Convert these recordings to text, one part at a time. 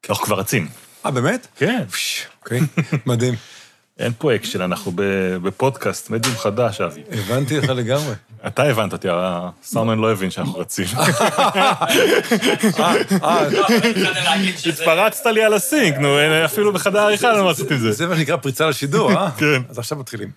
אנחנו כבר רצים. באמת? כן. אוקיי, מדהים. אין פה אקשן, אנחנו בפודקאסט, מדיום חדש, אבי. הבנתי לך לגמרי. אתה הבנת אותי, הסאונדמן לא הבין שאנחנו רצים. התפרצת לי על הסינק, נו, אפילו בחדר העריכה לא עשיתי את זה. זה מה שנקרא פריצה לשידור, אה? כן. אז עכשיו מתחילים.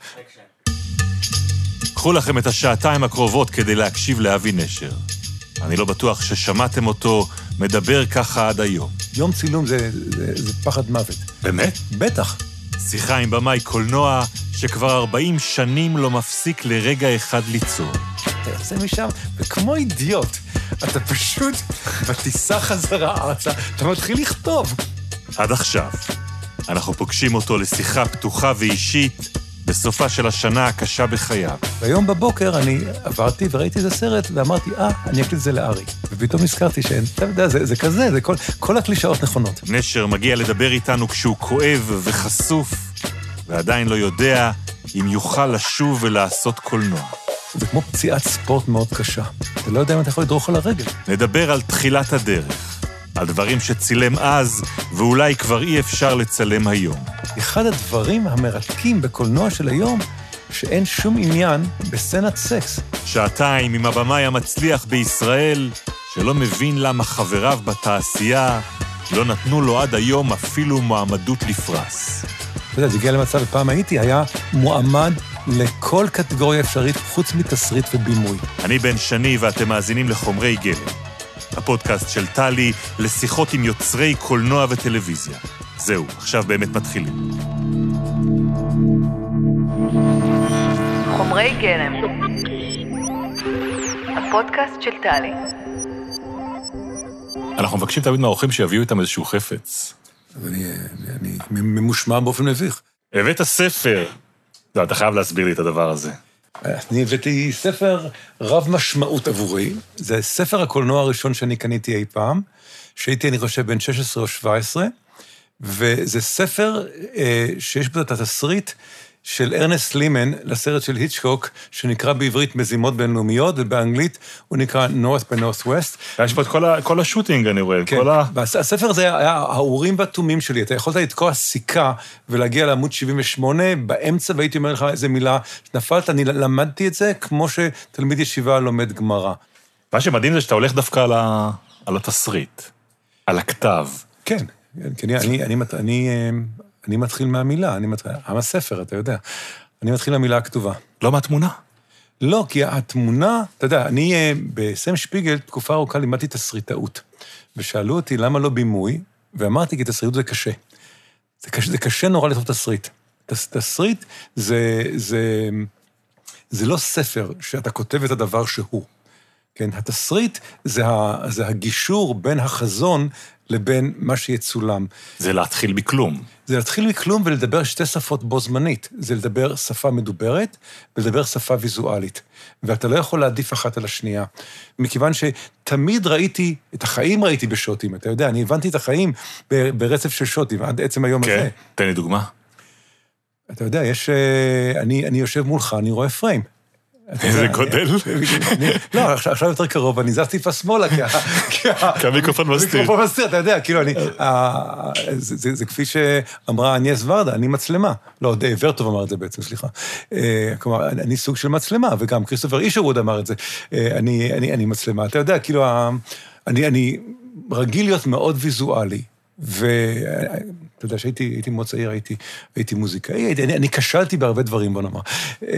קחו לכם את השעתיים הקרובות כדי להקשיב לאבי נשר. אני לא בטוח ששמעתם אותו מדבר ככה עד היום. יום צילום זה פחד מוות. באמת? בטח. שיחה עם במאי קולנוע שכבר 40 שנים לא מפסיק לרגע אחד ליצור. אתה יוצא משם, וכמו אידיוט, אתה פשוט בטיסה חזרה ארצה, אתה מתחיל לכתוב. עד עכשיו, אנחנו פוגשים אותו לשיחה פתוחה ואישית בסופה של השנה הקשה בחייו. והיום בבוקר אני עברתי וראיתי איזה סרט, ואמרתי, אני אקליט את זה לארי. ופתאום נזכרתי אתה יודע, זה כזה, זה כל הקלישאות נכונות. נשר מגיע לדבר איתנו כשהוא כואב וחשוף, ועדיין לא יודע אם יוכל לשוב ולעשות קולנוע. זה כמו פציעת ספורט מאוד קשה. אתה לא יודע אם אתה יכול לדרוך על הרגל. נדבר על תחילת הדרך, על דברים שצילם אז, ואולי כבר אי אפשר לצלם היום. אחד הדברים המרתקים בקולנוע של היום, שאין שום עניין בסצנת סקס. שעתיים עם הבמאי המצליח בישראל, שלא מבין למה חבריו בתעשייה לא נתנו לו עד היום אפילו מועמדות לפרס. אתה יודע, זה הגיע למצב, פעם היה מועמד לכל קטגוריה אפשרית חוץ מתסריט ובימוי. אני בן שני ואתם מאזינים לחומרי גלם. הפודקאסט של טלי לשיחות עם יוצרי קולנוע וטלוויזיה. זהו, עכשיו באמת מתחילים. חומרי גלם. הפודקאסט של טלי. אנחנו מבקשים תמיד מהאורחים שיביאו איתם איזשהו חפץ. אז אני ממושמע באופן מביך. הבאת ספר. לא, אתה חייב להסביר לי את הדבר הזה. אני הבאתי ספר רב משמעות עבורי. זה ספר הקולנוע הראשון שאני קניתי אי פעם, שהייתי, אני חושב, בן 16 או 17, וזה ספר שיש בו את התסריט של ארנסט לימן לסרט של היצ'קוק, שנקרא בעברית מזימות בינלאומיות, ובאנגלית הוא נקרא North by Northwest. יש פה את כל השוטינג, אני רואה. כן, הספר הזה היה האורים והתומים שלי, אתה יכולת לתקוע סיכה ולהגיע לעמוד 78, באמצע והייתי אומר לך איזה מילה שנפלת, אני למדתי את זה כמו שתלמיד ישיבה לומד גמרא. מה שמדהים זה שאתה הולך דווקא על התסריט, על הכתב. כן, אני מתחיל מהמילה, הספר, אתה יודע. אני מתחיל מהמילה הכתובה. לא מהתמונה? לא, כי התמונה, אתה יודע, אני בסם שפיגל, תקופה ארוכה לימדתי תסריטאות, ושאלו אותי למה לא בימוי, ואמרתי כי תסריטאות זה קשה. זה קשה נורא לכתוב תסריט. תסריט זה לא ספר שאתה כותב את הדבר שהוא. כן, התסריט זה הגישור בין החזון לבין מה שיצולם. זה להתחיל בכלום. זה להתחיל מכלום ולדבר שתי שפות בו זמנית. זה לדבר שפה מדוברת ולדבר שפה ויזואלית. ואתה לא יכול להעדיף אחת על השנייה. מכיוון שתמיד ראיתי, את החיים ראיתי בשוטים, אתה יודע, אני הבנתי את החיים ברצף של שוטים, עד עצם היום הזה. כן, תן לי דוגמה. אתה יודע, אני יושב מולך, אני רואה פריים. איזה גודל? לא, עכשיו יותר קרוב, אני זזתי פה שמאלה, כי המיקרופון מסתיר. המיקרופון מסתיר, אתה יודע, כאילו זה כפי שאמרה אניאס ורדה, אני מצלמה. לא, די ורטוב אמר את זה בעצם, סליחה. כלומר, אני סוג של מצלמה, וגם כריסטופר אישרוד אמר את זה, אני מצלמה. אתה יודע, כאילו, אני רגיל להיות מאוד ויזואלי, אתה יודע שהייתי מאוד צעיר, הייתי מוזיקאי, אני כשלתי בהרבה דברים, בוא נאמר.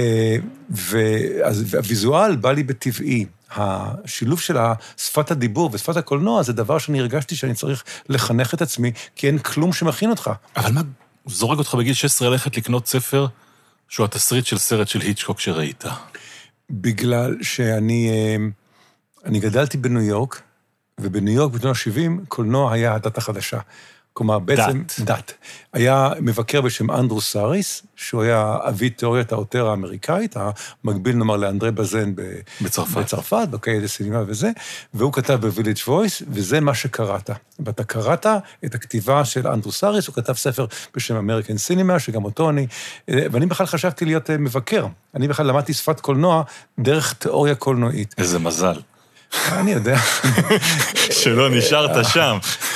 ואז הוויזואל בא לי בטבעי. השילוב של שפת הדיבור ושפת הקולנוע זה דבר שאני הרגשתי שאני צריך לחנך את עצמי, כי אין כלום שמכין אותך. אבל מה זורק אותך בגיל 16 ללכת לקנות ספר שהוא התסריט של סרט של היצ'קוק שראית? בגלל שאני גדלתי בניו יורק, ובניו יורק בשנות ה-70 קולנוע היה הדת החדשה. כלומר, בעצם דת. היה מבקר בשם אנדרו סאריס, שהוא היה אבי תיאוריית האוטר האמריקאית, המקביל נאמר לאנדרי בזן בצרפת, בקהילה סינמה וזה, והוא כתב בוויליג' וויס, וזה מה שקראת. ואתה קראת את הכתיבה של אנדרו סאריס, הוא כתב ספר בשם אמריקן סינמה, שגם אותו ואני בכלל חשבתי להיות מבקר. אני בכלל למדתי שפת קולנוע דרך תיאוריה קולנועית. איזה מזל. אני יודע. שלא נשארת שם.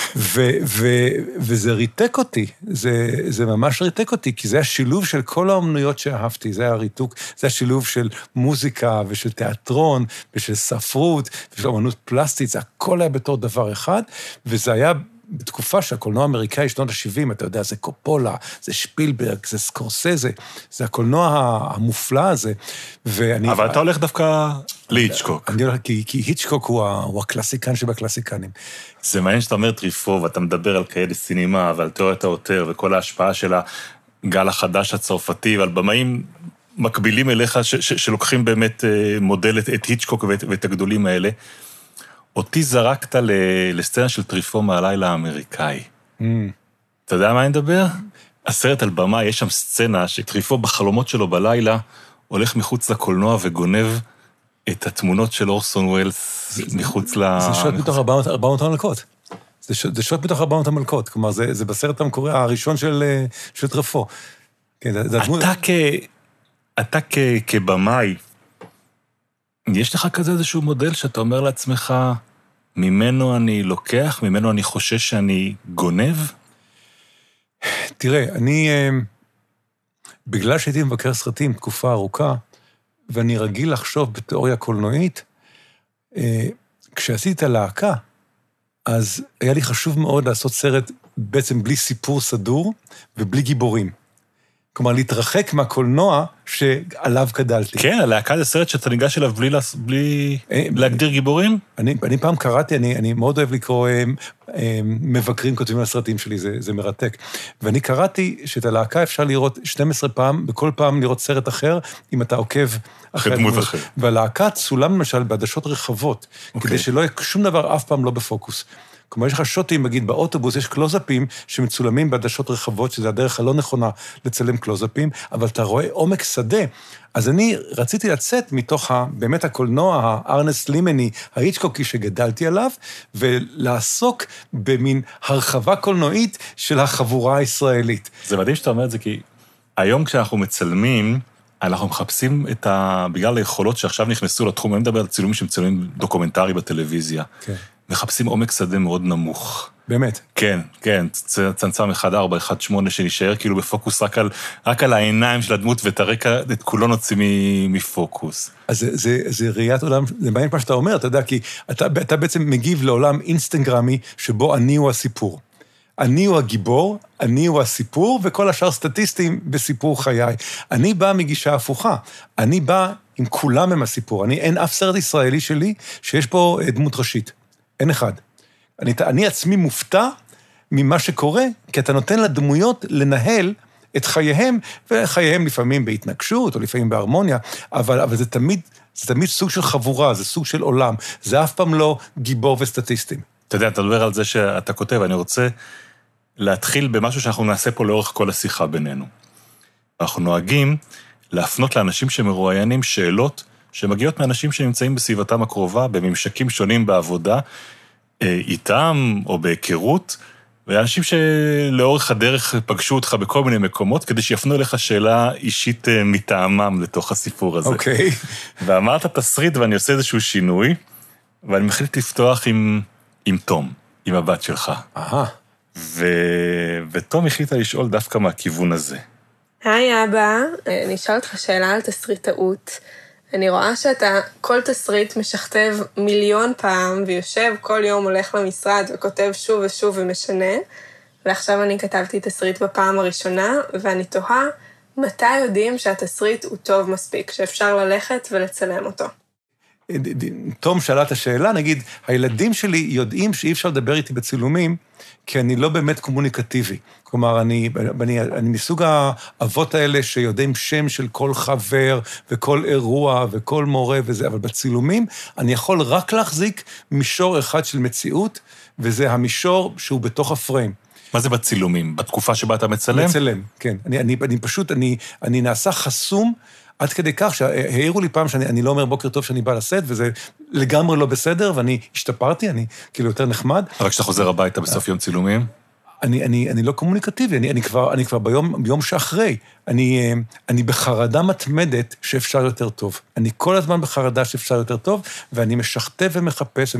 וזה ריתק אותי, זה ממש ריתק אותי, כי זה השילוב של כל האומנויות שאהבתי, זה הריתוק, זה השילוב של מוזיקה ושל תיאטרון ושל ספרות ושל אומנות פלסטית, זה הכל היה בתור דבר אחד, וזה היה בתקופה שהקולנוע האמריקאי שנות ה-70, אתה יודע, זה קופולה, זה שפילברג, זה סקורסזה, זה הקולנוע המופלא הזה, אבל אתה הולך דווקא להיצ'קוק. אני הולך, כי היצ'קוק הוא הקלאסיקן שבקלאסיקנים. זה מעניין שאתה אומר טריפו, ואתה מדבר על כאלה סינימה, ועל תיאוריית האוטר, וכל ההשפעה של הגל החדש הצרפתי, ועל במאים מקבילים אליך, שלוקחים באמת מודל את היצ'קוק ואת הגדולים האלה. אותי זרקת לסצנה של טריפו מהלילה האמריקאי. אתה יודע מה אני מדבר? הסרט על במה, יש שם סצנה שטריפו בחלומות שלו בלילה, הולך מחוץ לקולנוע וגונב את התמונות של אורסון ווילס מחוץ ל... זה שוט מתוך 400 המלכות. זה שוט מתוך 400 המלכות. כלומר, זה בסרט המקורי הראשון של טריפו. אתה כבמאי, יש לך כזה איזשהו מודל שאתה אומר לעצמך, ממנו אני לוקח, ממנו אני חושש שאני גונב? תראה, אני, בגלל שהייתי מבקר סרטים תקופה ארוכה, ואני רגיל לחשוב בתיאוריה קולנועית, כשעשיתי את הלהקה, אז היה לי חשוב מאוד לעשות סרט בעצם בלי סיפור סדור ובלי גיבורים. כלומר, להתרחק מהקולנוע שעליו גדלתי. כן, הלהקה זה סרט שאתה ניגש אליו בלי להגדיר גיבורים? אני פעם קראתי, אני מאוד אוהב לקרוא מבקרים כותבים על הסרטים שלי, זה מרתק. ואני קראתי שאת הלהקה אפשר לראות 12 פעם, בכל פעם לראות סרט אחר, אם אתה עוקב אחרי דמות אחר. והלהקה צולם למשל בעדשות רחבות, כדי שלא יהיה שום דבר אף פעם לא בפוקוס. כלומר, יש לך שוטים, נגיד, באוטובוס, יש קלוזאפים שמצולמים בעדשות רחבות, שזה הדרך הלא נכונה לצלם קלוזאפים, אבל אתה רואה עומק שדה. אז אני רציתי לצאת מתוך באמת הקולנוע, הארנסט לימני, ההיצ'קוקי שגדלתי עליו, ולעסוק במין הרחבה קולנועית של החבורה הישראלית. זה מדהים שאתה אומר את זה, כי היום כשאנחנו מצלמים, אנחנו מחפשים בגלל היכולות שעכשיו נכנסו לתחום, אני מדבר על צילומים שמצלמים דוקומנטרי בטלוויזיה. כן. מחפשים עומק שדה מאוד נמוך. באמת? כן, כן, צנצם 1.4, 1.8 שנשאר כאילו בפוקוס רק על העיניים של הדמות, ואת הרקע, את כולו נוציא מפוקוס. אז זה ראיית עולם, זה מעניין מה שאתה אומר, אתה יודע, כי אתה בעצם מגיב לעולם אינסטגרמי, שבו אני הוא הסיפור. אני הוא הגיבור, אני הוא הסיפור, וכל השאר סטטיסטים בסיפור חיי. אני בא מגישה הפוכה, אני בא עם כולם עם הסיפור, אין אף סרט ישראלי שלי שיש פה דמות ראשית. אין אחד. אני עצמי מופתע ממה שקורה, כי אתה נותן לדמויות לנהל את חייהם, וחייהם לפעמים בהתנגשות, או לפעמים בהרמוניה, אבל זה תמיד סוג של חבורה, זה סוג של עולם, זה אף פעם לא גיבור וסטטיסטים. אתה יודע, אתה מדבר על זה שאתה כותב, אני רוצה להתחיל במשהו שאנחנו נעשה פה לאורך כל השיחה בינינו. אנחנו נוהגים להפנות לאנשים שמרואיינים שאלות, שמגיעות מאנשים שנמצאים בסביבתם הקרובה, בממשקים שונים בעבודה, איתם או בהיכרות, ואנשים שלאורך הדרך פגשו אותך בכל מיני מקומות, כדי שיפנו לך שאלה אישית מטעמם לתוך הסיפור הזה. אוקיי. ואמרת תסריט, ואני עושה איזשהו שינוי, ואני מחליט לפתוח עם תום, עם הבת שלך. ותום החליטה לשאול דווקא מהכיוון הזה. היי אבא, אני אשאל אותך שאלה על תסריטאות. אני רואה שאתה כל תסריט משכתב 1,000,000 פעם, ויושב כל יום הולך למשרד וכותב שוב ושוב ומשנה, ועכשיו אני כתבתי תסריט בפעם הראשונה, ואני תוהה מתי יודעים שהתסריט הוא טוב מספיק, שאפשר ללכת ולצלם אותו. תום שאלה את השאלה, נגיד, הילדים שלי יודעים שאי אפשר לדבר איתי בצילומים, כי אני לא באמת קומוניקטיבי. כלומר, אני מסוג האבות האלה שיודעים שם של כל חבר, וכל אירוע, וכל מורה וזה, אבל בצילומים אני יכול רק להחזיק מישור אחד של מציאות, וזה המישור שהוא בתוך הפריים. מה זה בצילומים? בתקופה שבה אתה מצלם? מצלם, כן. אני פשוט, אני נעשה חסום, עד כדי כך שהעירו לי פעם שאני לא אומר בוקר טוב שאני בא לסט, וזה לגמרי לא בסדר, ואני השתפרתי, אני כאילו יותר נחמד. אבל כשאתה חוזר הביתה בסוף יום צילומים? אני לא קומוניקטיבי, אני כבר ביום שאחרי. אני בחרדה מתמדת שאפשר יותר טוב. אני כל הזמן בחרדה שאפשר יותר טוב, ואני משכתב ומחפש,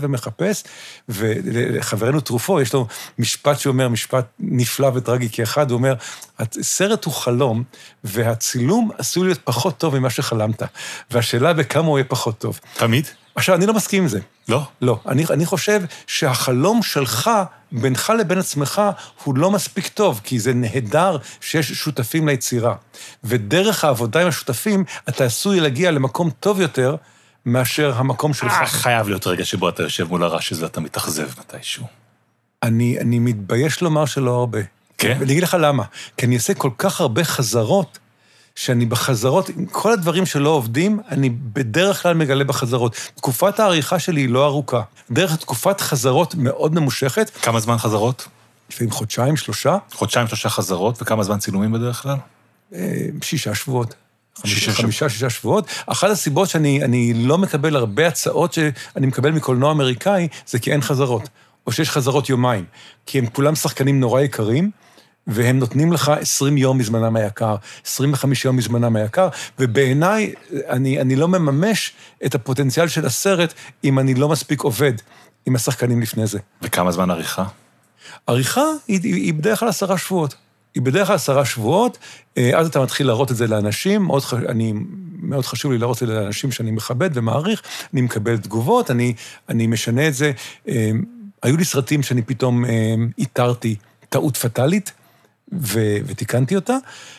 וחברנו טרופו, יש לו משפט שאומר, משפט נפלא וטרגי כאחד, הוא אומר, הסרט הוא חלום, והצילום עשוי להיות פחות טוב ממה שחלמת, והשאלה בכמה הוא יהיה פחות טוב. תמיד? עכשיו, אני לא מסכים עם זה. לא? לא. אני חושב שהחלום שלך, בינך לבין עצמך, הוא לא מספיק טוב, כי זה נהדר שיש שותפים ליצירה. ודרך העבודה עם השותפים, אתה עשוי להגיע למקום טוב יותר, מאשר המקום שלך. חייב להיות רגע שבו אתה יושב מול הרש הזה, אתה מתאכזב מתישהו. אני מתבייש לומר שלא הרבה. כן? ואני אגיד לך למה. כי אני אעשה כל כך הרבה חזרות, שאני בחזרות, כל הדברים שלא עובדים, אני בדרך כלל מגלה בחזרות. תקופת העריכה שלי היא לא ארוכה. דרך תקופת חזרות מאוד ממושכת. כמה זמן חזרות? לפעמים חודשיים, 3. חודשיים, 3 חזרות, וכמה זמן צילומים בדרך כלל? 6 שבועות. 5-6 שבועות. אחת הסיבות שאני לא מקבל הרבה הצעות שאני מקבל מקולנוע אמריקאי, זה כי אין חזרות. או שיש חזרות יומיים. כי הם כולם שחקנים נורא יקרים, והם נותנים לך 20 יום מזמנם היקר, 25 יום מזמנם היקר, ובעיניי אני לא מממש את הפוטנציאל של הסרט, אם אני לא מספיק עובד עם השחקנים לפני זה. וכמה זמן עריכה? עריכה היא בדרך כלל 10 שבועות. היא בדרך כלל 10 שבועות, אז אתה מתחיל להראות את זה לאנשים, מאוד חשוב לי להראות את זה לאנשים שאני מכבד ומעריך, אני מקבל תגובות, אני משנה את זה. היו לי סרטים שאני פתאום איתרתי טעות ותיקנתי אותה,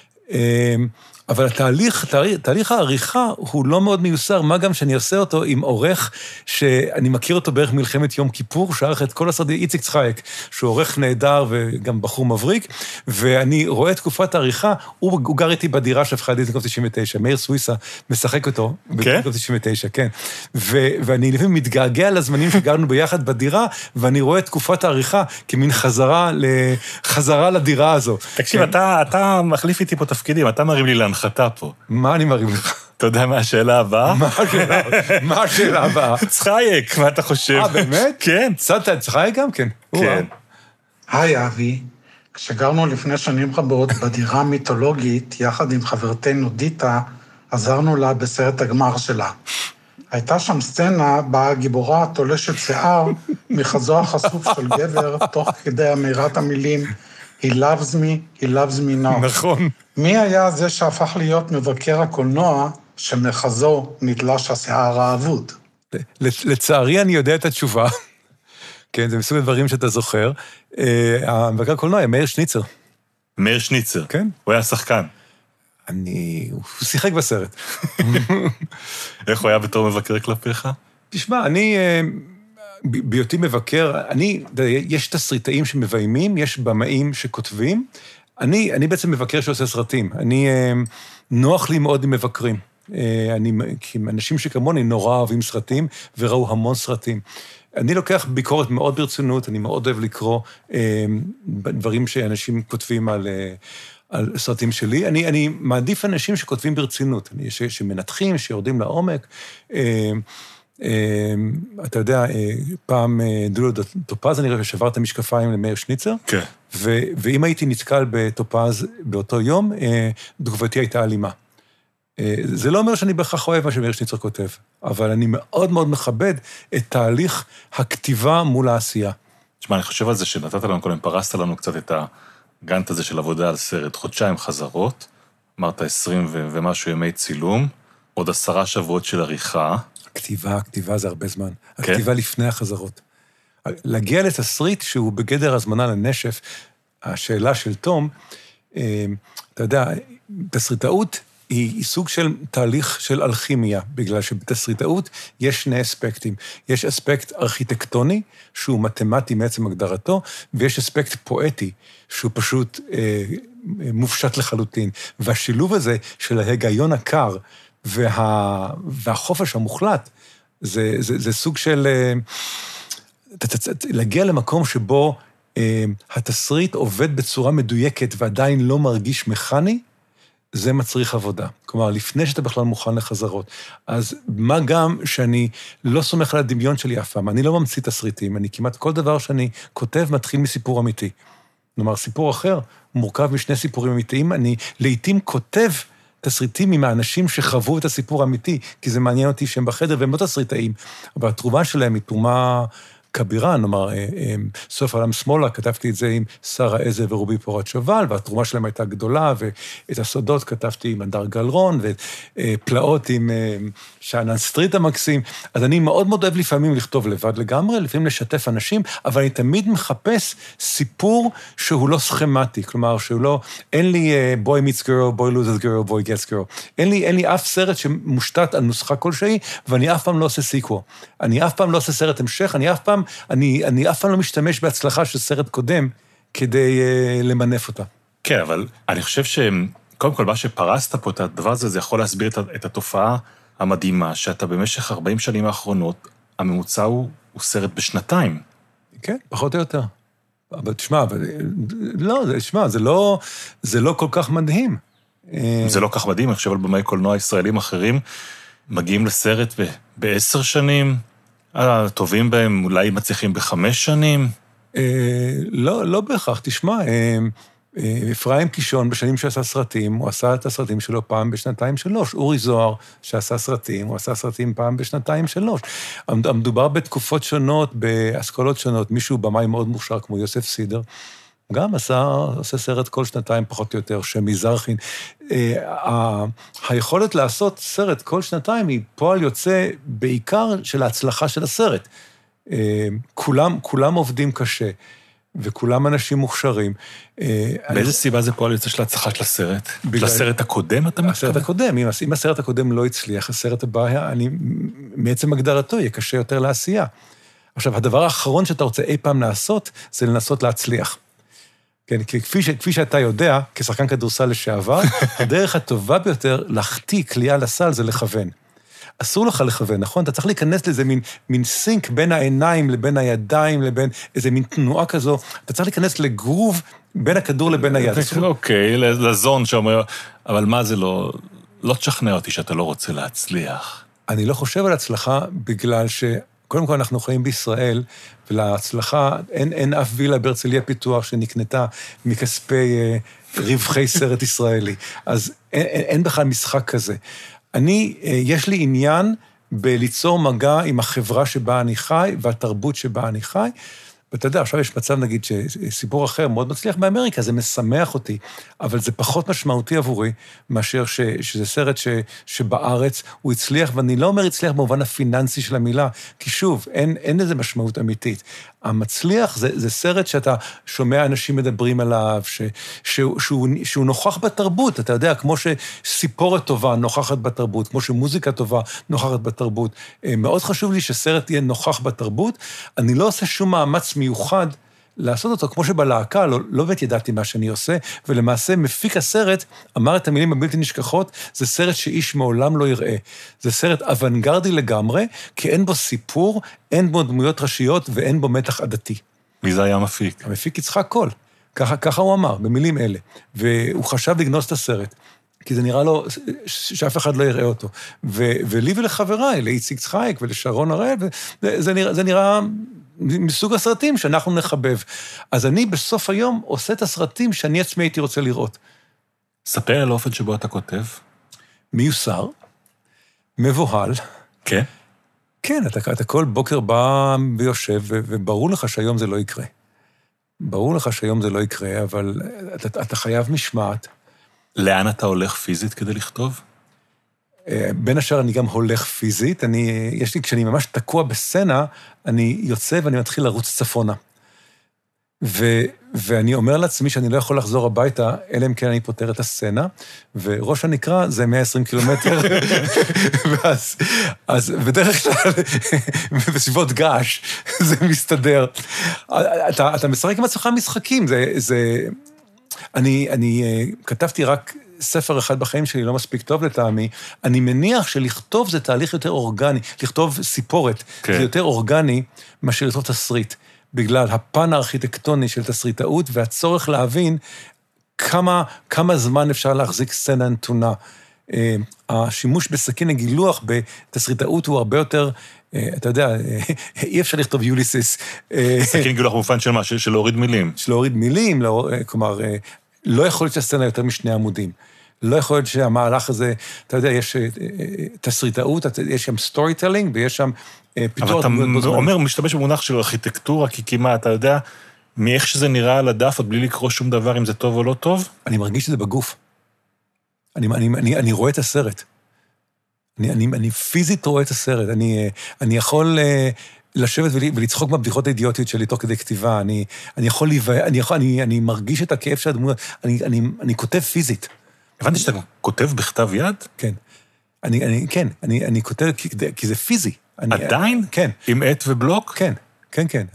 אבל תהליך העריכה הוא לא מאוד מיוסר, מה גם שאני עושה אותו עם עורך שאני מכיר אותו בערך מלחמת יום כיפור, שערך את כל הסרטים, איציק צחייק, שהוא עורך נהדר וגם בחור מבריק, ואני רואה את תקופת העריכה, הוא גר איתי בדירה שהפכה לדיזנגוף 99, מאיר סוויסה משחק אותו, בדיזנגוף 99, כן, ואני לפעמים מתגעגע לזמנים שגרנו ביחד בדירה, ואני רואה את תקופת העריכה כמין חזרה לדירה הזו. תקשיב, אתה מחליף איתי פה תפקידים, אתה מרים לי להנחתה פה. מה אני מרים לך? אתה יודע מה השאלה הבאה? מה השאלה הבאה? צחייק, מה אתה חושב? באמת? כן. צחייק גם כן. כן. היי אבי, כשגרנו לפני שנים רבות בדירה המיתולוגית, יחד עם חברתנו דיטה, עזרנו לה בסרט הגמר שלה. הייתה שם סצנה בה הגיבורה תולשת שיער מחזו החשוף של גבר, תוך כדי אמירת המילים, He loves me, he loves me now. נכון. מי היה זה שהפך להיות מבקר הקולנוע, שמחזו נתלש השיער האבוד? לצערי אני יודע את התשובה. כן, זה מסוג הדברים שאתה זוכר. המבקר הקולנוע היה מאיר שניצר. מאיר שניצר? כן. הוא היה שחקן. הוא שיחק בסרט. איך הוא היה בתור מבקר כלפיך? תשמע, בהיותי מבקר, יש תסריטאים שמביימים, יש במאים שכותבים, אני בעצם מבקר שעושה סרטים, נוח לי מאוד עם מבקרים, כי אנשים שכמוני נורא אוהבים סרטים, וראו המון סרטים. אני לוקח ביקורת מאוד ברצינות, אני מאוד אוהב לקרוא דברים שאנשים כותבים על סרטים שלי, אני מעדיף אנשים שכותבים ברצינות, שמנתחים, שיורדים לעומק, אתה יודע, פעם דודו טופז, אני רואה ששבר את המשקפיים למאיר שניצר, כן. ואם הייתי נתקל בטופז באותו יום, תגובתי הייתה אלימה. זה לא אומר שאני בהכרח אוהב מה שמאיר שניצר כותב, אבל אני מאוד מאוד מכבד את תהליך הכתיבה מול העשייה. תשמע, אני חושב על זה שנתת לנו קודם, פרסת לנו קצת את הגנט הזה של עבודה על סרט, חודשיים חזרות, אמרת 20 ומשהו ימי צילום, עוד 10 שבועות של עריכה, הכתיבה זה הרבה זמן. הכתיבה לפני החזרות. להגיע לתסריט שהוא בגדר הזמנה לנשף, השאלה של תום, אתה יודע, תסריטאות היא סוג של תהליך של אלכימיה, בגלל שבתסריטאות יש 2 אספקטים. יש אספקט ארכיטקטוני, שהוא מתמטי מעצם הגדרתו, ויש אספקט פואטי, שהוא פשוט מופשט לחלוטין. והשילוב הזה של ההיגיון הקר, והחופש המוחלט, זה סוג של להגיע למקום שבו התסריט עובד בצורה מדויקת ועדיין לא מרגיש מכני, זה מצריך עבודה. כלומר, לפני שאתה בכלל מוכן לחזרות. אז מה גם שאני לא סומך על הדמיון שלי אף פעם, אני לא ממציא תסריטים, אני כמעט כל דבר שאני כותב מתחיל מסיפור אמיתי. כלומר, סיפור אחר מורכב משני סיפורים אמיתיים. אני לעתים כותב תסריטים עם האנשים שחוו את הסיפור האמיתי, כי זה מעניין אותי שהם בחדר והם לא תסריטאים, אבל התרומה שלהם היא תרומה כבירה, נאמר, סוף העולם שמאלה, כתבתי את זה עם שרה עזב ורובי פורת שובל, והתרומה שלהם הייתה גדולה, ואת הסודות כתבתי עם אנדר גלרון, ופלאות עם שאנן סטריט המקסים, אז אני מאוד מאוד אוהב לפעמים לכתוב לבד לגמרי, לפעמים לשתף אנשים, אבל אני תמיד מחפש סיפור שהוא לא סכמטי, כלומר, שהוא לא, אין לי boy meets girl, boy loses girl, boy gets girl, אין לי אף סרט שמושתת על נוסחה כלשהי, ואני אף פעם לא עושה סיקוול. אני אף פעם לא עושה סרט המשך, אני אף פעם לא משתמש בהצלחה של סרט קודם, כדי למנף אותה. כן, אבל אני חושב שקודם כל מה שפרסת פה את הדבר הזה, זה יכול להסביר את התופעה המדהימה, שאתה במשך 40 שנים האחרונות, הממוצע הוא סרט בשנתיים. כן, פחות או יותר. אבל תשמע, זה לא כל כך מדהים. זה לא כך מדהים, אני חושב על במאי קולנוע ישראלים אחרים, מגיעים לסרט ב10 שנים, הטובים בהם אולי מצליחים ב5 שנים? לא בהכרח, תשמע, אפרים קישון בשנים שעשה סרטים, הוא עשה את הסרטים שלו פעם בשנתיים 3, אורי זוהר שעשה סרטים, הוא עשה סרטים פעם בשנתיים 3. המדובר בתקופות שונות, באסכולות שונות, מישהו במאי מאוד מוכשר כמו יוסף סידר, גם עושה סרט כל שנתיים פחות או יותר, שמי זרחין. היכולת לעשות סרט כל שנתיים היא פועל יוצא בעיקר של ההצלחה של הסרט. כולם עובדים קשה, וכולם אנשים מוכשרים. באיזה סיבה זה פועל יוצא של ההצלחה של הסרט? של הסרט הקודם אתה מתכוון? הסרט הקודם, אם הסרט הקודם לא הצליח, הסרט הבא, מעצם הגדרתו, יהיה קשה יותר לעשייה. עכשיו, הדבר האחרון שאתה רוצה אי פעם לעשות, זה לנסות להצליח. כן, כפי שאתה יודע, כשחקן כדורסל לשעבר, הדרך הטובה ביותר להחטיא קליעה לסל זה לכוון. אסור לך לכוון, נכון? אתה צריך להיכנס לאיזה מין סינק בין העיניים לבין הידיים, לבין איזה מין תנועה כזו, אתה צריך להיכנס לגרוב בין הכדור לבין היד. אוקיי, לזון שאומר, אבל מה זה לא תשכנע אותי שאתה לא רוצה להצליח. אני לא חושב על הצלחה בגלל קודם כל אנחנו חיים בישראל, ולהצלחה אין אף וילה בהרצליה פיתוח שנקנתה מכספי רווחי סרט ישראלי. אז אין בכלל משחק כזה. יש לי עניין בליצור מגע עם החברה שבה אני חי, והתרבות שבה אני חי, ואתה יודע, עכשיו יש מצב, נגיד, שסיפור אחר מאוד מצליח באמריקה, זה משמח אותי, אבל זה פחות משמעותי עבורי, מאשר שזה סרט שבארץ הוא הצליח, ואני לא אומר הצליח במובן הפיננסי של המילה, כי שוב, אין איזה משמעות אמיתית. המצליח זה סרט שאתה שומע אנשים מדברים עליו, שהוא נוכח בתרבות, אתה יודע, כמו שסיפורת טובה נוכחת בתרבות, כמו שמוזיקה טובה נוכחת בתרבות. מאוד חשוב לי שסרט יהיה נוכח בתרבות, אני לא עושה שום מאמץ מיוחד לעשות אותו, כמו שבלהקה, לא באמת ידעתי מה שאני עושה, ולמעשה מפיק הסרט, אמר את המילים הבלתי נשכחות, זה סרט שאיש מעולם לא יראה. זה סרט אוונגרדי לגמרי, כי אין בו סיפור, אין בו דמויות ראשיות, ואין בו מתח עדתי. מי זה היה המפיק? המפיק יצחק קול. ככה הוא אמר, במילים אלה. והוא חשב לגנוז את הסרט, כי זה נראה לו שאף אחד לא יראה אותו. ולי ולחבריי, לאיציק צחייק ולשרון הראל, זה נראה מסוג הסרטים שאנחנו נחבב. אז אני בסוף היום עושה את הסרטים שאני עצמי הייתי רוצה לראות. ספר על האופן שבו אתה כותב. מיוסר, מבוהל. כן? כן, אתה כל בוקר בא ויושב, וברור לך שהיום זה לא יקרה. ברור לך שהיום זה לא יקרה, אבל אתה חייב משמעת. לאן אתה הולך פיזית כדי לכתוב? בין השאר אני גם הולך פיזית, כשאני ממש תקוע בסצנה, אני יוצא ואני מתחיל לרוץ צפונה. ואני אומר לעצמי שאני לא יכול לחזור הביתה, אלא אם כן אני פותר את הסצנה, וראש הנקרא זה 120 קילומטר, אז בדרך כלל, בסביבות געש, זה מסתדר. אתה משחק עם עצמך משחקים, אני כתבתי רק ספר אחד בחיים שלי, לא מספיק טוב לטעמי, אני מניח שלכתוב זה תהליך יותר אורגני, לכתוב סיפורת, זה יותר אורגני מאשר לכתוב תסריט, בגלל הפן הארכיטקטוני של תסריטאות, והצורך להבין כמה זמן אפשר להחזיק סצנה נתונה. השימוש בסכין הגילוח בתסריטאות הוא הרבה יותר אתה יודע, אי אפשר לכתוב יוליסיס. סכין גילוח במובן של מה? של להוריד מילים. של להוריד מילים, כלומר, לא יכול להיות שהסצנה יותר משני עמודים. לא יכול להיות שהמהלך הזה, אתה יודע, יש תסריטאות, יש שם סטורי טלינג, ויש שם פיתוח. אבל אתה אומר, משתמש במונח של ארכיטקטורה, כי כמעט, אתה יודע, מאיך שזה נראה על הדף, עוד בלי לקרוא שום דבר, אם זה טוב או לא טוב? אני מרגיש שזה בגוף. אני רואה את הסרט. אני פיזית רואה את הסרט. אני יכול לשבת ולצחוק מהבדיחות האידיוטיות שלי תוך כדי כתיבה. אני מרגיש את הכאב של הדמות. אני כותב פיזית. הבנתי שאתה כותב בכתב יד? כן. אני כותב כי זה פיזי. עדיין? כן. עם עט ובלוק? כן, כן, כן.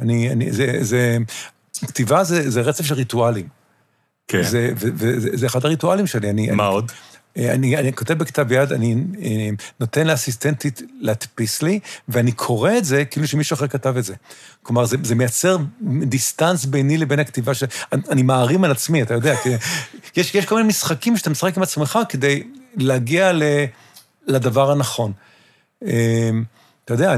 כתיבה זה רצף של ריטואלים. כן. זה אחד הריטואלים שלי. מה עוד? אני כותב בכתב יד, אני נותן לאסיסטנטית להדפיס לי, ואני קורא את זה כאילו שמישהו אחר כתב את זה. כלומר, זה מייצר דיסטנס ביני לבין הכתיבה, שאני מערים על עצמי, אתה יודע, כי יש כל מיני משחקים שאתה משחק עם עצמך כדי להגיע לדבר הנכון. אתה יודע,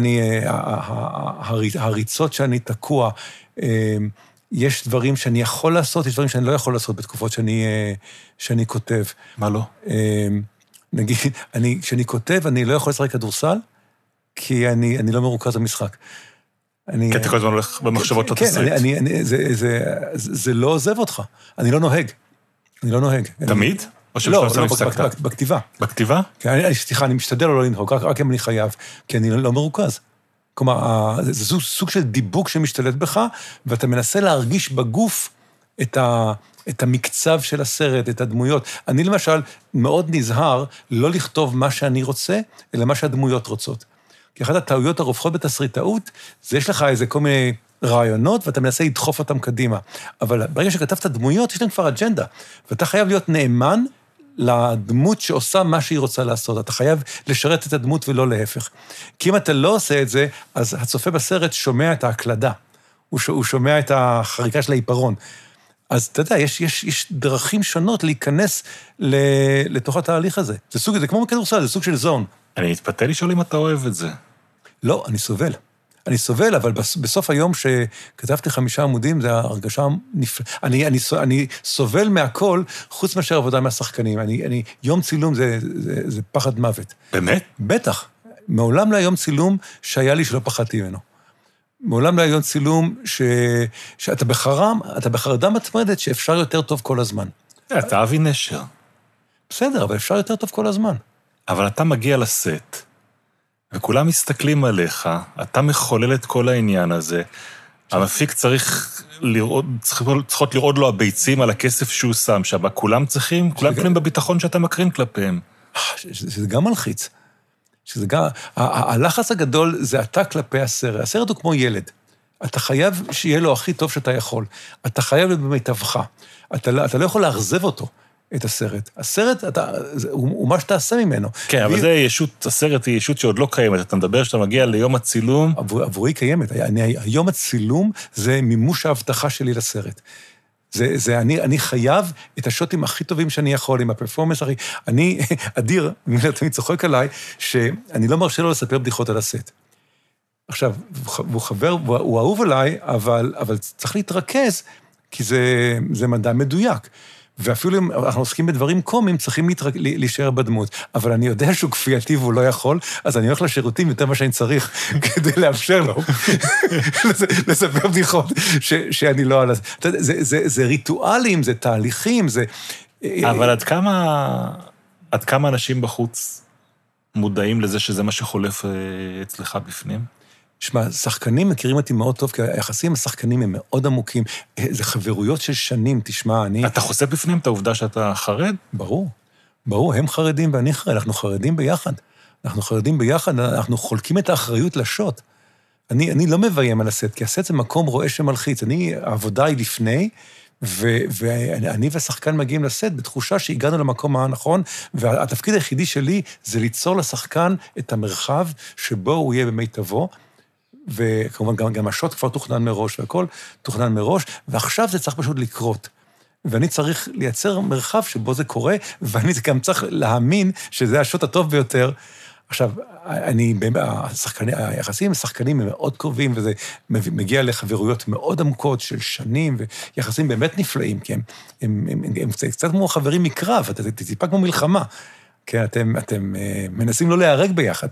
הריצות שאני תקוע, יש דברים שאני יכול לעשות, יש דברים שאני לא יכול לעשות בתקופות שאני כותב. מה לא? נגיד, כשאני כותב, אני לא יכול לשחק כדורסל, כי אני לא מרוכז במשחק. כי אתה כל הזמן הולך במחשבות לתסריט. כן, זה לא עוזב אותך. אני לא נוהג. תמיד? או לא, בכתיבה. בכתיבה? סליחה, אני משתדל לא לנהוג, רק אם אני חייב, כי אני לא מרוכז. כלומר, זה סוג של דיבוק שמשתלט בך, ואתה מנסה להרגיש בגוף את המקצב של הסרט, את הדמויות. אני למשל מאוד נזהר לא לכתוב מה שאני רוצה, אלא מה שהדמויות רוצות. כי אחת הטעויות הרווחות בתסריטאות, זה יש לך איזה כל מיני רעיונות, ואתה מנסה לדחוף אותם קדימה. אבל ברגע שכתבת דמויות, יש להם כבר אג'נדה, ואתה חייב להיות נאמן לדמות שעושה מה שהיא רוצה לעשות. אתה חייב לשרת את הדמות ולא להפך. כי אם אתה לא עושה את זה, אז הצופה בסרט שומע את ההקלדה. הוא שומע את החריקה של העיפרון. אז אתה יודע, יש דרכים שונות להיכנס לתוך התהליך הזה. זה כמו בכדורסל, זה סוג של זון. אני מתפתה לשאול אם אתה אוהב את זה. לא, אני סובל, אבל בסוף היום שכתבתי 5 עמודים, זה הרגשה נפלאה. אני סובל מהכל, חוץ מאשר עבודה מהשחקנים. יום צילום זה פחד מוות. באמת? בטח. מעולם לא יום צילום שהיה לי שלא פחדתי ממנו. מעולם לא יום צילום שאתה בחרדה מתמדת שאפשר יותר טוב כל הזמן. אתה אבי נשר. בסדר, אבל אפשר יותר טוב כל הזמן. אבל אתה מגיע לסט, וכולם מסתכלים עליך, אתה מחולל את כל העניין הזה, המפיק צריכות לראות לו הביצים על הכסף שהוא שם, שבה כולם צריכים בביטחון שאתה מקרין כלפיהם. שזה גם מלחיץ. הלחץ הגדול זה אתה כלפי הסרט. הסרט הוא כמו ילד. אתה חייב שיהיה לו הכי טוב שאתה יכול. אתה חייב להיות במיטבך. אתה לא יכול להחזב אותו. את הסרט. הסרט, הוא מה שאתה עושה ממנו. כן, אבל זה ישות, הסרט היא ישות שעוד לא קיימת. אתה מדבר שאתה מגיע ליום הצילום. עבורי קיימת. היום הצילום זה מימוש ההבטחה שלי לסרט. אני חייב את השוטים הכי טובים שאני יכול, עם הפרפורמנס הכי... אדיר, תמיד צוחק עליי, שאני לא מרשה לו לספר בדיחות על הסט. עכשיו, הוא חבר, הוא אהוב עליי, אבל צריך להתרכז, כי זה מדע מדויק. ואפילו אם אנחנו עוסקים בדברים קומיים, צריכים להישאר בדמות. אבל אני יודע שהוא כפייתי והוא לא יכול, אז אני הולך לשירותים יותר מה שאני צריך, כדי לאפשר לו לספר בדיחות שאני לא... זה ריטואלים, זה תהליכים, זה... אבל עד כמה אנשים בחוץ מודעים לזה שזה מה שחולף אצלך בפנים? שמע, שחקנים מכירים אותי מאוד טוב, כי היחסים עם השחקנים הם מאוד עמוקים. זה חברויות של שנים, תשמע, אתה חושף בפנים את העובדה שאתה חרד? ברור, הם חרדים ואני חרד, אנחנו חרדים ביחד, אנחנו חולקים את האחריות לשוט. אני לא מביים על הסט, כי הסט זה מקום רואה שמלחיץ. העבודה היא לפני, ואני והשחקן מגיעים לסט בתחושה שהגענו למקום הנכון, והתפקיד היחידי שלי זה ליצור לשחקן את המרחב שבו הוא יהיה במיטבו, וכמובן גם השוט כבר תוכנן מראש, והכל תוכנן מראש, ועכשיו זה צריך פשוט לקרות. ואני צריך לייצר מרחב שבו זה קורה, ואני גם צריך להאמין שזה השוט הטוב ביותר. עכשיו, היחסים עם השחקנים הם מאוד קרובים, וזה מגיע לחברויות מאוד עמוקות של שנים, ויחסים באמת נפלאים, כי הם קצת כמו חברים מקרב, אתה טיפה כמו מלחמה, כן, אתם מנסים לא להיהרג ביחד.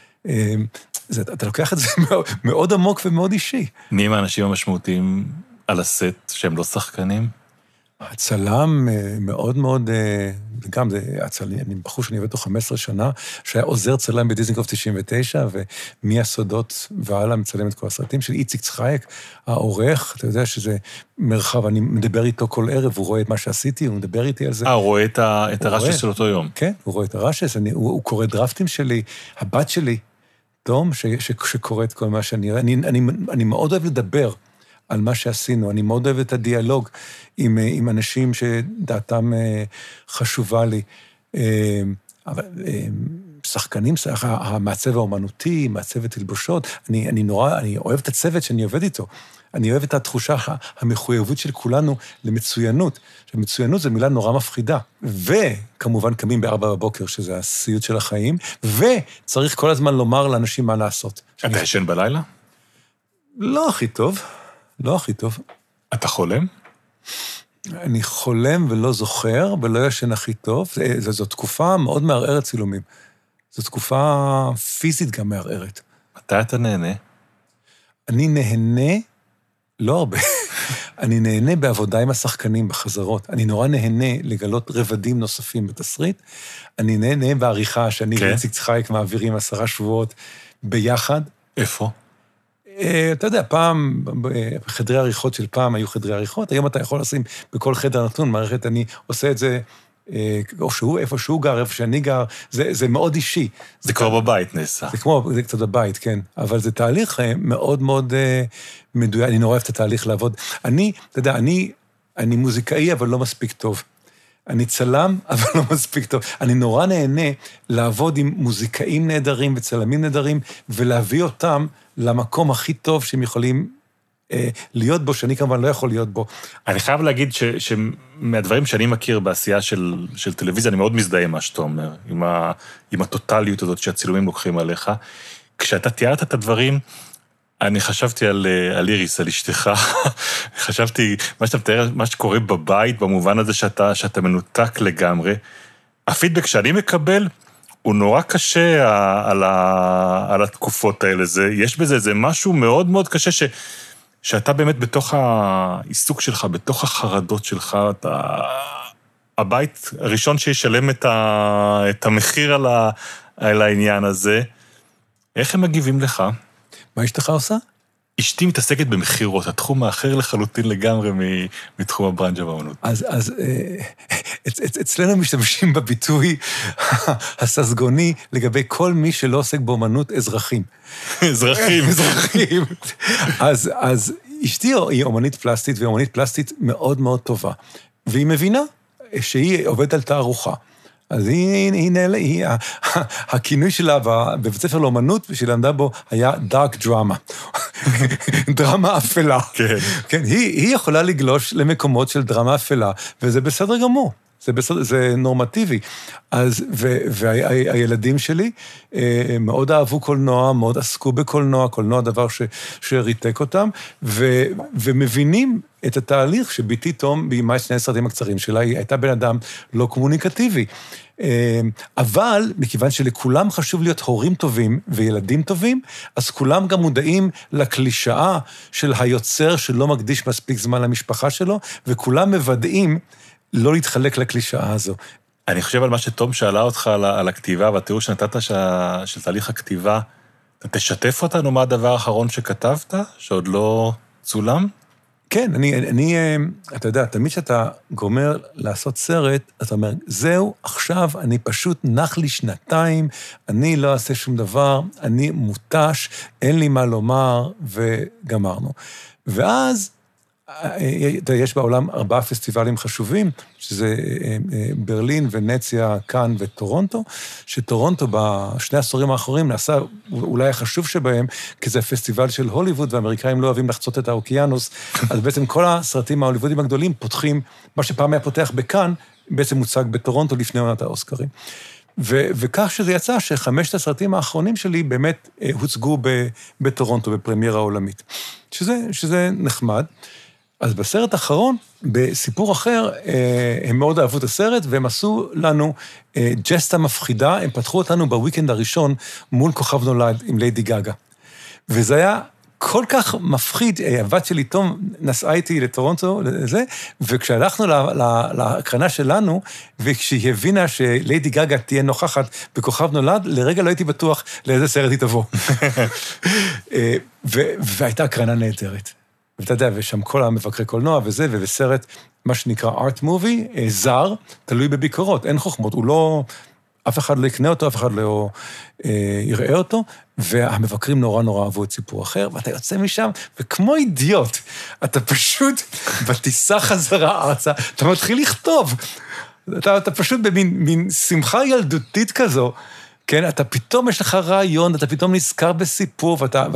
אתה לוקח את זה מאוד עמוק ומאוד אישי. מי הם האנשים המשמעותיים על הסט שהם לא שחקנים? הצלם מאוד מאוד, גם זה, אני בחור שאני עובד אותו 15 שנה, שהיה עוזר צלם בדיזנגוף 99, ומהסודות והלאה מצלם את כל הסרטים של איציק צחייק, העורך, אתה יודע שזה מרחב, אני מדבר איתו כל ערב, הוא רואה את מה שעשיתי, הוא מדבר איתי על זה. הוא רואה את הרשס של אותו יום. כן, הוא רואה את הרשס, הוא קורא דרפטים שלי, הבת שלי, תום, שקורא את כל מה שאני רואה, אני מאוד אוהב לדבר, על מה שעשינו. אני מאוד אוהב את הדיאלוג עם אנשים שדעתם חשובה לי. אבל שחקנים, המעצב האומנותי, מעצב התלבושות, אני אוהב את הצוות שאני עובד איתו. אני אוהב את התחושה המחויבות של כולנו למצוינות. שמצוינות זו מילה נורא מפחידה. וכמובן קמים ב4 בבוקר, שזה הסיוט של החיים, וצריך כל הזמן לומר לאנשים מה לעשות. אתה ישן בלילה? לא הכי טוב. לא הכי טוב. אתה חולם? אני חולם ולא זוכר, ולא ישן הכי טוב. זו תקופה מאוד מערערת צילומים. זו תקופה פיזית גם מערערת. מתי אתה נהנה? אני נהנה, לא הרבה, אני נהנה בעבודה עם השחקנים בחזרות. אני נורא נהנה לגלות רבדים נוספים בתסריט. אני נהנה בעריכה שאני ואיציק צחייק מעבירים 10 שבועות ביחד. איפה? אתה יודע, פעם, חדרי עריכות של פעם היו חדרי עריכות, היום אתה יכול לשים בכל חדר נתון מערכת, אני עושה את זה, או שהוא, איפה שהוא גר, איפה שאני גר, זה מאוד אישי. זה כבר בבית נעשה. זה קצת בבית, כן, אבל זה תהליך מאוד מאוד מדויק, אני נורא אוהב את התהליך לעבוד. אתה יודע, אני מוזיקאי, אבל לא מספיק טוב. אני צלם, אבל לא מספיק טוב. אני נורא נהנה לעבוד עם מוזיקאים נהדרים וצלמים נהדרים, ולהביא אותם למקום הכי טוב שהם יכולים להיות בו, שאני כמובן לא יכול להיות בו. אני חייב להגיד שמהדברים שאני מכיר בעשייה של טלוויזיה, אני מאוד מזדהה מה שאתה אומר, עם הטוטליות הזאת שהצילומים לוקחים עליך. כשאתה תיארת את הדברים, אני חשבתי על איריס, על אשתך, חשבתי, מה שאתה מתאר, מה שקורה בבית, במובן הזה שאתה מנותק לגמרי. הפידבק שאני מקבל, הוא נורא קשה על התקופות האלה. יש בזה איזה משהו מאוד מאוד קשה, שאתה באמת בתוך העיסוק שלך, בתוך החרדות שלך, הבית הראשון שישלם את המחיר על העניין הזה. איך הם מגיבים לך? מה אשתך עושה? אשתי מתעסקת במחירות, התחום האחר לחלוטין לגמרי מתחום הברנג'ה באמנות. אז אצלנו משתמשים בביטוי הססגוני לגבי כל מי שלא עוסק באמנות אזרחים. אזרחים. אזרחים. אז אשתי היא אומנית פלסטית, והיא אומנית פלסטית מאוד מאוד טובה. והיא מבינה שהיא עובדת על תערוכה. אז הכינוי שלה בבית ספר לאומנות, שהיא למדה בו, היה דארק דרמה. דרמה אפלה. כן. כן, היא יכולה לגלוש למקומות של דרמה אפלה, וזה בסדר גמור. זה נורמטיבי. והילדים שלי מאוד אהבו קולנוע, מאוד עסקו בקולנוע, קולנוע דבר שריתק אותם, ומבינים את התהליך שביתי תום ביימה את 2 הסרטים הקצרים שלה, היא הייתה בן אדם לא קומוניקטיבי. אבל מכיוון שלכולם חשוב להיות הורים טובים וילדים טובים, אז כולם גם מודעים לקלישאה של היוצר שלא מקדיש מספיק זמן למשפחה שלו, וכולם מוודאים לא להתחלק לקלישאה הזו. אני חושב על מה שתום שאלה אותך על הכתיבה, והתיאור שנתת של תהליך הכתיבה, אתה תשתף אותנו מה הדבר האחרון שכתבת, שעוד לא צולם? כן, אתה יודע, תמיד שאתה גומר לעשות סרט, אתה אומר, זהו, עכשיו אני פשוט נח לי 2, אני לא אעשה שום דבר, אני מותש, אין לי מה לומר, וגמרנו. ואז, יש בעולם 4 פסטיבלים חשובים, שזה ברלין, ונציה, קאן וטורונטו, שטורונטו ב2 העשורים האחרונים נעשה אולי החשוב שבהם, כי זה פסטיבל של הוליווד, והאמריקאים לא אוהבים לחצות את האוקיינוס, אז בעצם כל הסרטים ההוליוודיים הגדולים פותחים, מה שפעם היה פותח בקאן, בעצם מוצג בטורונטו לפני עונת האוסקרים. וכך שזה יצא ש5 הסרטים האחרונים שלי באמת הוצגו בטורונטו, בפרמיירה העולמית. שזה נחמד. אז בסרט האחרון, בסיפור אחר, הם מאוד אהבו את הסרט, והם עשו לנו ג'סטה מפחידה, הם פתחו אותנו בוויקנד הראשון מול כוכב נולד עם ליידי גגה. וזה היה כל כך מפחיד, הבת שלי תום נסעה איתי לטורונטו, לזה, וכשהלכנו להקרנה שלנו, וכשהיא הבינה שליידי גגה תהיה נוכחת בכוכב נולד, לרגע לא הייתי בטוח לאיזה סרט היא תבוא. והייתה הקרנה נהדרת. ואתה יודע, ושם כל המבקרי קולנוע וזה, ובסרט, מה שנקרא ארט מובי, זר, תלוי בביקורות, אין חוכמות, הוא לא, אף אחד לא יקנה אותו, אף אחד לא יראה אותו, והמבקרים נורא נורא אהבו את סיפור אחר, ואתה יוצא משם, וכמו אידיוט, אתה פשוט בטיסה חזרה ארצה, אתה מתחיל לכתוב, אתה פשוט במין שמחה ילדותית כזו, כן, אתה פתאום יש לך רעיון, אתה פתאום נזכר בסיפור,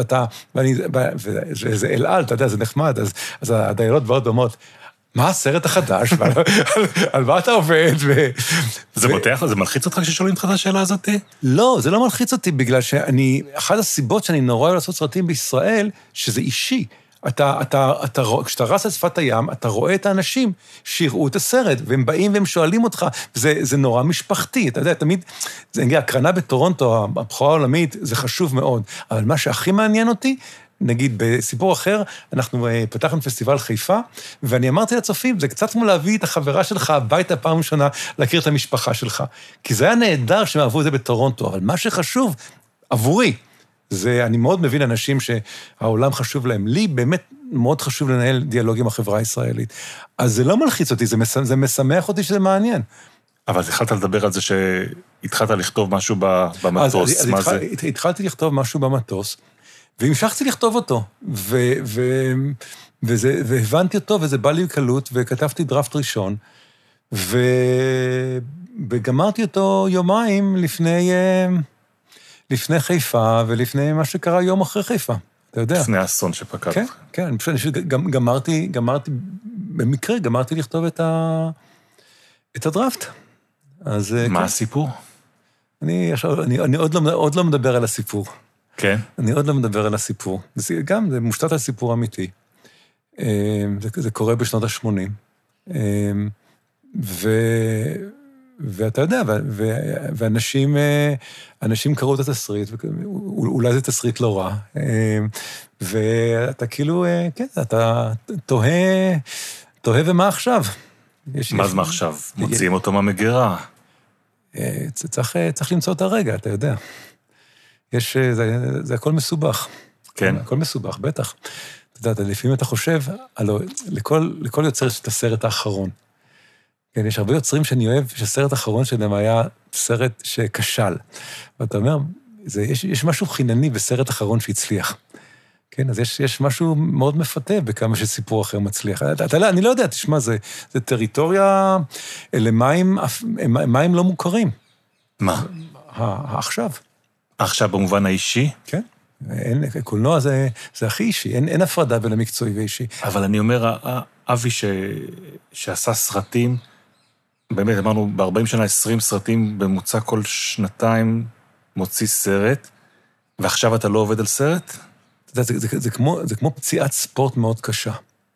וזה אלעל, אתה יודע, זה נחמד, אז הדיילות באות דומות, מה הסרט החדש, על מה אתה עובד, זה מותח, זה מלחיץ אותך כששואלים אותך את השאלה הזאת? לא, זה לא מלחיץ אותי, בגלל אחת הסיבות שאני נורא אוהב לעשות סרטים בישראל, שזה אישי. כשאתה רץ על שפת הים, אתה רואה את האנשים שיראו את הסרט, והם באים והם שואלים אותך, וזה נורא משפחתי, אתה יודע, תמיד, הקרנה בטורונטו, הבכורה העולמית, זה חשוב מאוד, אבל מה שהכי מעניין אותי, נגיד, בסיפור אחר, אנחנו פתחנו פסטיבל חיפה, ואני אמרתי לצופים, זה קצת כמו להביא את החברה שלך הביתה פעם ראשונה, להכיר את המשפחה שלך, כי זה היה נהדר שהם אהבו את זה בטורונטו, אבל מה שחשוב, עבורי, אני מאוד מבין אנשים שהעולם חשוב להם. לי באמת מאוד חשוב לנהל דיאלוג עם החברה הישראלית. אז זה לא מלחיץ אותי, זה משמח אותי שזה מעניין. אבל אז התחלת לדבר על זה שהתחלת לכתוב משהו במטוס, מה זה? התחלתי לכתוב משהו במטוס, והמשכתי לכתוב אותו, והבנתי אותו, וזה בא לי בקלות, וכתבתי דראפט ראשון, וגמרתי אותו יומיים לפני חיפה, ולפני מה שקרה יום אחרי חיפה, אתה יודע. לפני האסון שפקד. כן, כן, אני פשוט גמרתי, במקרה גמרתי לכתוב את הדראפט. מה הסיפור? אני עוד לא מדבר על הסיפור. כן? אני עוד לא מדבר על הסיפור. זה מושתת על סיפור אמיתי. זה קורה בשנות ה-80. ואתה יודע, ואנשים קראו את התסריט, אולי זה תסריט לא רע, ואתה כאילו, כן, אתה תוהה ומה עכשיו? מה זה מה עכשיו? מוציאים אותו מהמגירה. צריך למצוא את הרגע, אתה יודע. זה הכל מסובך. כן. הכל מסובך, בטח. אתה יודע, לפעמים אתה חושב, לכל יוצר יש את הסרט האחרון. כן, יש הרבה יוצרים שאני אוהב, שהסרט האחרון שלהם היה סרט שכשל. ואתה אומר, יש משהו חינני בסרט האחרון שהצליח. כן, אז יש משהו מאוד מפתה בכמה שסיפור אחר מצליח. אני לא יודע, תשמע, זה טריטוריה, אלה מים לא מוכרים. מה? עכשיו. עכשיו במובן האישי? כן. קולנוע זה הכי אישי, אין הפרדה בין המקצועי ואישי. אבל אני אומר, אבי שעשה סרטים, באמת אמרנו, ב-40 שנה 20 סרטים, בממוצע כל שנתיים מוציא סרט, ועכשיו אתה לא עובד על סרט? זה כמו פציעת ספורט מאוד קשה.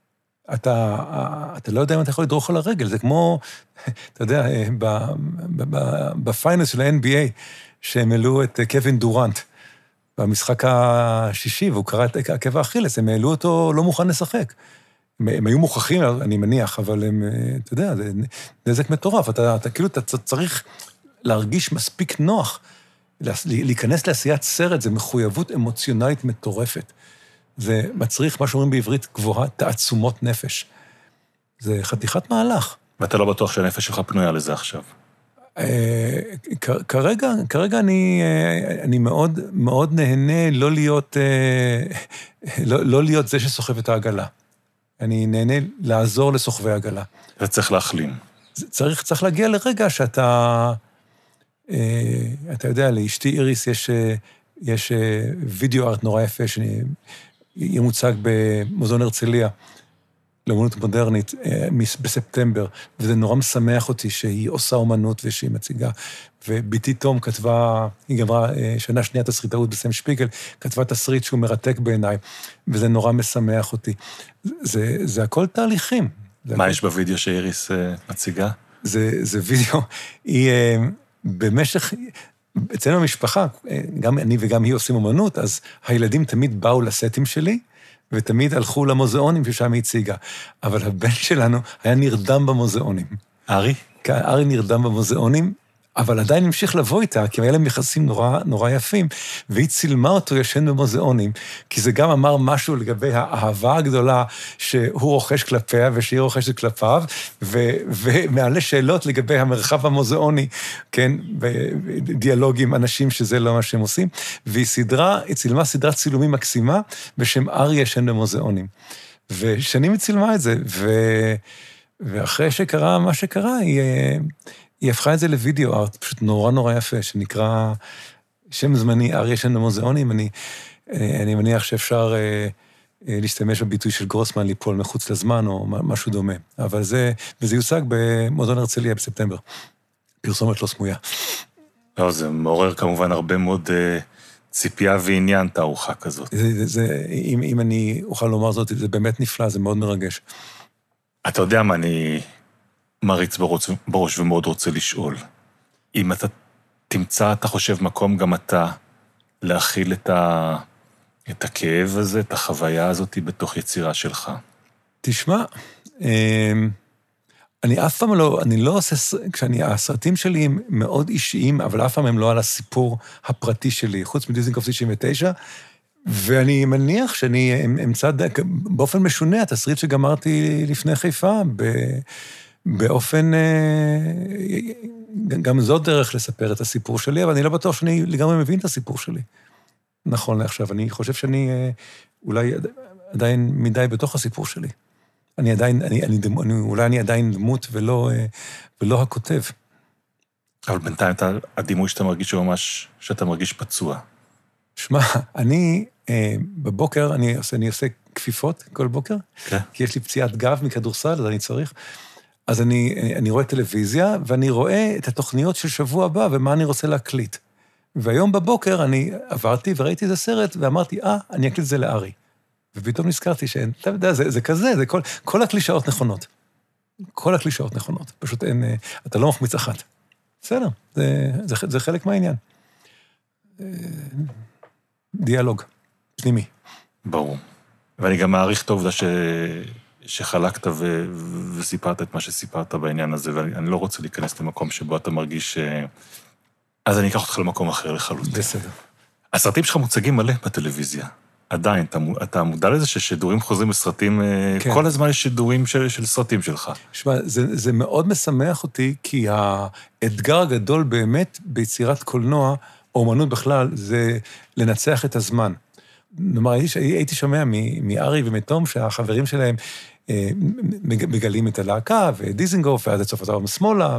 אתה לא יודע אם אתה יכול לדרוך על הרגל, זה כמו, אתה יודע, בפיינל של ה-NBA, שהם העלו את קווין דורנט, במשחק השישי, והוא קרא את עקב האכילס, הם העלו אותו לא מוכן לשחק. הם היו מוכחים, אני מניח, אבל הם, אתה יודע, זה נזק מטורף. אתה כאילו, אתה צריך להרגיש מספיק נוח, להיכנס לעשיית סרט, זה מחויבות אמוציונלית מטורפת. זה מצריך, מה שאומרים בעברית גבוהה, תעצומות נפש. זה חתיכת מהלך. ואתה לא בטוח שהנפש שלך פנויה לזה עכשיו. כרגע אני מאוד, מאוד נהנה לא להיות זה שסוחב את העגלה. אני נהנה לעזור לסוחבי העגלה. זה צריך להחלים. צריך להגיע לרגע שאתה, אתה יודע, לאשתי איריס יש וידאו ארט נורא יפה, שיהיה מוצג במוזיאון הרצליה, לאמנות מודרנית בספטמבר, וזה נורא משמח אותי שהיא עושה אומנות ושהיא מציגה. וביתי תום כתבה, היא גמרה שנה שנייה תסריטאות בסם שפיגל, כתבה תסריט שהוא מרתק בעיניי, וזה נורא משמח אותי. זה הכל תהליכים. מה יש בווידאו שאיריס מציגה? זה וידאו, היא במשך, אצלנו במשפחה, גם אני וגם היא עושים אומנות, אז הילדים תמיד באו לסטים שלי, ותמיד הלכו למוזיאונים ששם היא הציגה. אבל הבן שלנו היה נרדם במוזיאונים. ארי? ארי נרדם במוזיאונים, אבל עדיין המשיך לבוא איתה, כי היה להם יחסים נורא יפים, והיא צילמה אותו ישן במוזיאונים, כי זה גם אמר משהו לגבי האהבה הגדולה שהוא רוכש כלפיה ושהיא רוכשת כלפיו, ומעלה שאלות לגבי המרחב המוזיאוני, כן, בדיאלוג עם אנשים שזה לא מה שהם עושים, והיא צילמה סדרת צילומים מקסימה, בשם ארי ישן במוזיאונים. ושנים היא צילמה את זה, ואחרי שקרה מה שקרה, היא הפכה את זה לוידאו ארט, פשוט נורא יפה, שנקרא שם זמני, ארי ישן במוזיאונים. אני מניח שאפשר להשתמש בביטוי של גרוסמן, ליפול מחוץ לזמן, או משהו דומה. אבל וזה יושג במוזיאון הרצליה בספטמבר. פרסומת לא סמויה. לא, זה מעורר כמובן הרבה מאוד ציפייה ועניין תערוכה כזאת. אם אני אוכל לומר זאת, זה באמת נפלא, זה מאוד מרגש. אתה יודע מה אני מריץ בראש ומאוד רוצה לשאול. אם אתה תמצא, אתה חושב מקום גם אתה להכיל את הכאב הזה, את החוויה הזאת בתוך יצירה שלך. תשמע, אני אף פעם אני לא עושה, הסרטים שלי הם מאוד אישיים, אבל אף פעם הם לא על הסיפור הפרטי שלי, חוץ מדיזנגוף 99, ואני מניח שאני אמצא באופן משונה, התסריט שגמרתי לפני חיפה, באופן, גם זאת דרך לספר את הסיפור שלי, אבל אני לא בטוח שאני לגמרי מבין את הסיפור שלי. נכון לעכשיו, אני חושב שאני אולי עדיין מדי בתוך הסיפור שלי. אולי אני עדיין דמות ולא הכותב. אבל בינתיים הדימוי שאתה מרגיש ממש, שאתה מרגיש פצוע. שמע, אני בבוקר, אני עושה כפיפות כל בוקר, כי יש לי פציעת גב מכדורסל, אז אני צריך. אז אני רואה טלוויזיה, ואני רואה את התוכניות של שבוע הבא, ומה אני רוצה להקליט. והיום בבוקר אני עברתי וראיתי איזה סרט, ואמרתי, אני אקליט זה לארי. ופתאום נזכרתי שאין, אתה יודע, זה כזה, זה כל הקלישאות נכונות. כל הקלישאות נכונות. פשוט אין, אתה לא מחמיץ אחת. בסדר, זה חלק מהעניין. דיאלוג, פנימי. ברור. ואני גם מעריך את העובדה שחלקת וסיפרת את מה שסיפרת בעניין הזה, ואני לא רוצה להיכנס למקום שבו אתה מרגיש אז אני אקח אותך למקום אחר לחלוטין. בסדר. הסרטים שלך מוצגים מלא בטלוויזיה. עדיין, אתה מודע לזה ששידורים חוזרים בסרטים, כן. כל הזמן יש שידורים של סרטים שלך. שמע, זה מאוד משמח אותי, כי האתגר הגדול באמת ביצירת קולנוע, או אומנות בכלל, זה לנצח את הזמן. נאמר, הייתי שומע מארי ומתום, שהחברים שלהם מגלים את הלהקה, ודיזנגוף, ואז את סוף אותם שמאלה,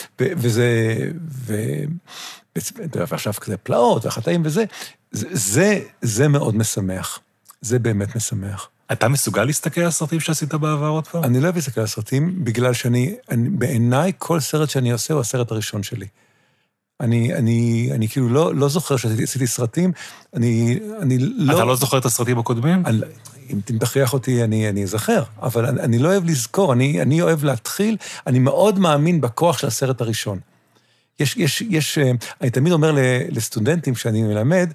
ועכשיו כזה פלאות, והחטאים וזה, זה מאוד משמח. זה באמת משמח. אתה מסוגל להסתכל על הסרטים שעשית בעבר עוד פעם? אני לא אוהב להסתכל על הסרטים, בגלל בעיניי כל סרט שאני עושה הוא הסרט הראשון שלי. אני כאילו לא זוכר שעשיתי סרטים, אני לא... אתה לא זוכר את הסרטים הקודמים? אם תכריח אותי, אני אזכר, אבל אני לא אוהב לזכור, אני אוהב להתחיל, אני מאוד מאמין בכוח של הסרט הראשון. אני תמיד אומר לסטודנטים שאני מלמד,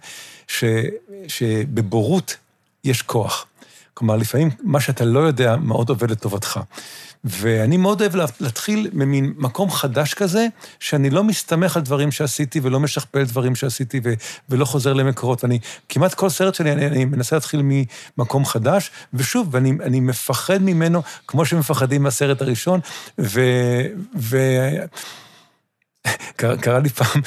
שבבורות יש כוח. כלומר, לפעמים מה שאתה לא יודע מאוד עובד לטובתך. ואני מאוד אוהב להתחיל ממין מקום חדש כזה, שאני לא מסתמך על דברים שעשיתי, ולא משכפל דברים שעשיתי, ולא חוזר למקורות. ואני, כמעט כל סרט שלי, אני מנסה להתחיל ממקום חדש, ושוב, ואני מפחד ממנו, כמו שמפחדים מהסרט הראשון, קרה לי פעם,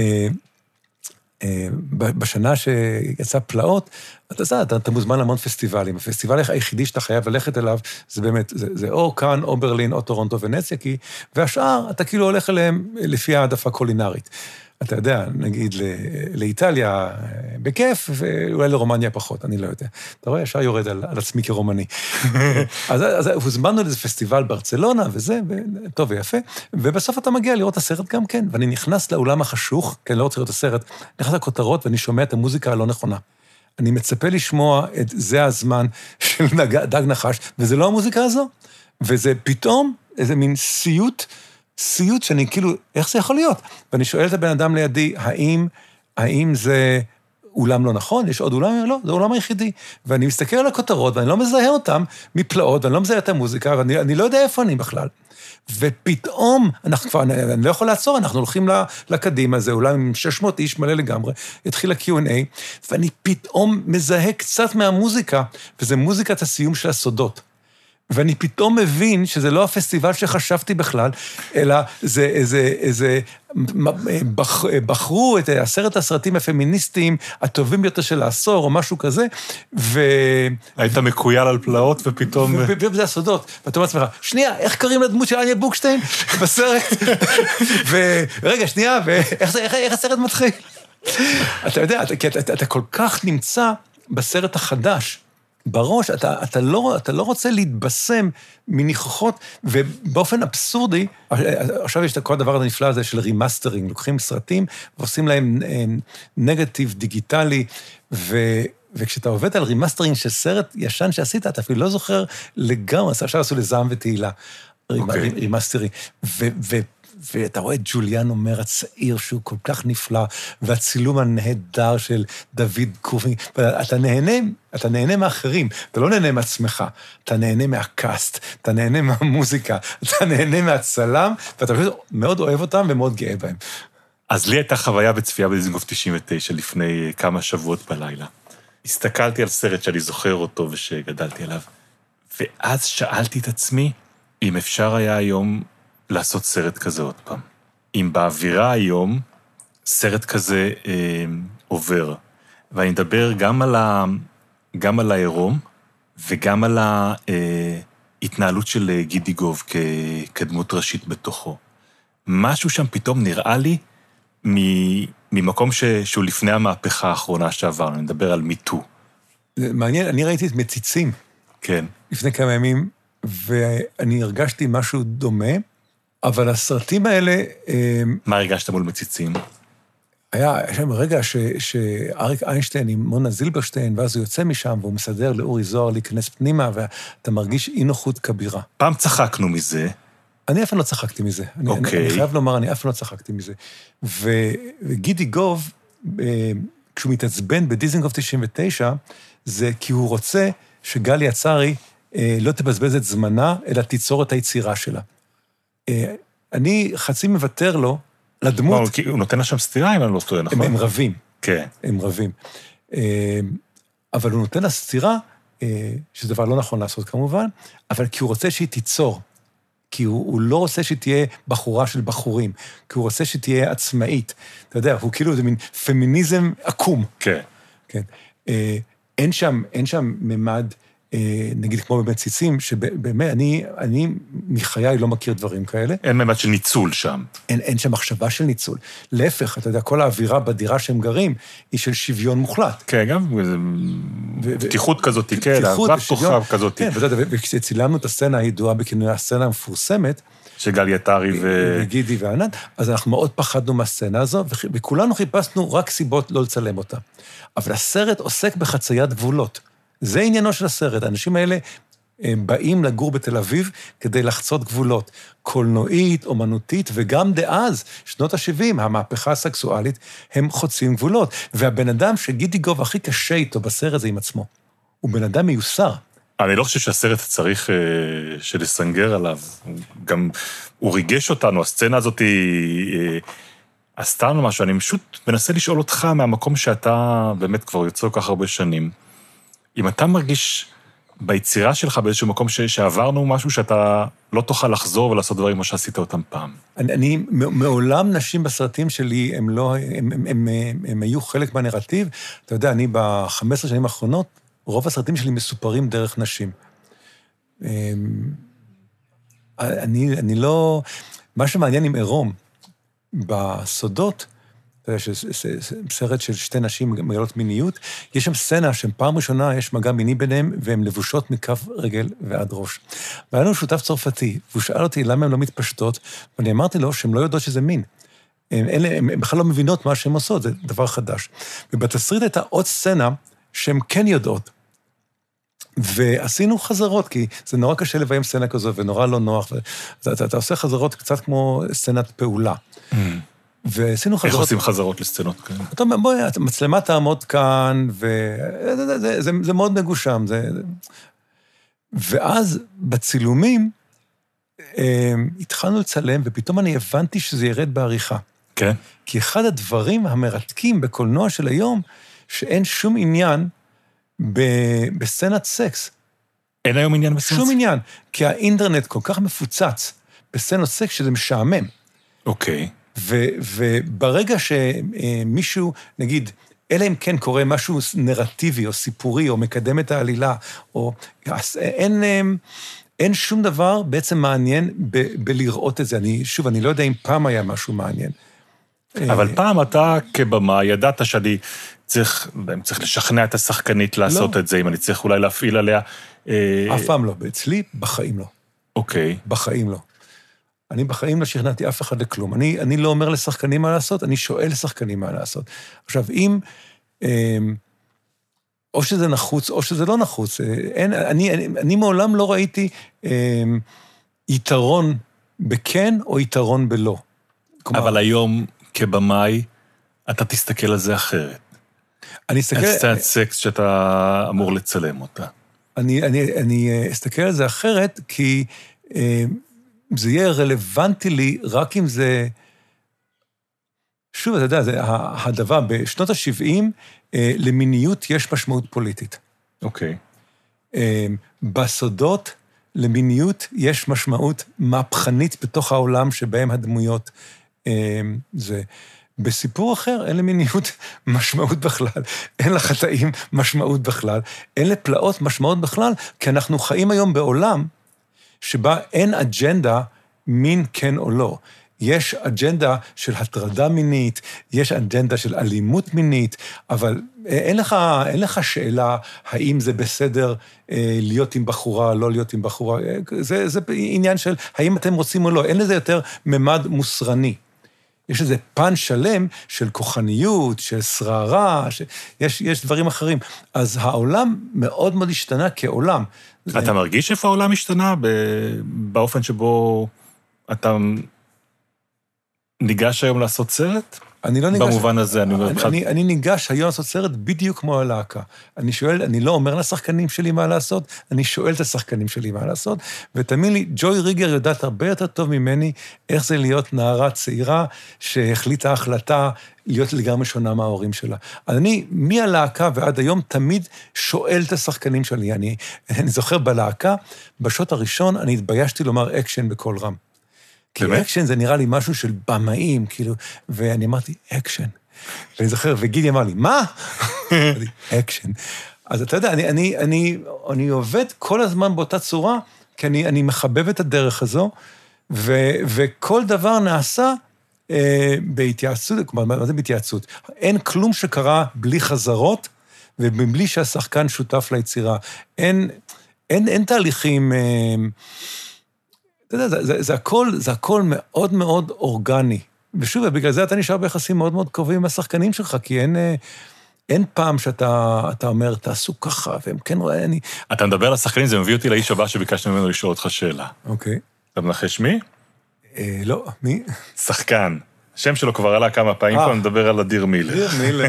בשנה שיצא פלאות, אתה מוזמן להמון פסטיבלים. הפסטיבל היחידי שאתה חייב ללכת אליו, זה באמת, זה או כאן, או ברלין, או טורונטו ונציה, והשאר, אתה כאילו הולך אליהם לפי העדפה קולינרית. אתה יודע, נגיד לאיטליה בכיף, ואולי לרומניה פחות, אני לא יודע. אתה רואה, ישר יורד על עצמי כרומני. אז הוזמנו לאיזה פסטיבל ברצלונה, וזה, טוב ויפה, ובסוף אתה מגיע לראות את הסרט גם כן, ואני נכנס לאולם החשוך, כי אני לא רוצה לראות את הסרט, נכנס לכותרות ואני שומע את המוזיקה הלא נכונה. אני מצפה לשמוע את זה הזמן של דג נחש, וזה לא המוזיקה הזו, וזה פתאום איזה מין סיוט שאני כאילו, איך זה יכול להיות? ואני שואל את הבן אדם לידי, האם זה אולם לא נכון? יש עוד אולם? לא, זה אולם היחידי. ואני מסתכל על הכותרות, ואני לא מזהה אותם מפלאות, ואני לא מזהה את המוזיקה, ואני לא יודע איפה אני בכלל. ופתאום, אני לא יכול לעצור, אנחנו הולכים לקדימה, זה אולם עם 600 איש מלא לגמרי, התחיל ה-Q&A, ואני פתאום מזהה קצת מהמוזיקה, וזה מוזיקת הסיום של הסודות. ואני פתאום מבין שזה לא הפסטיבל שחשבתי בכלל, אלא זה בחרו את 10 הסרטים הפמיניסטיים הטובים ביותר של העשור, או משהו כזה, היית מקוייל על פלאות ופתאום... וזה הסודות. ואתה אומר לעצמך, שנייה, איך קוראים לדמות של אניה בוקשטיין בסרט? ורגע, שנייה, איך הסרט מתחיל? אתה יודע, כי אתה כל כך נמצא בסרט החדש, בראש, אתה לא רוצה להתבשם מניחוחות, ובאופן אבסורדי, עכשיו יש את כל הדבר הנפלא הזה של רימאסטרינג, לוקחים סרטים ועושים להם נגטיב דיגיטלי, וכשאתה עובד על רימאסטרינג של סרט ישן שעשית, אתה אפילו לא זוכר לגמרי, עכשיו עשו לזעם ותהילה, רימאסטרי, ואתה רואה את ג'וליאן אומר הצעיר שהוא כל כך נפלא, והצילום הנהדר של דוד קורפינג, אתה נהנה מאחרים, אתה לא נהנה מעצמך, אתה נהנה מהקאסט, אתה נהנה מהמוזיקה, אתה נהנה מהצלם, ואתה מאוד אוהב אותם ומאוד גאה בהם. אז לי הייתה חוויה בצפייה בדיזינגוף 99 לפני כמה שבועות בלילה. הסתכלתי על סרט שאני זוכר אותו ושגדלתי עליו, ואז שאלתי את עצמי אם אפשר היה היום לעשות סרט כזה עוד פעם. אם באווירה היום, סרט כזה עובר. ואני מדבר גם על העירום, וגם על ההתנהלות של גידיגוב כדמות ראשית בתוכו. משהו שם פתאום נראה לי ממקום שהוא לפני המהפכה האחרונה שעברנו, אני מדבר על מיטו. מעניין, אני ראיתי את מציצים. כן. לפני כמה ימים, ואני הרגשתי משהו דומה, אבל הסרטים האלה... מה הרגשת מול מציצים? היה שם רגע שאריק איינשטיין עם מונה זילברשטיין, ואז הוא יוצא משם, והוא מסדר לאורי זוהר להיכנס פנימה, ואתה מרגיש אי נוחות כבירה. פעם צחקנו מזה. אני אף לא צחקתי מזה. אוקיי. אני חייב לומר, אני אף לא צחקתי מזה. וגידי גוב, כשהוא מתעצבן בדיזינגוף 99, זה כי הוא רוצה שגלי יצרי לא תבזבז את זמנה, אלא תיצור את היצירה שלה. אני חצי מוותר לו לדמות... הוא נותן לה שם סתירה אם אני לא טועה, נכון? הם רבים. כן. הם רבים. אבל הוא נותן לה סתירה, שזה דבר לא נכון לעשות כמובן, אבל כי הוא רוצה שהיא תיצור. כי הוא לא רוצה שהיא תהיה בחורה של בחורים, כי הוא רוצה שהיא תהיה עצמאית. אתה יודע, הוא כאילו זה מין פמיניזם עקום. כן. כן. אין שם ממד... נגיד כמו במציצים, שבאמת אני מחיי לא מכיר דברים כאלה. אין ממד של ניצול שם. אין שם מחשבה של ניצול. להפך, אתה יודע, כל האווירה בדירה שהם גרים, היא של שוויון מוחלט. כן, גם פתיחות כזאת, כן, אהבת כוכב כזאת. כן, וכשצילמנו את הסצנה הידועה בכינוי הסצנה המפורסמת, שגלי יתרי וגידי וענת, אז אנחנו מאוד פחדנו מהסצנה הזו, וכולנו חיפשנו רק סיבות לא לצלם אותה. אבל הסרט עוסק בחציית גבולות. זה עניינו של הסרט. האנשים האלה באים לגור בתל אביב כדי לחצות גבולות. קולנועית, אומנותית, וגם דאז, שנות ה-70, המהפכה הסקסואלית, הם חוצים גבולות. והבן אדם שגידי גוב הכי קשה איתו בסרט זה עם עצמו. הוא בן אדם מיוסר. אני לא חושב שהסרט צריך שלסנגר עליו. גם הוא ריגש אותנו, הסצנה הזאת עשתה לנו משהו. אני פשוט מנסה לשאול אותך מהמקום שאתה באמת כבר יוצא כל כך הרבה שנים. אם אתה מרגיש ביצירה שלך באיזשהו מקום שעברנו משהו שאתה לא תוכל לחזור ולעשות דברים כמו שעשית אותם פעם. אני מעולם נשים בסרטים שלי, הם היו חלק מהנרטיב. אתה יודע, אני ב-15 שנים האחרונות, רוב הסרטים שלי מסופרים דרך נשים. אני לא... מה שמעניין עם עירום, בסודות, סרט של שתי נשים מגלות מיניות, יש שם סצנה שפעם ראשונה יש מגע מיני ביניהם, והן לבושות מכף רגל ועד ראש. והיה לנו שותף צרפתי, והוא שאל אותי למה הן לא מתפשטות, ואני אמרתי לו שהן לא יודעות שזה מין. הן בכלל לא מבינות מה שהן עושות, זה דבר חדש. ובתסריט הייתה עוד סצנה שהן כן יודעות. ועשינו חזרות, כי זה נורא קשה לביים סצנה כזו, ונורא לא נוח. אתה עושה חזרות קצת כמו סצנת פעולה. ועשינו חזרות... איך עושים חזרות לסצנות כאלה? אתה אומר, בואי, המצלמה תעמוד כאן, וזה מאוד מגושם. ואז בצילומים, התחלנו לצלם, ופתאום אני הבנתי שזה ירד בעריכה. כן. כי אחד הדברים המרתקים בקולנוע של היום, שאין שום עניין בסצנת סקס. אין היום עניין בסצנת? שום עניין, כי האינטרנט כל כך מפוצץ בסצנות סקס שזה משעמם. אוקיי. וברגע שמישהו, נגיד, אלא אם כן קורה משהו נרטיבי או סיפורי או מקדם את העלילה, או אין שום דבר בעצם מעניין בלראות את זה. שוב, אני לא יודע אם פעם היה משהו מעניין. אבל פעם אתה כבמה ידעת שאני צריך לשכנע את השחקנית לעשות את זה, אם אני צריך אולי להפעיל עליה. אף פעם לא, אצלי בחיים לא. אוקיי. בחיים לא. אני בחיים לא שכנעתי אף אחד לכלום. אני לא אומר לשחקנים מה לעשות, אני שואל לשחקנים מה לעשות. עכשיו, אם או שזה נחוץ, או שזה לא נחוץ, אני מעולם לא ראיתי יתרון בכן או יתרון בלא. אבל היום כבמאי, אתה תסתכל על זה אחרת. אני אסתכל... על סצנת סקס שאתה אמור לצלם אותה. אני אסתכל על זה אחרת, כי זה יהיה רלוונטי לי רק אם זה... שוב, אתה יודע, זה הדבר, בשנות ה-70, למיניות יש משמעות פוליטית. אוקיי. בסודות, למיניות יש משמעות מהפכנית בתוך העולם שבהם הדמויות זה. בסיפור אחר אין למיניות משמעות בכלל, אין לחטאים משמעות בכלל, אין לפלאות משמעות בכלל, כי אנחנו חיים היום בעולם שבה אין אג'נדה מין כן או לא. יש אג'נדה של הטרדה מינית, יש אג'נדה של אלימות מינית, אבל אין לך שאלה האם זה בסדר להיות עם בחורה, לא להיות עם בחורה. זה עניין של האם אתם רוצים או לא. אין לזה יותר ממד מוסרני. יש איזה פן שלם של כוחניות, של שררה, יש דברים אחרים. אז העולם מאוד מאוד השתנה כעולם. אתה מרגיש איפה העולם השתנה באופן שבו אתה ניגש היום לעשות סרט? אני לא ניגש... במובן הזה, אני ניגש היום לעשות סרט בדיוק כמו הלהקה. אני לא אומר לשחקנים שלי מה לעשות, אני שואל את השחקנים שלי מה לעשות, ותאמין לי, ג'וי ריגר יודעת הרבה יותר טוב ממני איך זה להיות נערה צעירה שהחליטה החלטה להיות לגמרי שונה מההורים שלה. אני, מהלהקה ועד היום, תמיד שואל את השחקנים שלי. אני זוכר בלהקה, בשוט הראשון, אני התביישתי לומר אקשן בכל רם. כי אקשן זה נראה לי משהו של במאים, כאילו, ואני אמרתי, אקשן. ואני זוכר, וגידי אמר לי, מה? אקשן. אז אתה יודע, אני עובד כל הזמן באותה צורה, כי אני מחבב את הדרך הזו, וכל דבר נעשה בהתייעצות, כלומר, מה זה בהתייעצות? אין כלום שקרה בלי חזרות, ובלי שהשחקן שותף ליצירה. אין תהליכים... אתה יודע, זה הכל מאוד מאוד אורגני. ושוב, בגלל זה אתה נשאר ביחסים מאוד מאוד קרובים עם השחקנים שלך, כי אין פעם שאתה אומר, תעשו ככה, והם כן רואה, אתה מדבר על השחקנים, זה מביא אותי לאיש הבא שביקשנו ממנו לשאול אותך שאלה. אוקיי. אתה מנחש מי? לא, מי? שחקן. השם שלו כבר עלה כמה פעמים, פה נדבר על אדיר מילר. אדיר מילר.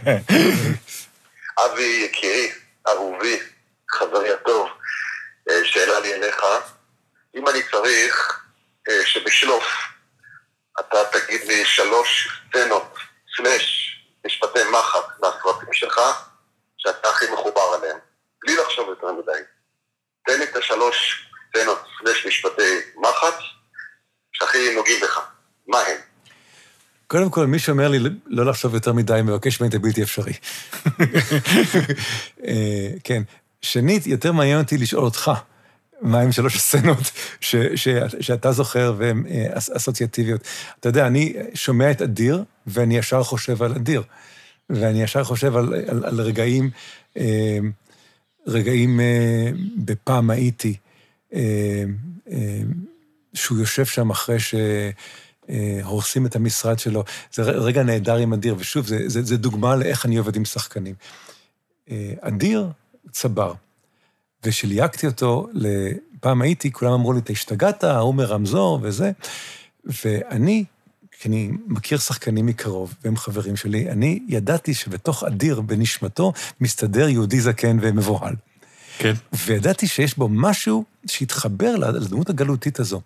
אבי יקירי, אהובי, חברי הטוב, שאלה לי אליך, אם אני צריך שבשלוף אתה תגיד לי 3 סצנות, משפטי מחק מהסרטים שלך, שאתה הכי מחובר עליהם, בלי לחשוב יותר מדי. תן לי את 3 סצנות, משפטי מחק, שהכי נוגעים בך. מה הם? קודם כל, מי שאומר לי לא לחשוב יותר מדי, מבקש ממני את הבלתי אפשרי. כן. שנית, יותר מעניין אותי לשאול אותך, מהם 3 הסצנות שאתה זוכר והן אסוציאטיביות. אתה יודע, אני שומע את אדיר, ואני ישר חושב על אדיר. ואני ישר חושב על רגעים בפעם הייתי, שהוא יושב שם אחרי שהורסים את המשרד שלו. זה רגע נהדר עם אדיר, ושוב, זה דוגמה לאיך אני עובד עם שחקנים. אדיר צבר, ושלייקתי אותו לפעם הייתי, כולם אמרו לי, אתה השתגעת, הוא מרמזור וזה, ואני, כי אני מכיר שחקנים מקרוב, והם חברים שלי, אני ידעתי שבתוך אדיר בנשמתו מסתדר יהודי זקן ומבוהל. כן. וידעתי שיש בו משהו שהתחבר לדמות הגלותית הזו.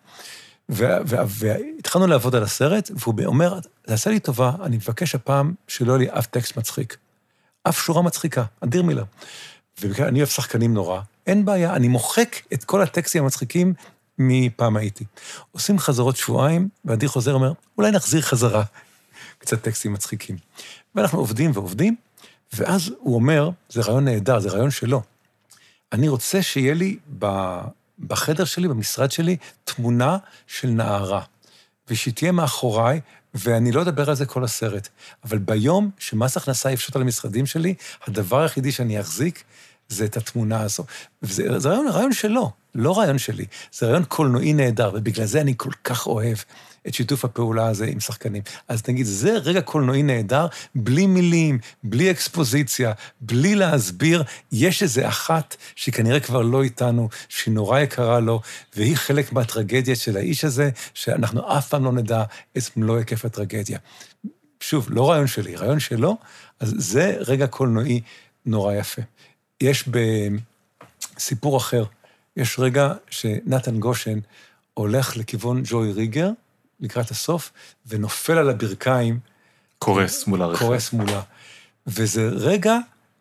והתחלנו לעבוד על הסרט, והוא אומר, תעשה לי טובה, אני מבקש הפעם שלא יהיה לי אף טקסט מצחיק. אף שורה מצחיקה, אדיר מילר. ואני אוהב שחקנים נורא, אין בעיה, אני מוחק את כל הטקסטים המצחיקים מפעם הייתי. עושים חזרות שבועיים, ואדיר חוזר אומר, אולי נחזיר חזרה קצת טקסטים מצחיקים. ואנחנו עובדים ועובדים, ואז הוא אומר, זה רעיון נהדר, זה רעיון שלו. אני רוצה שיהיה לי בחדר שלי, במשרד שלי, תמונה של נערה, ושתהיה מאחוריי, ואני לא אדבר על זה כל הסרט. אבל ביום שמס הכנסה יפשוט על המשרדים שלי, הדבר היחידי שאני אחזיק, זה את התמונה הזו. וזה רעיון שלו, לא רעיון שלי. זה רעיון קולנועי נהדר, ובגלל זה אני כל כך אוהב את שיתוף הפעולה הזה עם שחקנים. אז נגיד, זה רגע קולנועי נהדר, בלי מילים, בלי אקספוזיציה, בלי להסביר, יש איזה אחת שכנראה כבר לא איתנו, שהיא נורא יקרה לו, והיא חלק מהטרגדיה של האיש הזה, שאנחנו אף פעם לא נדע את מלוא היקף הטרגדיה. שוב, לא רעיון שלי, רעיון שלו, אז זה רגע קולנועי נורא יפה. יש בסיפור אחר, יש רגע שנתן גושן הולך לכיוון ג'וי ריגר, לקראת הסוף, ונופל על הברכיים. קורס מול הרכב. קורס מולה. וזה רגע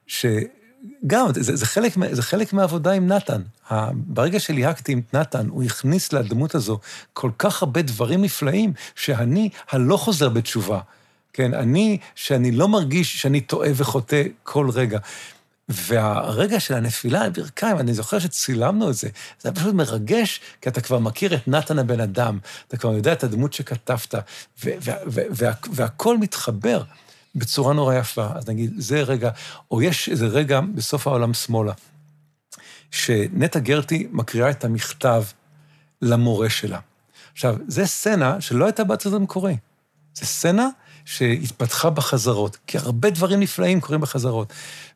שגם, זה חלק מהעבודה עם נתן. ברגע שליהקתי עם נתן, הוא הכניס לדמות הזו כל כך הרבה דברים נפלאים, שאני הלא חוזר בתשובה. כן, שאני לא מרגיש שאני טועה וחוטא כל רגע. והרגע של הנפילה על ברכיים, אני זוכר שצילמנו את זה, זה היה פשוט מרגש, כי אתה כבר מכיר את נתן הבן אדם, אתה כבר יודע את הדמות שכתבת, והכל מתחבר בצורה נורא יפה. אז נגיד, זה רגע, או יש איזה רגע בסוף העולם שמאלה, שנטע גרטי מקריאה את המכתב למורה שלה. עכשיו, זה סצנה שלא הייתה בצד המקורי. זה סצנה שהתפתחה בחזרות, כי הרבה דברים נפלאים קורים בחזרות.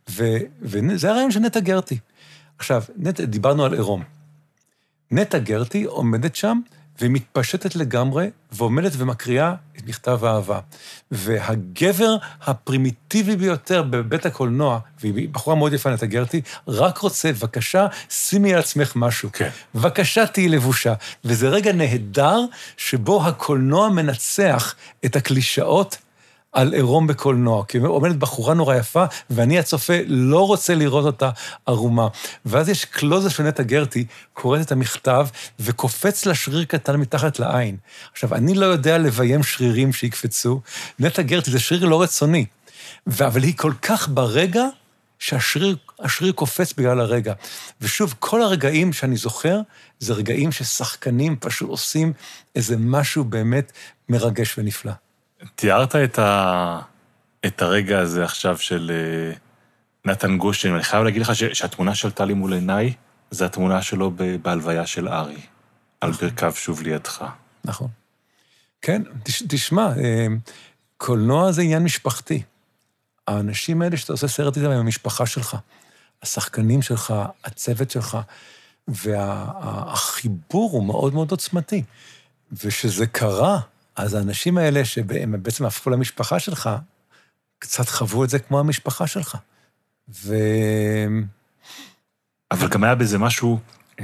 וזה הרעיון של נטע גרטי. עכשיו, דיברנו על עירום. נטע גרטי עומדת שם, והיא מתפשטת לגמרי, ועומדת ומקריאה את מכתב האהבה. והגבר הפרימיטיבי ביותר בבית הקולנוע, והיא בחורה מאוד יפה נטע גרטי, רק רוצה, בבקשה, שימי על עצמך משהו. כן. בבקשה תהי לבושה. וזה רגע נהדר, שבו הקולנוע מנצח את הקלישאות, על עירום בקולנוע, כי עומדת בחורה נורא יפה, ואני הצופה לא רוצה לראות אותה ערומה. ואז יש קלוזה של נטע גרטי, קוראת את המכתב, וקופץ לה שריר קטן מתחת לעין. עכשיו, אני לא יודע לביים שרירים שיקפצו, נטע גרטי זה שריר לא רצוני, אבל היא כל כך ברגע, שהשריר קופץ בגלל הרגע. ושוב, כל הרגעים שאני זוכר, זה רגעים ששחקנים פשוט עושים איזה משהו באמת מרגש ונפלא. תיארת את הרגע הזה עכשיו של נתן גושן, ואני חייב להגיד לך שהתמונה שעלתה לי מול עיניי, זה התמונה שלו בהלוויה של ארי, על ברכיו שוב לידך. נכון. כן, תשמע, קולנוע זה עניין משפחתי. האנשים האלה שאתה עושה סרט איתם הם המשפחה שלך, השחקנים שלך, הצוות שלך, והחיבור הוא מאוד מאוד עוצמתי. ושזה קרה, אז האנשים האלה שהם בעצם הפכו למשפחה שלך, קצת חוו את זה כמו המשפחה שלך. אבל גם היה בזה משהו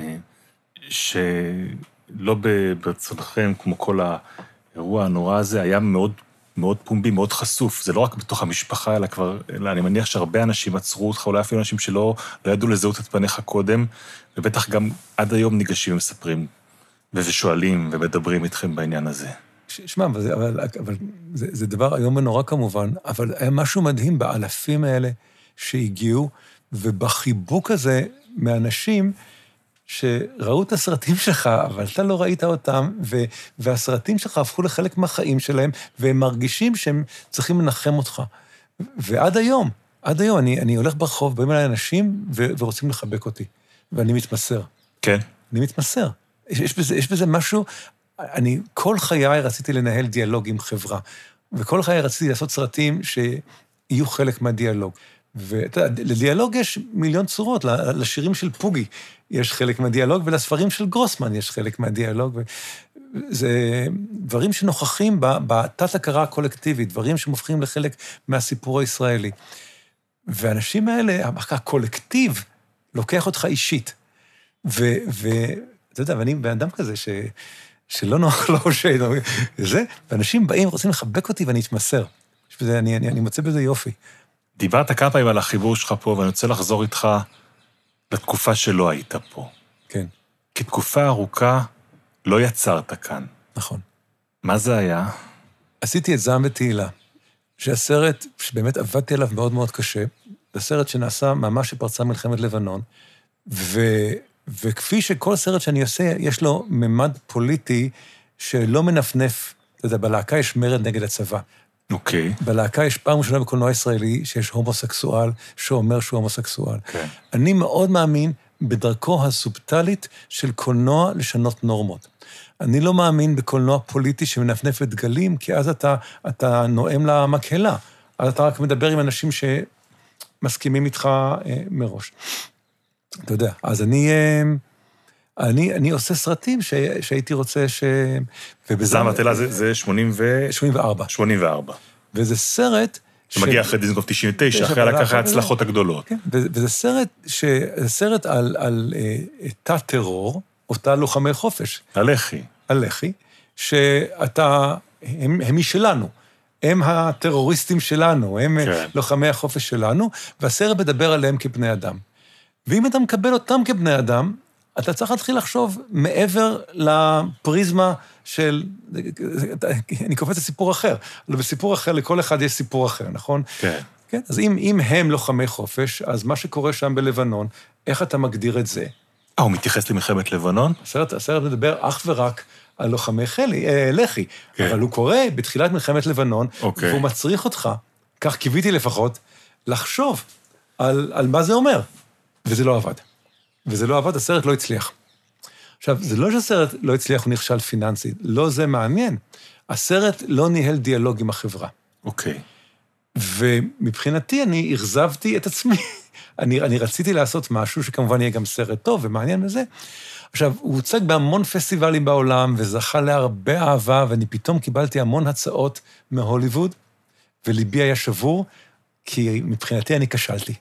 שלא ברצונכם, כמו כל האירוע הנורא הזה, היה מאוד, מאוד פומבי, מאוד חשוף. זה לא רק בתוך המשפחה, אלא אני מניח שהרבה אנשים עצרו אותך, אולי אפילו אנשים שלא ידעו לזהות את פניך קודם, ובטח גם עד היום ניגשים ומספרים, ושואלים ומדברים איתכם בעניין הזה. שמע, אבל זה דבר היום ונורא כמובן, אבל היה משהו מדהים באלפים האלה שהגיעו, ובחיבוק הזה מאנשים שראו את הסרטים שלך, אבל אתה לא ראית אותם, והסרטים שלך הפכו לחלק מהחיים שלהם, והם מרגישים שהם צריכים לנחם אותך. ועד היום, אני הולך ברחוב, באים אליי אנשים ורוצים לחבק אותי, ואני מתמסר. כן. אני מתמסר. יש בזה משהו, כל חיי רציתי לנהל דיאלוג עם חברה, וכל חיי רציתי לעשות סרטים שיהיו חלק מהדיאלוג. ולדיאלוג יש מיליון צורות, לשירים של פוגי יש חלק מהדיאלוג, ולספרים של גרוסמן יש חלק מהדיאלוג, זה דברים שנוכחים בתת-הכרה הקולקטיבית, דברים שמופכים לחלק מהסיפור הישראלי. ואנשים האלה, הקולקטיב, לוקח אותך אישית. ואתה יודע, ואני באדם כזה שלא נוח לו שזה, ואנשים באים, רוצים לחבק אותי ואני אתמסר. אני מוצא בזה יופי. דיברת כמה פעמים על החיבור שלך פה, ואני רוצה לחזור איתך לתקופה שלא היית פה. כן. כי תקופה ארוכה לא יצרת כאן. נכון. מה זה היה? עשיתי את זעם ותהילה, שהסרט שבאמת עבדתי עליו מאוד מאוד קשה, זה סרט שנעשה ממש שפרצה מלחמת לבנון, וכפי שכל סרט שאני עושה, יש לו ממד פוליטי שלא מנפנף, אתה יודע, בלהקה יש מרד נגד הצבא. אוקיי. בלהקה יש פעם ראשונה בקולנוע ישראלי שיש הומוסקסואל שאומר שהוא הומוסקסואל. כן. אני מאוד מאמין בדרכו הסובטלית של קולנוע לשנות נורמות. אני לא מאמין בקולנוע פוליטי שמנפנף את גלים, כי אז אתה נואם למקהלה. אז אתה רק מדבר עם אנשים שמסכימים איתך מראש. אתה יודע, אז אני עושה סרטים שהייתי רוצה זעם ותהילה זה 84. 84. וזה סרט שמגיע אחרי דיזנגוף 99, אחרי ההצלחות הגדולות. כן, וזה סרט על תא טרור, או תא לוחמי חופש. הלח"י, הם משלנו. הם הטרוריסטים שלנו, הם לוחמי החופש שלנו, והסרט מדבר עליהם כבני אדם. ואם אתה מקבל אותם כבני אדם, אתה צריך להתחיל לחשוב מעבר לפריזמה של, אני קופץ לסיפור אחר, אבל בסיפור אחר לכל אחד יש סיפור אחר, נכון? כן. כן? אז אם הם לוחמי חופש, אז מה שקורה שם בלבנון, איך אתה מגדיר את זה? הוא מתייחס למלחמת לבנון? הסרט מדבר אך ורק על לוחמי לח"י, אבל הוא קורא בתחילת מלחמת לבנון, והוא מצריך אותך, כך קיוויתי לפחות, לחשוב על מה זה אומר. וזה לא עבד. וזה לא עבד, הסרט לא הצליח. עכשיו, זה לא שהסרט לא הצליח, הוא נכשל פיננסית. לא זה מעניין. הסרט לא ניהל דיאלוג עם החברה. אוקיי. ומבחינתי אני הרזבתי את עצמי. אני רציתי לעשות משהו שכמובן יהיה גם סרט טוב ומעניין וזה. עכשיו, הוא הוצג בהמון פסטיבלים בעולם, וזכה להרבה אהבה, ואני פתאום קיבלתי המון הצעות מהוליווד, וליבי היה שבור, כי מבחינתי אני כשלתי.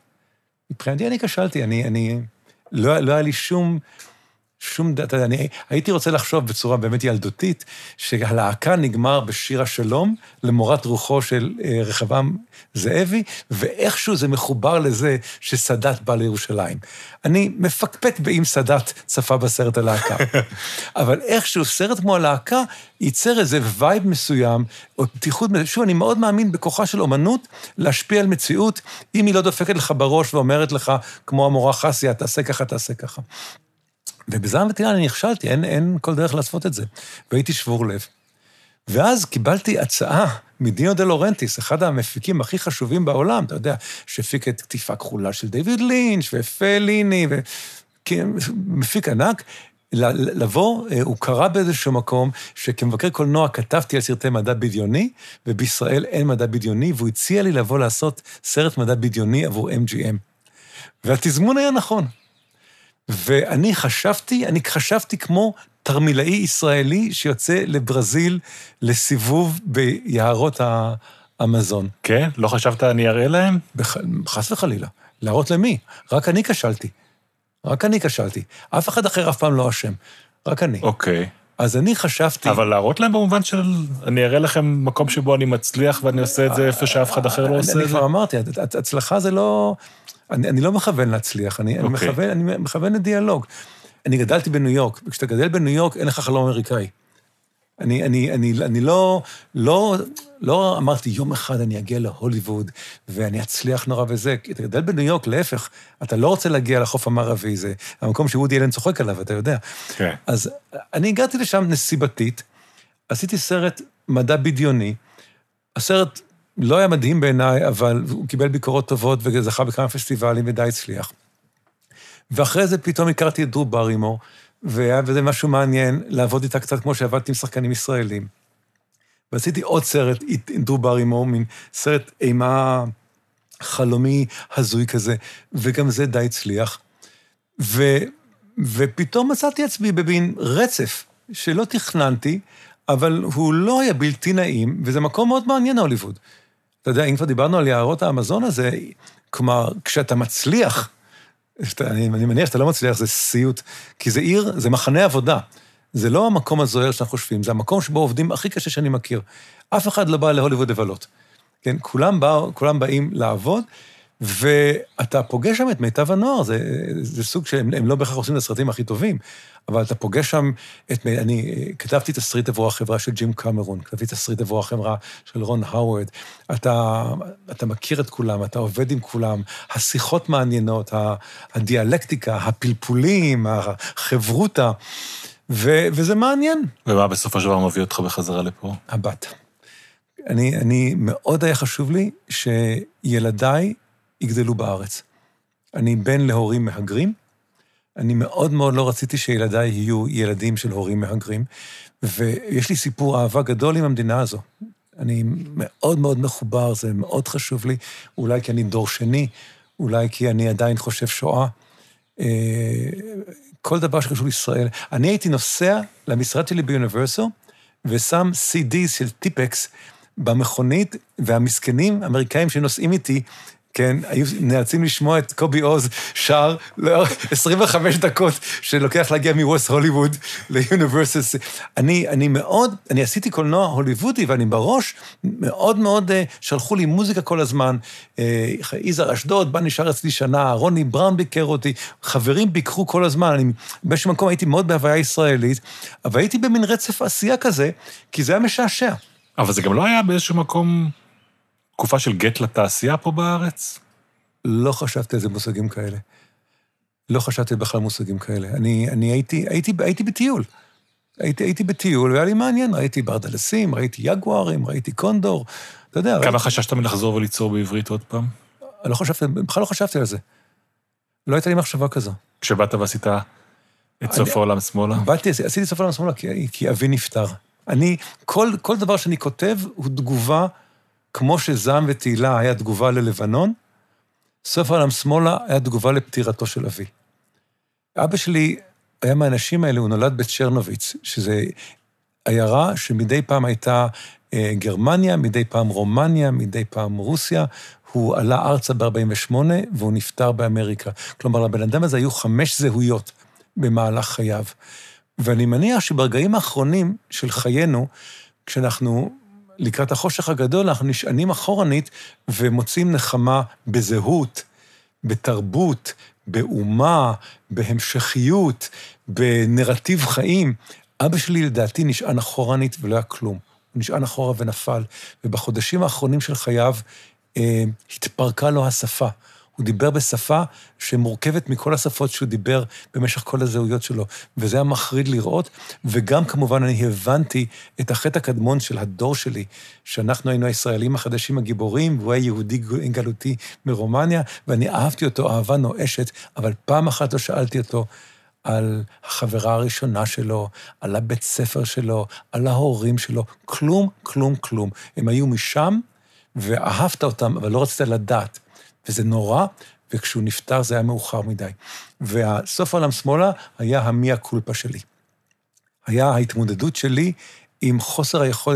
לא היה לי שום, אתה יודע, אני הייתי רוצה לחשוב בצורה באמת ילדותית, שהלהקה נגמר בשיר השלום, למורת רוחו של רחבעם זאבי, ואיכשהו זה מחובר לזה שסאדאת בא לירושלים. אני מפקפק באם סאדאת צפה בסרט הלהקה. אבל איכשהו סרט כמו הלהקה, ייצר איזה וייב מסוים, או פתיחות, שוב, אני מאוד מאמין בכוחה של אומנות, להשפיע על מציאות, אם היא לא דופקת לך בראש ואומרת לך, כמו המורה חסיה, תעשה ככה, תעשה ככה. ובזעם ותהילה אני נכשלתי, אין כל דרך לעשות את זה. והייתי שבור לב. ואז קיבלתי הצעה מדינו דה לורנטיס, אחד המפיקים הכי חשובים בעולם, אתה יודע, שהפיק את כתיפה כחולה של דיוויד לינץ' ופליני, מפיק ענק, לבוא, הוא קרא באיזשהו מקום, שכמבקר קולנוע כתבתי על סרטי מדע בדיוני, ובישראל אין מדע בדיוני, והוא הציע לי לבוא לעשות סרט מדע בדיוני עבור MGM. והתזמון היה נכון. ואני חשבתי כמו תרמילאי ישראלי שיוצא לברזיל לסיבוב ביערות האמזון. כן? לא חשבת אני אראה להם? חס וחלילה. להראות למי? רק אני כשלתי. אף אחד אחר אף פעם לא אשם. רק אני. אוקיי. אז אני חשבתי... אבל להראות להם במובן של... אני אראה לכם מקום שבו אני מצליח ואני עושה את זה איפה שאף אחד אחר לא עושה את זה? אני כבר אמרתי, הצלחה זה לא... אני לא מכוון להצליח, אני מכוון לדיאלוג. אני גדלתי בניו יורק, וכשאתה גדל בניו יורק, אין לך חלום אמריקאי. אני לא לא אמרתי, יום אחד אני אגיע להוליווד, ואני אצליח נורא וזה. אתה גדל בניו יורק, להפך, אתה לא רוצה להגיע לחוף המערבי, זה המקום שודי אלן צוחק עליו, אתה יודע. כן. אז אני הגעתי לשם נסיבתית, עשיתי סרט מדע בדיוני, הסרט לא היה מדהים בעיניי, אבל הוא קיבל ביקורות טובות, וזכה בכמה פסטיבלים ודי הצליח. ואחרי זה פתאום הכרתי את דרו ברימור, וזה משהו מעניין, לעבוד איתה קצת כמו שעבדתי עם שחקנים ישראלים. ועשיתי עוד סרט עם דרו ברימור, מין סרט אימה חלומי הזוי כזה, וגם זה די הצליח. ופתאום מצאתי עצמי במין רצף שלא תכננתי, אבל הוא לא היה בלתי נעים, וזה מקום מאוד מעניין הוליווד. אתה יודע, אם כבר דיברנו על יערות האמזון הזה, כלומר, כשאתה מצליח, אני מניח שאתה לא מצליח, זה סיוט, כי זה עיר, זה מחנה עבודה. זה לא המקום הזוהר שאנחנו חושבים, זה המקום שבו עובדים הכי קשה שאני מכיר. אף אחד לא בא להוליווד לבלות. כן, כולם באים לעבוד, ואתה פוגש שם את מיטב הנוער, זה סוג שהם לא בהכרח עושים את הסרטים הכי טובים, אבל אתה פוגש שם אני כתבתי תסריט עבור החברה של ג'ים קמרון, כתבתי תסריט עבור החברה של רון האוורד, אתה מכיר את כולם, אתה עובד עם כולם, השיחות מעניינות, הדיאלקטיקה, הפלפולים, החברותה, וזה מעניין. ומה בסופו של דבר מביא אותך בחזרה לפה? הבת. אני מאוד היה חשוב לי שילדיי יגדלו בארץ. אני בן להורים מהגרים, אני מאוד מאוד לא רציתי שילדיי יהיו ילדים של הורים מהגרים, ויש לי סיפור אהבה גדול עם המדינה הזו. אני מאוד מאוד מחובר, זה מאוד חשוב לי, אולי כי אני דור שני, אולי כי אני עדיין חושב שואה. כל דבר שקשור לישראל. אני הייתי נוסע למשרד שלי ביוניברסל, ושם CDs של טיפקס במכונית, והמסכנים האמריקאים שנוסעים איתי, כן, היו נאלצים לשמוע את קובי עוז שר 25 דקות שלוקח להגיע מווסט הוליווד ליוניברסיטי. אני עשיתי קולנוע הוליוודי, ואני בראש מאוד מאוד שלחו לי מוזיקה כל הזמן. איזר אשדוד, בא נשאר אצלי שנה, רוני בראון ביקר אותי, חברים ביקרו כל הזמן. אני באיזשהו מקום הייתי מאוד בהוויה ישראלית, אבל הייתי במין רצף עשייה כזה, כי זה היה משעשע. אבל זה גם לא היה באיזשהו מקום תקופה של גט לתעשייה פה בארץ? לא חשבתי על זה מושגים כאלה. לא חשבתי בכלל מושגים כאלה. אני הייתי בטיול. הייתי בטיול, והיה לי מעניין. ראיתי ברדלסים, ראיתי יגוארים, ראיתי קונדור. אתה יודע. כמה חששת מלחזור וליצור בעברית עוד פעם? בכלל לא חשבתי על זה. לא הייתה לי מחשבה כזו. כשבאת ועשית את סוף העולם שמאלה? עשיתי סוף העולם שמאלה, כי אבי נפטר. כל דבר שאני כותב הוא תגובה, כמו שזעם ותהילה היה תגובה ללבנון, סוף העולם שמאלה היה תגובה לפטירתו של אבי. אבא שלי היה מהאנשים האלה, הוא נולד בצ'רנוביץ, שזה עיירה שמדי פעם הייתה גרמניה, מדי פעם רומניה, מדי פעם רוסיה, הוא עלה ארצה ב-48 והוא נפטר באמריקה. כלומר, לבן אדם הזה היו 5 זהויות במהלך חייו. ואני מניח שברגעים האחרונים של חיינו, כשאנחנו לקראת החושך הגדול, אנחנו נשענים אחורנית ומוצאים נחמה בזהות, בתרבות, באומה, בהמשכיות, בנרטיב חיים. אבא שלי לדעתי נשען אחורנית ולא היה כלום. הוא נשען אחורה ונפל, ובחודשים האחרונים של חייו התפרקה לו השפה. הוא דיבר בשפה שמורכבת מכל השפות שהוא דיבר במשך כל הזהויות שלו, וזה היה מחריד לראות, וגם כמובן אני הבנתי את החטא הקדמון של הדור שלי, שאנחנו היינו הישראלים החדשים הגיבורים, והוא היה יהודי גלותי מרומניה, ואני אהבתי אותו אהבה נואשת, אבל פעם אחת לא שאלתי אותו על החברה הראשונה שלו, על הבית ספר שלו, על ההורים שלו, כלום, כלום, כלום. הם היו משם, ואהבת אותם, אבל לא רצית לדעת. וזה נורא, וכשהוא נפטר זה היה מאוחר מדי. והסוף העולם שמאלה היה המיה קולפה שלי. היה ההתמודדות שלי עם חוסר היכולת,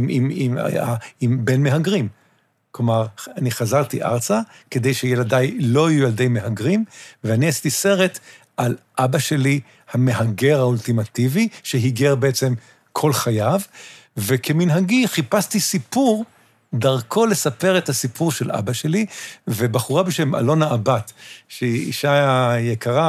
עם בן מהגרים. כלומר, אני חזרתי ארצה, כדי שילדיי לא יהיו ילדי מהגרים, ואני עשיתי סרט על אבא שלי, המהגר האולטימטיבי, שהיגר בעצם כל חייו, וכמנהגי חיפשתי סיפור, דרכו לספר את הסיפור של אבא שלי, ובחורה בשם אלונה אבט, שהיא אישה יקרה,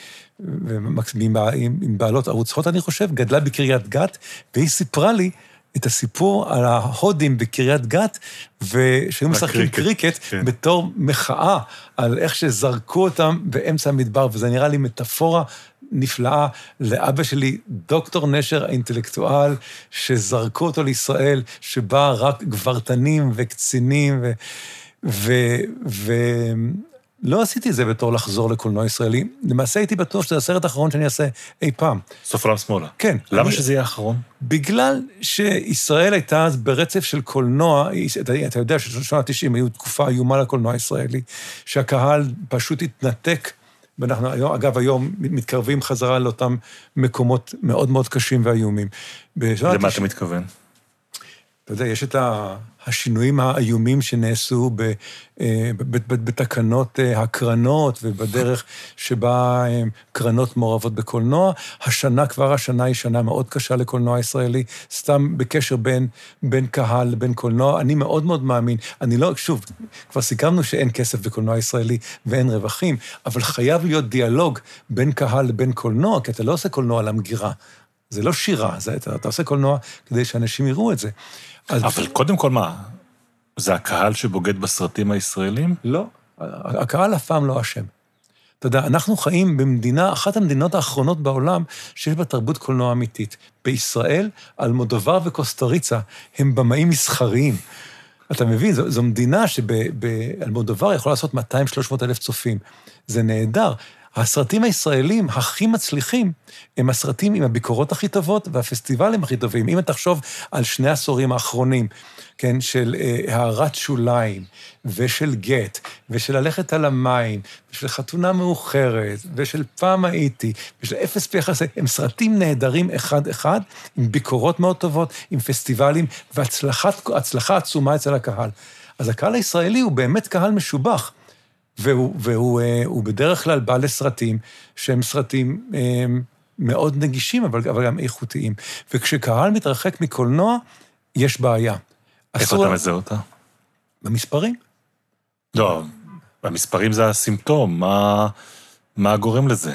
עם בעלות ערוץ חוט, אני חושב, גדלה בקריית גת, והיא סיפרה לי את הסיפור על ההודים בקריית גת, ושהיו משחקים קריקט בתור מחאה על איך שזרקו אותם באמצע המדבר, וזה נראה לי מטאפורה נפלאה לאבא שלי, דוקטור נשר האינטלקטואל, שזרקו אותו לישראל, שבה רק גברתנים וקצינים, לא עשיתי את זה בתור לחזור לקולנוע ישראלי. למעשה הייתי בטוח שזה הסרט האחרון שאני אעשה אי פעם. סוף עולם שמאלה. כן. למה שזה יהיה האחרון? בגלל שישראל הייתה אז ברצף של קולנוע, אתה יודע ששנות ה-90 היו תקופה איומה לקולנוע הישראלי, שהקהל פשוט התנתק, ואנחנו אגב היום מתקרבים חזרה לאותם מקומות מאוד מאוד קשים ואיומים. למה אתה מתכוון? אתה יודע, יש את השינויים האיומים שנעשו בתקנות הקרנות ובדרך שבה קרנות מעורבות בקולנוע. השנה היא שנה מאוד קשה לקולנוע הישראלי, סתם בקשר בין קהל לבין קולנוע. אני מאוד מאוד מאמין, שוב, כבר סיכמנו שאין כסף בקולנוע ישראלי ואין רווחים, אבל חייב להיות דיאלוג בין קהל לבין קולנוע, כי אתה לא עושה קולנוע למגירה. זה לא שירה, אתה עושה קולנוע כדי שאנשים יראו את זה. אבל קודם כל מה? זה הקהל שבוגד בסרטים הישראלים? לא, הקהל אף פעם לא אשם. אתה יודע, אנחנו חיים במדינה, אחת המדינות האחרונות בעולם, שיש בה תרבות קולנוע אמיתית. בישראל, אלמודובר וקוסטריצה הם במאים מסחריים. אתה מבין, זו מדינה שבאלמודובר יכול לעשות 200-300 אלף צופים. זה נהדר. הסרטים הישראלים הכי מצליחים הם הסרטים עם הביקורות הכי טובות והפסטיבלים הכי טובים. אם אתה תחשוב על 2 העשורים האחרונים, כן, של הערת שוליים, ושל גט, ושל ללכת על המים, ושל חתונה מאוחרת, ושל פעם הייתי, ושל 0 פי 1, הם סרטים נהדרים אחד-אחד, עם ביקורות מאוד טובות, עם פסטיבלים, והצלחה עצומה אצל הקהל. אז הקהל הישראלי הוא באמת קהל משובח. והוא בדרך כלל בא לסרטים שהם סרטים מאוד נגישים, אבל גם איכותיים. וכשקהל מתרחק מקולנוע, יש בעיה. איך אתה מזהה אותה? במספרים. לא, במספרים זה הסימפטום. מה גורם לזה?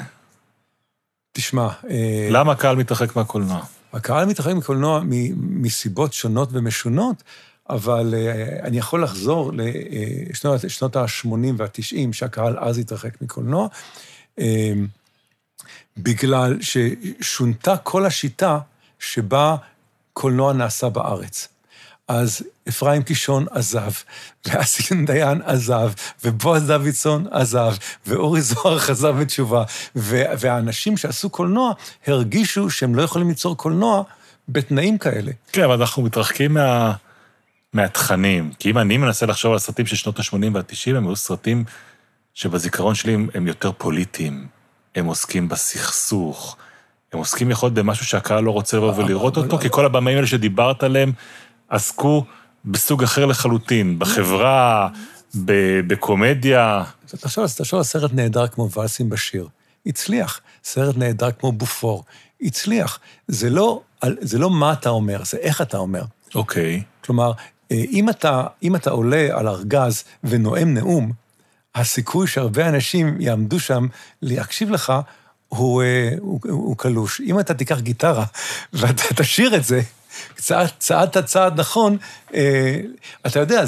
תשמע. למה הקהל מתרחק מהקולנוע? הקהל מתרחק מקולנוע מסיבות שונות ומשונות, אבל אני יכול לחזור לשנות ה-80 וה-90, שהקהל אז התרחק מקולנוע, בגלל ששונתה כל השיטה שבה קולנוע נעשה בארץ. אז אפרים קישון עזב, ואסין דיין עזב, ובועז דוידסון עזב, ואורי זוהר חזר בתשובה, והאנשים שעשו קולנוע הרגישו שהם לא יכולים ליצור קולנוע בתנאים כאלה. כן, אבל אנחנו מתרחקים מהתכנים, כי אם אני מנסה לחשוב על סרטים של שנות ה-80 וה-90, הם היו סרטים שבזיכרון שלי הם יותר פוליטיים, הם עוסקים בסכסוך, הם עוסקים יכול להיות במשהו שהקהל לא רוצה לבוא ולראות אותו, כי כל הבמאים האלה שדיברת עליהם, עסקו בסוג אחר לחלוטין, בחברה, בקומדיה. תחשוב על סרט נהדר כמו ולסים בשיר, הצליח, סרט נהדר כמו בופור, הצליח, זה לא מה אתה אומר, זה איך אתה אומר. אוקיי. כלומר, אם אתה עולה על ארגז ונואם נאום, הסיכוי שהרבה אנשים יעמדו שם להקשיב לך, הוא קלוש. אם אתה תיקח גיטרה ואתה תשיר את זה, צעד נכון, אתה יודע,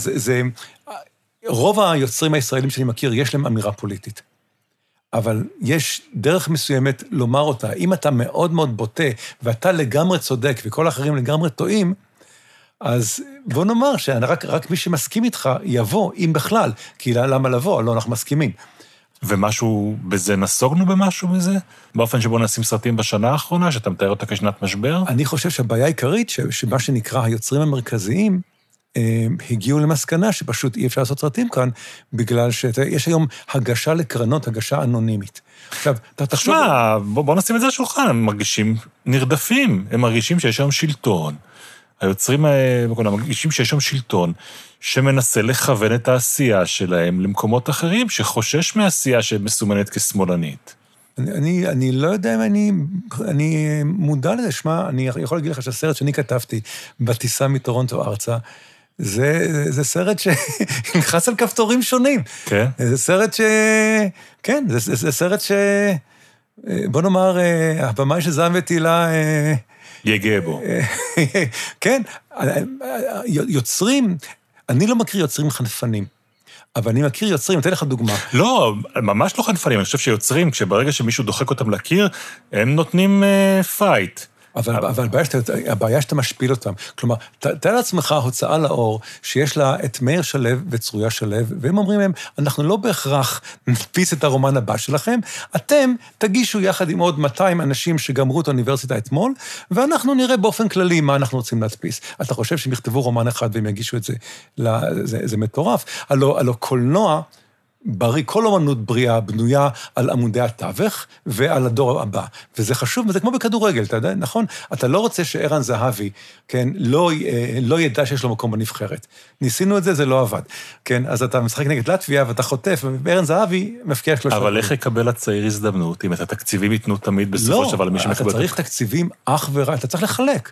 רוב היוצרים הישראלים שאני מכיר, יש להם אמירה פוליטית. אבל יש דרך מסוימת לומר אותה. אם אתה מאוד מאוד בוטה, ואתה לגמרי צודק, וכל האחרים לגמרי טועים, אז בוא נאמר שרק מי שמסכים איתך יבוא, אם בכלל, כי למה לבוא? לא, אנחנו מסכימים. ומשהו בזה, נסוגנו במשהו בזה? באופן שבו נשים סרטים בשנה האחרונה, שאתה מתאר אותה כשנת משבר? אני חושב שהבעיה העיקרית, שמה שנקרא היוצרים המרכזיים, הגיעו למסקנה שפשוט אי אפשר לעשות סרטים כאן, בגלל שיש היום הגשה לקרנות, הגשה אנונימית. עכשיו, אתה תחשוב... בוא נשים את זה על שולחן, הם מרגישים נרדפים, הם מרגישים שיש היום שלטון. היוצרים מרגישים שיש שם שלטון שמנסה לכוון את העשייה שלהם למקומות אחרים, שחושש מהעשייה שמסומנת כשמאלנית. אני לא יודע אם אני מודע לזה, שמה, אני יכול להגיד לך שהסרט שאני כתבתי בטיסה מטורונטו ארצה, זה סרט שנכנס על כפתורים שונים. כן? זה סרט כן, זה סרט בוא נאמר, הבמאי של זעם ותהילה, יגע בו. כן, יוצרים, אני לא מכיר יוצרים חנפנים, אבל אני מכיר יוצרים, אתן לך דוגמה. לא, ממש לא חנפנים, אני חושב שיוצרים, כשברגע שמישהו דוחק אותם לקיר, הם נותנים פייט. אבל הבעיה שאתה משפיל אותם. כלומר, תאר לעצמך הוצאה לאור שיש לה את מאיר שלו וצרויה שלו, והם אומרים להם, אנחנו לא בהכרח נדפיס את הרומן הבא שלכם, אתם תגישו יחד עם עוד 200 אנשים שגמרו את האוניברסיטה אתמול, ואנחנו נראה באופן כללי מה אנחנו רוצים להדפיס. אתה חושב שהם יכתבו רומן אחד והם יגישו את זה, זה מטורף. הלא קולנוע, בריא, כל אומנות בריאה בנויה על עמודי התווך ועל הדור הבא. וזה חשוב, וזה כמו בכדורגל, אתה יודע, נכון? אתה לא רוצה שערן זהבי, כן, לא ידע שיש לו מקום בנבחרת. ניסינו את זה, זה לא עבד. כן, אז אתה משחק נגד לטביה ואתה חוטף, וערן זהבי מפקיע 3. אבל איך יקבל הצעיר הזדמנות, אם את התקציבים ייתנו תמיד בסופו של דבר למי שמקבל? לא, אתה צריך תקציבים אך ורק, אתה צריך לחלק.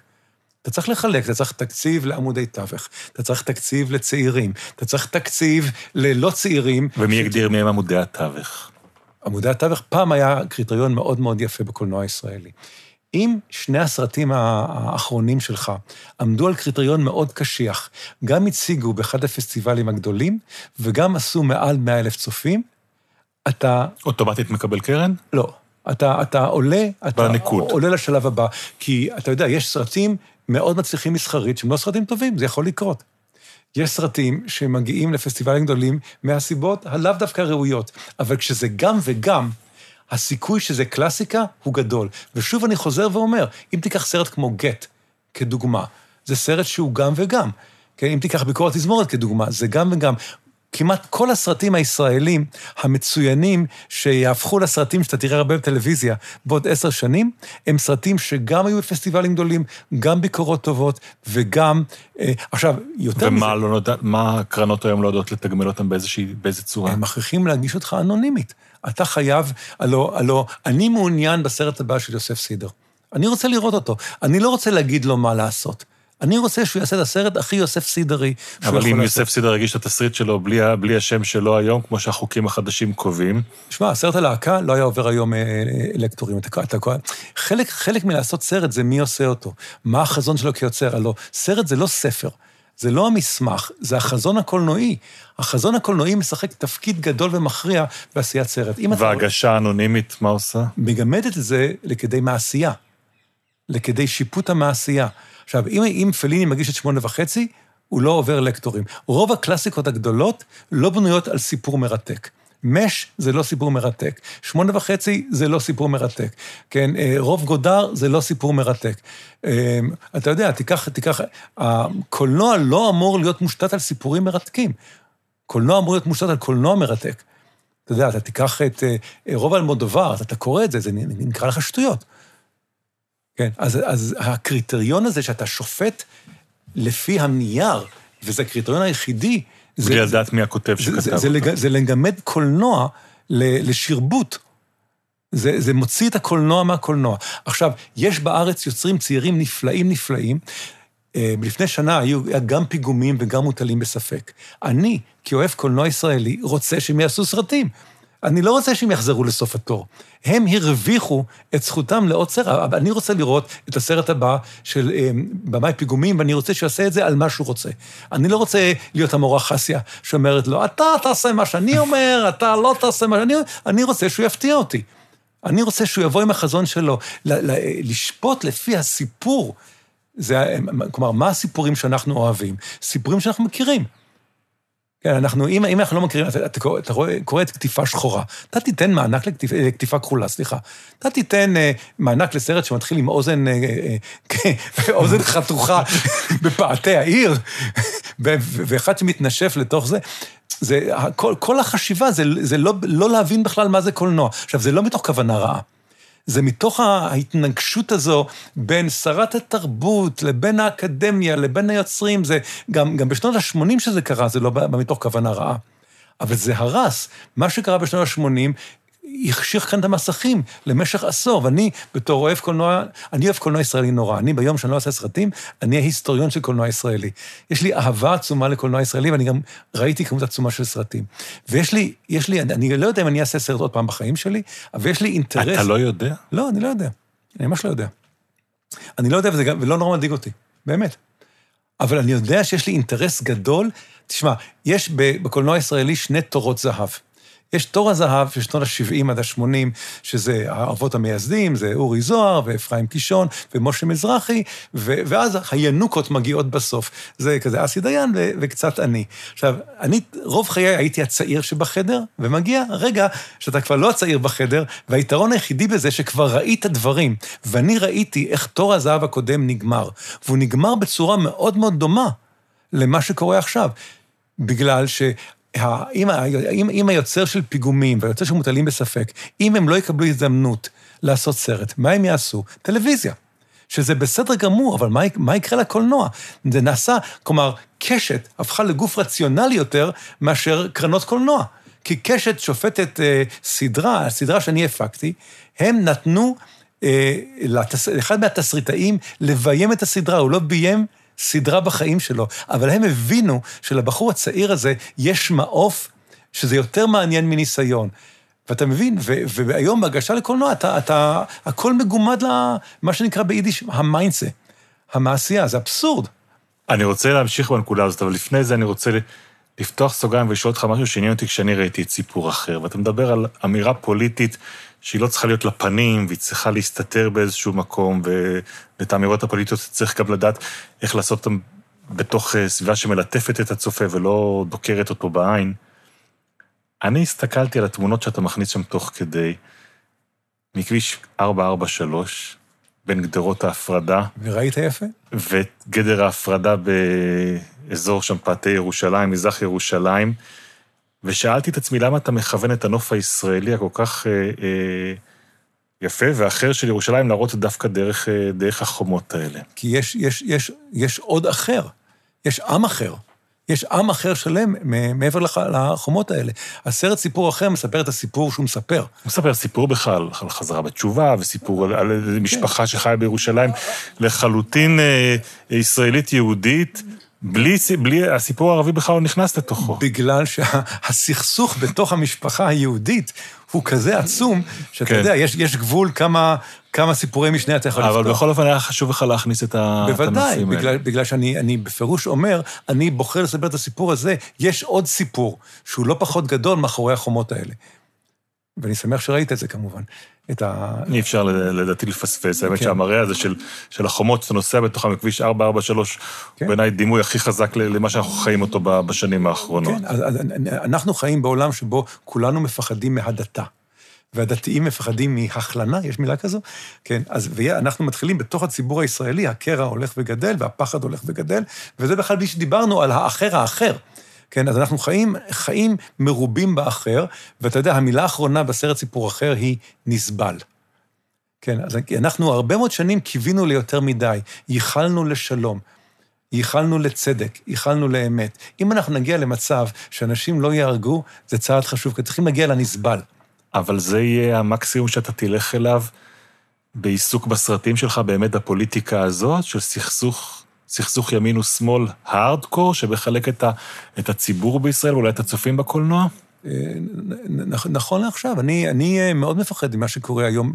אתה צריך תקציב לעמודי תווך, אתה צריך תקציב לצעירים, אתה צריך תקציב ללא צעירים. ומי יגדיר מהם עמודי התווך? עמודי התווך פעם היה קריטריון מאוד מאוד יפה בקולנוע הישראלי. אם שני הסרטים האחרונים שלך עמדו על קריטריון מאוד קשיח, גם הציגו באחד הפסטיבלים הגדולים, וגם עשו מעל 100,000 צופים, אתה... אוטומטית מקבל קרן? לא. אתה עולה לשלב הבא, כי אתה יודע, יש סרטים מאוד מצליחים מסחרית, שהם לא סרטים טובים, זה יכול לקרות. יש סרטים שמגיעים לפסטיבלים גדולים מהסיבות הלאו דווקא ראויות, אבל כשזה גם וגם, הסיכוי שזה קלאסיקה הוא גדול. ושוב אני חוזר ואומר, אם תיקח סרט כמו גט, כדוגמה, זה סרט שהוא גם וגם. כן? אם תיקח ביקורת תזמורת כדוגמה, זה גם וגם. כמעט כל הסרטים הישראלים המצוינים שיהפכו לסרטים שאתה תראה הרבה בטלוויזיה בעוד 10 שנים, הם סרטים שגם היו בפסטיבלים גדולים, גם ביקורות טובות, וגם, עכשיו, יותר ומה מזה... לא מה הקרנות היום לא יודעות לתגמל אותם באיזה צורה? הם מכריחים להגיש אותך אנונימית. אתה חייב, אני מעוניין בסרט הבא של יוסף סידר. אני רוצה לראות אותו. אני לא רוצה להגיד לו מה לעשות. אני רוצה שהוא יעשה את הסרט הכי יוסף סידרי. אבל אם יוסף סידר הגיש את התסריט שלו בלי השם שלו היום, כמו שהחוקים החדשים קובעים. תשמע, הסרט הלהקה לא היה עובר היום לקטורים. חלק מלעשות סרט זה מי עושה אותו. מה החזון שלו כיוצר? הלא, סרט זה לא ספר. זה לא המסמך, זה החזון הקולנועי. החזון הקולנועי משחק תפקיד גדול ומכריע בעשיית סרט. והגשה אנונימית, מה עושה? מגמדת את זה לכדי מעשייה. לכדי שיפוט המעשייה. עכשיו, אם פליני מגיש את 8.5, הוא לא עובר לקטורים. רוב הקלאסיקות הגדולות לא בנויות על סיפור מרתק. מש זה לא סיפור מרתק. 8.5 זה לא סיפור מרתק. כן, רוב גודר זה לא סיפור מרתק. אתה יודע, תיקח, הקולנוע לא אמור להיות מושתת על סיפורים מרתקים. קולנוע אמור להיות מושתת על קולנוע מרתק. אתה יודע, אתה תיקח את רוב אלמודובר, אתה קורא את זה, זה נקרא לך שטויות. כן, אז הקריטריון הזה שאתה שופט לפי הנייר, וזה הקריטריון היחידי, בלי לדעת מי הכותב שכתב אותו. זה לגמד קולנוע לשרבוט. זה מוציא את הקולנוע מהקולנוע. עכשיו, יש בארץ יוצרים צעירים נפלאים, לפני שנה היו גם פיגומים וגם מוטלים בספק. אני, כאוהב קולנוע ישראלי, רוצה שהם יעשו סרטים. אני לא רוצה שהם יחזרו לסוף התור. הם הרוויחו את זכותם לעוד סרט, אבל אני רוצה לראות את הסרט הבא של במאי פיגומים, ואני רוצה שיעשה את זה על מה שהוא רוצה. אני לא רוצה להיות המורה חסיה שאומרת לו, אתה תעשה מה שאני אומר, אתה לא תעשה מה שאני אומר, אני רוצה שהוא יפתיע אותי. אני רוצה שהוא יבוא עם החזון שלו, לשפוט לפי הסיפור. כלומר, מה הסיפורים שאנחנו אוהבים? סיפורים שאנחנו מכירים. כן, אם אנחנו לא מכירים, אתה קורא את כתיפה שחורה, אתה תיתן מענק לכתיפה כחולה, סליחה. אתה תיתן מענק לסרט שמתחיל עם אוזן חתוכה בפאתי העיר, ואחד שמתנשף לתוך זה, כל החשיבה זה לא להבין בכלל מה זה קולנוע. עכשיו, זה לא מתוך כוונה רעה. זה מתוך ההתנגשות הזו בין שרת התרבות, לבין האקדמיה, לבין היוצרים, זה גם בשנות ה-80 שזה קרה, זה לא מתוך כוונה רעה. אבל זה הרס. מה שקרה בשנות ה-80, יחשיך כאן את המסכים למשך עשור, ואני בתור אוהב קולנוע, אני אוהב קולנוע ישראלי נורא. אני ביום שאני לא עושה סרטים, אני ההיסטוריון של קולנוע ישראלי. יש לי אהבה עצומה לקולנוע ישראלי, ואני גם ראיתי כמות עצומה של סרטים. ויש לי, אני לא יודע אם אני אעשה סרט עוד פעם בחיים שלי, אבל יש לי אינטרס. אתה לא יודע? לא, אני לא יודע. אני ממש לא יודע. אני לא יודע, ולא נורא מדאיג אותי, באמת. אבל אני יודע שיש לי אינטרס גדול. תשמע, יש בקולנוע הישראלי 2 תורות זהב. יש תור הזהב של שנות ה-70 עד ה-80, שזה האבות המייסדים, זה אורי זוהר ואפרים קישון ומשה מזרחי, ואז הינוקות מגיעות בסוף. זה כזה אסי דיין וקצת אני. עכשיו, אני רוב חיי הייתי הצעיר שבחדר, ומגיע רגע שאתה כבר לא הצעיר בחדר, והיתרון היחידי בזה שכבר ראית דברים, ואני ראיתי איך תור הזהב הקודם נגמר, והוא נגמר בצורה מאוד מאוד דומה למה שקורה עכשיו, בגלל ש... אם היוצר של פיגומים והיוצר שמוטלים בספק, אם הם לא יקבלו הזדמנות לעשות סרט, מה הם יעשו? טלוויזיה. שזה בסדר גמור, אבל מה יקרה לקולנוע? זה נעשה, כלומר, קשת הפכה לגוף רציונלי יותר מאשר קרנות קולנוע. כי קשת שופטת הסדרה שאני הפקתי, הם נתנו לאחד מהתסריטאים לביים את הסדרה, הוא לא ביים סדרה בחיים שלו, אבל הם הבינו שלבחור הצעיר הזה יש מעוף שזה יותר מעניין מניסיון. ואתה מבין, והיום בהגשה לקולנוע, הכל מגומד למה שנקרא ביידיש, המיינדסט, המעשייה, זה אבסורד. אני רוצה להמשיך בנקודה הזאת, אבל לפני זה אני רוצה לפתוח סוגריים ולשאול אותך משהו שעניין אותי כשאני ראיתי את סיפור אחר, ואתה מדבר על אמירה פוליטית שהיא לא צריכה להיות לפנים, והיא צריכה להסתתר באיזשהו מקום, ואת האמירות הפוליטיות צריך גם לדעת איך לעשות אותם בתוך סביבה שמלטפת את הצופה ולא דוקרת אותו בעין. אני הסתכלתי על התמונות שאתה מכניס שם תוך כדי, מכביש 443, בין גדרות ההפרדה. וראית יפה? וגדר ההפרדה באזור שם פאתי ירושלים, מזרח ירושלים, ושאלתי את עצמי למה אתה מכוון את הנוף הישראלי הכל כך יפה ואחר של ירושלים להראות דווקא דרך החומות האלה. כי יש עוד אחר, יש עם אחר. יש עם אחר שלם מעבר לחומות האלה. הסרט סיפור אחר מספר את הסיפור שהוא מספר. הוא מספר סיפור בכלל, על חזרה בתשובה, וסיפור על משפחה שחיה בירושלים, לחלוטין ישראלית יהודית, בלי הסיפור הערבי בכלל לא נכנס לתוכו. בגלל שהסכסוך בתוך המשפחה היהודית הוא כזה עצום, שאתה יודע, יש גבול כמה סיפורי משנה אתה יכול לפתוח. אבל בכל אופן היה חשוב לך להכניס את הנושאים האלה. בוודאי, בגלל שאני בפירוש אומר, אני בוחר לספר את הסיפור הזה, יש עוד סיפור שהוא לא פחות גדול מאחורי החומות האלה. ואני שמח שראית את זה כמובן. אי אפשר לדעתי לפספס, האמת שהמראה הזה של החומות, שאתה נוסע בתוכם מכביש 443, בעיניי דימוי הכי חזק למה שאנחנו חיים אותו בשנים האחרונות. כן, אנחנו חיים בעולם שבו כולנו מפחדים מהדתה, והדתיים מפחדים מהחלנה, יש מילה כזו? כן, אז אנחנו מתחילים בתוך הציבור הישראלי, הקרע הולך וגדל, והפחד הולך וגדל, וזה בכלל בלי שדיברנו על האחר. כן, אז אנחנו חיים מרובים באחר, ואתה יודע, המילה האחרונה בסרט סיפור אחר היא נסבל. כן, אז אנחנו הרבה מאוד שנים קיווינו ליותר מדי, ייחלנו לשלום, ייחלנו לצדק, ייחלנו לאמת. אם אנחנו נגיע למצב שאנשים לא יהרגו, זה צעד חשוב, כי צריכים להגיע לנסבל. אבל זה יהיה המקסימום שאתה תלך אליו בעיסוק בסרטים שלך, באמת הפוליטיקה הזאת, של סכסוך ימין ושמאל הארדקור, שבחלק את הציבור בישראל, ואולי את הצופים בקולנוע? נכון לעכשיו, אני מאוד מפחד ממה שקורה היום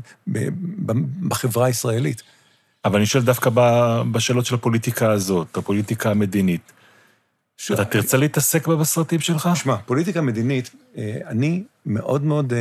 בחברה הישראלית. אבל אני שואל דווקא בשאלות של הפוליטיקה הזאת, הפוליטיקה המדינית. אתה תרצה להתעסק בה בסרטים שלך? שמע, פוליטיקה מדינית, אני מאוד מאוד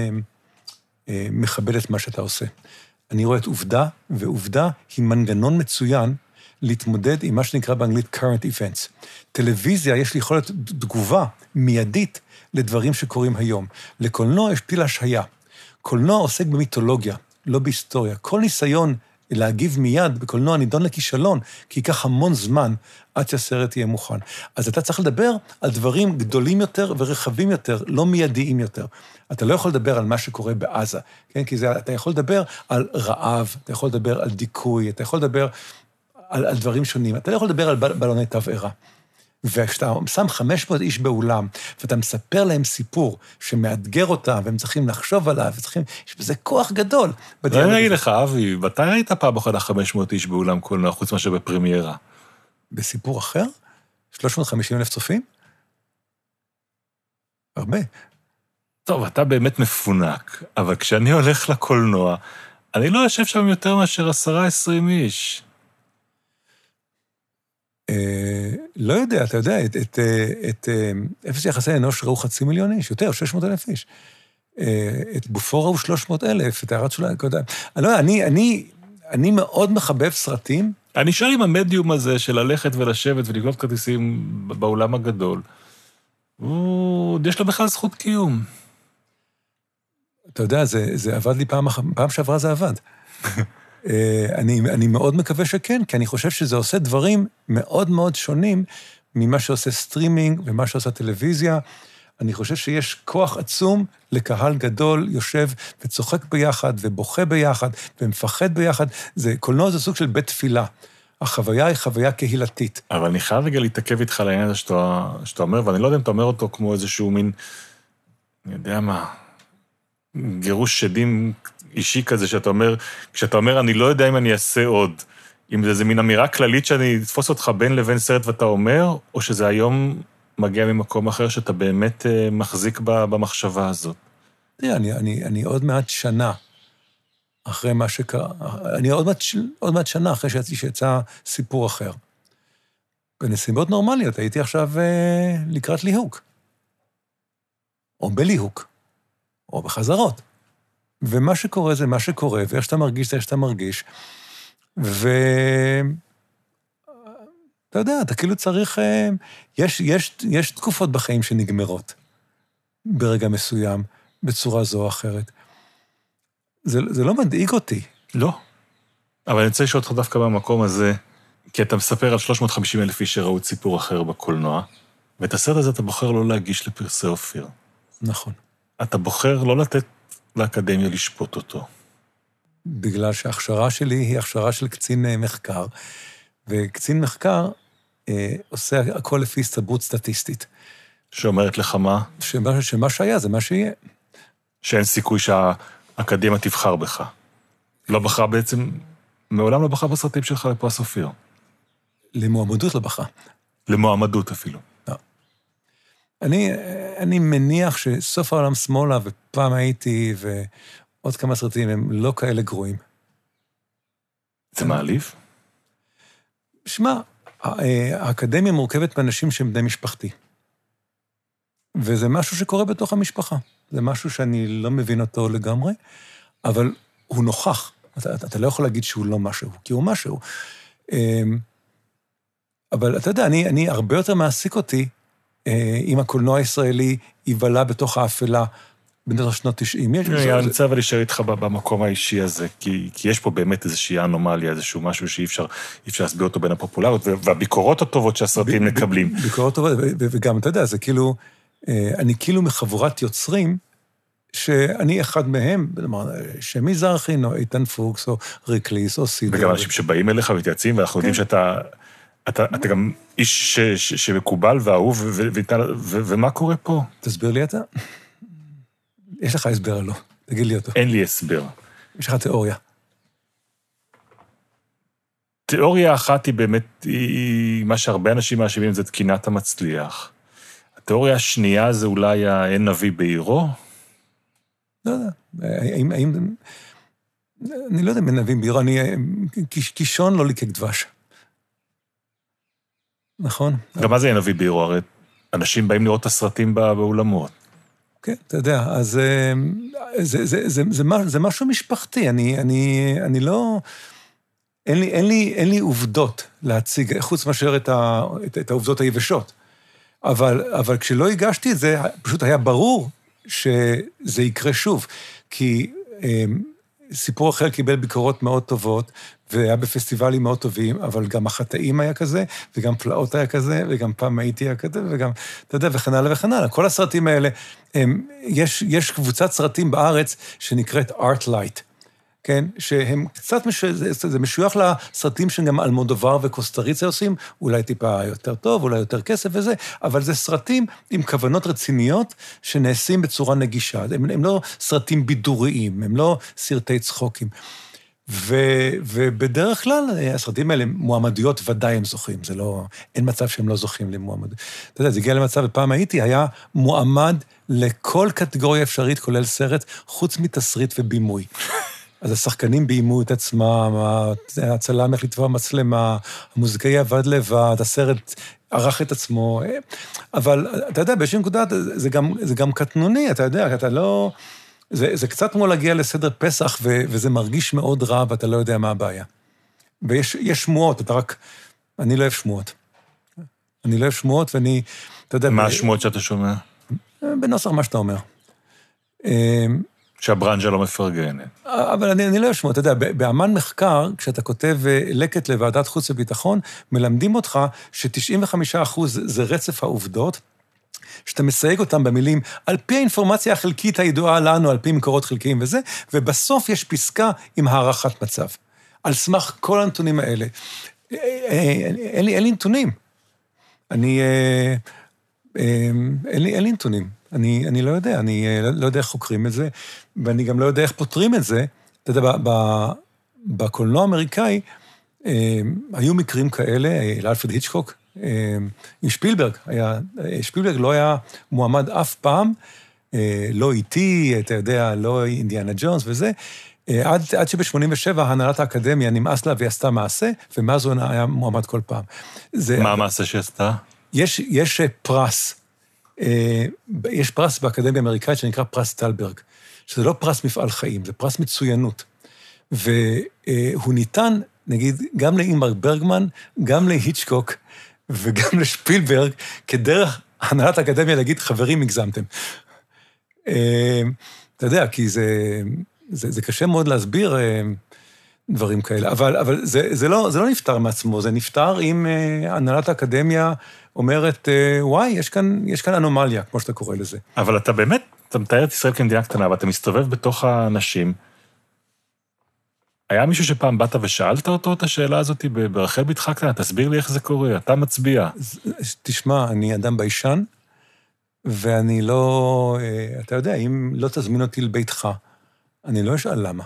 מכבד את מה שאתה עושה. אני רואה את עובדה, ועובדה היא מנגנון מצוין, להתמודד עם מה שנקרא באנגלית current events. טלוויזיה יש לי יכולת תגובה מיידית לדברים שקורים היום. לקולנוע יש פיל השהיה. קולנוע עוסק במיתולוגיה, לא בהיסטוריה. כל ניסיון להגיב מיד בקולנוע נידון לכישלון, כי ייקח המון זמן עד שהסרט יהיה מוכן. אז אתה צריך לדבר על דברים גדולים יותר ורחבים יותר, לא מיידיים יותר. אתה לא יכול לדבר על מה שקורה בעזה, כן? כי אתה יכול לדבר על רעב, אתה יכול לדבר על דיכוי, אתה יכול לדבר על דברים שונים. אתה לא יכול לדבר על בלוני תבערה. וכשאתה שם 500 איש באולם, ואתה מספר להם סיפור שמאתגר אותם, והם צריכים לחשוב עליו, יש בזה כוח גדול. אני אגיד לך, אבי, מתי ראית פעם אחת 500 איש באולם קולנוע, חוץ מאשר בפרמיירה? בסיפור אחר? 350,000 צופים? הרבה. טוב, אתה באמת מפונק, אבל כשאני הולך לקולנוע, אני לא יושב שם יותר מאשר 10-20 איש. לא יודע, אתה יודע, אפס יחסי אנוש ראו 500,000 איש, יותר, 600,000 איש. את בופור ראו 300,000, את הערת שלה, אני מאוד מחבב סרטים. אני שואל עם המדיום הזה של ללכת ולשבת ולקנות כרטיסים באולם הגדול, יש לו בכלל זכות קיום. אתה יודע, זה עבד לי פעם שעברה זה עבד. אני מאוד מקווה שכן, כי אני חושב שזה עושה דברים מאוד מאוד שונים ממה שעושה סטרימינג ומה שעושה טלוויזיה. אני חושב שיש כוח עצום לקהל גדול, יושב וצוחק ביחד ובוכה ביחד ומפחד ביחד. קולנוע זה סוג של בית תפילה. החוויה היא חוויה קהילתית. אבל אני חייב רגע להתעכב איתך לעניין הזה שאתה אומר, ואני לא יודע אם אתה אומר אותו כמו איזשהו מין, אני יודע מה, גירוש שדים אישי כזה, כשאתה אומר, אני לא יודע אם אני אעשה עוד, אם זה מין אמירה כללית שאני אתפוס אותך בין לבין סרט ואתה אומר, או שזה היום מגיע ממקום אחר שאתה באמת מחזיק במחשבה הזאת. תראה, אני עוד מעט שנה אחרי מה שקרה, אני עוד מעט שנה אחרי שיצא סיפור אחר. בנסיבות נורמליות, הייתי עכשיו לקראת ליהוק. או בליהוק. או בחזרות. ומה שקורה זה מה שקורה, ואיך שאתה מרגיש זה איך שאתה מרגיש. אתה יודע, אתה כאילו צריך, יש תקופות בחיים שנגמרות, ברגע מסוים, בצורה זו או אחרת. זה לא מדאיג אותי. לא. אבל אני רוצה לשאול אותך דווקא במקום הזה, כי אתה מספר על 350,000 איש שראו את סיפור אחר בקולנוע, ואת הסרט הזה אתה בוחר לא להגיש לפרסי אופיר. נכון. אתה בוחר לא לתת לאקדמיה לשפוט אותו. בגלל שההכשרה שלי היא הכשרה של קצין מחקר, וקצין מחקר עושה הכל לפי הסתברות סטטיסטית. שאומרת לך מה? שמה שהיה זה מה שיהיה. שאין סיכוי שהאקדמיה תבחר בך. לא בחרה בעצם, מעולם לא בחרה בסרטים שלך לפרס אופיר. למועמדות לא בחרה. למועמדות אפילו. לא. אני מניח שסוף העולם שמאלה, ופעם הייתי, ועוד כמה סרטים הם לא כאלה גרועים. זה מעליב? שמע, האקדמיה מורכבת מאנשים שהם בני משפחתי. וזה משהו שקורה בתוך המשפחה. זה משהו שאני לא מבין אותו לגמרי, אבל הוא נוכח. אתה לא יכול להגיד שהוא לא משהו, כי הוא משהו. אבל אתה יודע, אני הרבה יותר מעסיק אותי, אם הקולנוע הישראלי ייבלה בתוך האפלה, בנתר שנות 90. אני רוצה אבל להישאר איתך במקום האישי הזה, כי יש פה באמת איזושהי אנומליה, איזשהו משהו שאי אפשר להסביר אותו בין הפופולריות, והביקורות הטובות שהסרטים מקבלים. ביקורות טובות, וגם, אתה יודע, זה כאילו, אני כאילו מחבורת יוצרים, שאני אחד מהם, שמי זרחין, או איתן פוקס, או ריקליס, או סידר. וגם אנשים שבאים אליך ומתייעצים, ואנחנו יודעים שאתה גם איש שמקובל ואהוב, ומה קורה פה? תסביר לי אתה. יש לך הסבר או לא? תגיד לי אותו. אין לי הסבר. יש לך תיאוריה. תיאוריה אחת היא באמת, מה שהרבה אנשים מאשימים זה תקינת המצליח. התיאוריה השנייה זה אולי האין נביא בעירו? לא יודע. אני לא יודע אם אין נביא בעירו, קישון לא ליקק דבש. נכון? גם מה זה אין נביא בעירו? הרי אנשים באים לראות את הסרטים באולמות. כן, אתה יודע, אז זה משהו משפחתי, אני לא, אין לי עובדות להציג, חוץ מאשר את העובדות היבשות, אבל כשלא הגשתי את זה, פשוט היה ברור שזה יקרה שוב, כי סיפור אחר קיבל ביקורות מאוד טובות, והיה בפסטיבלים מאוד טובים, אבל גם החטאים היה כזה, וגם פלאות היה כזה, וגם פעם הייתי היה כזה, וגם, אתה יודע, וכן הלאה וכן הלאה. כל הסרטים האלה, יש קבוצת סרטים בארץ שנקראת Artlight, כן? שהם קצת, זה משוייך לסרטים שגם אלמודובר וקוסטריצה עושים, אולי טיפה יותר טוב, אולי יותר כסף וזה, אבל זה סרטים עם כוונות רציניות שנעשים בצורה נגישה. הם לא סרטים בידוריים, הם לא סרטי צחוקים. ובדרך כלל, הסרטים האלה, מועמדויות ודאי הם זוכים, זה לא, אין מצב שהם לא זוכים למועמדות. אתה יודע, זה הגיע למצב, בפעם הייתי, היה מועמד לכל קטגוריה אפשרית, כולל סרט, חוץ מתסריט ובימוי. אז השחקנים ביימו את עצמם, הצלם איך לטבוע מצלמה, המוזיקאי עבד לבד, הסרט ערך את עצמו, אבל אתה יודע, באיזושהי נקודה זה גם קטנוני, אתה יודע, אתה לא... זה קצת כמו להגיע לסדר פסח, וזה מרגיש מאוד רע, ואתה לא יודע מה הבעיה. ויש שמועות, אני לא אוהב שמועות. אני לא אוהב שמועות, ואני, אתה יודע... מה השמועות שאתה שומע? בנוסח מה שאתה אומר. שהברנז'ה לא מפרגנת. אבל אני לא אוהב שמועות, אתה יודע, באמן מחקר, כשאתה כותב לקט לוועדת חוץ וביטחון, מלמדים אותך ש95% זה רצף העובדות, שאתה מסייג אותם במילים, על פי האינפורמציה החלקית הידועה לנו, על פי מקורות חלקיים וזה, ובסוף יש פסקה עם הערכת מצב. על סמך כל הנתונים האלה. אין לי נתונים. אין לי נתונים. אני לא יודע, אני לא יודע איך חוקרים את זה, ואני גם לא יודע איך פותרים את זה. אתה יודע, בקולנוע האמריקאי, היו מקרים כאלה, לאלפרד היצ'קוק, עם שפילברג, שפילברג לא היה מועמד אף פעם, לא איתי, אתה יודע, לא אינדיאנה ג'ונס וזה, עד שב-87 הנהלת האקדמיה נמאס לה והיא עשתה מעשה, ומאז הוא היה מועמד כל פעם. מה המעשה שעשתה? יש פרס, יש פרס באקדמיה האמריקאית שנקרא פרס טלברג, שזה לא פרס מפעל חיים, זה פרס מצוינות. והוא ניתן, נגיד, גם לאימר ברגמן, גם להיצ'קוק, וגם לשפילברג, כדרך הנהלת האקדמיה להגיד, חברים, הגזמתם. אתה יודע, כי זה קשה מאוד להסביר דברים כאלה, אבל זה לא נפטר מעצמו, זה נפטר אם הנהלת האקדמיה אומרת, וואי, יש כאן אנומליה, כמו שאתה קורא לזה. אבל אתה באמת, אתה מתאר את ישראל כמדינה קטנה, ואתה מסתובב בתוך האנשים, היה מישהו שפעם באת ושאלת אותו את השאלה הזאת ברחל בתך קטנה, תסביר לי איך זה קורה, אתה מצביע. תשמע, אני אדם ביישן, ואני לא, אתה יודע, אם לא תזמין אותי לביתך, אני לא אשאל למה.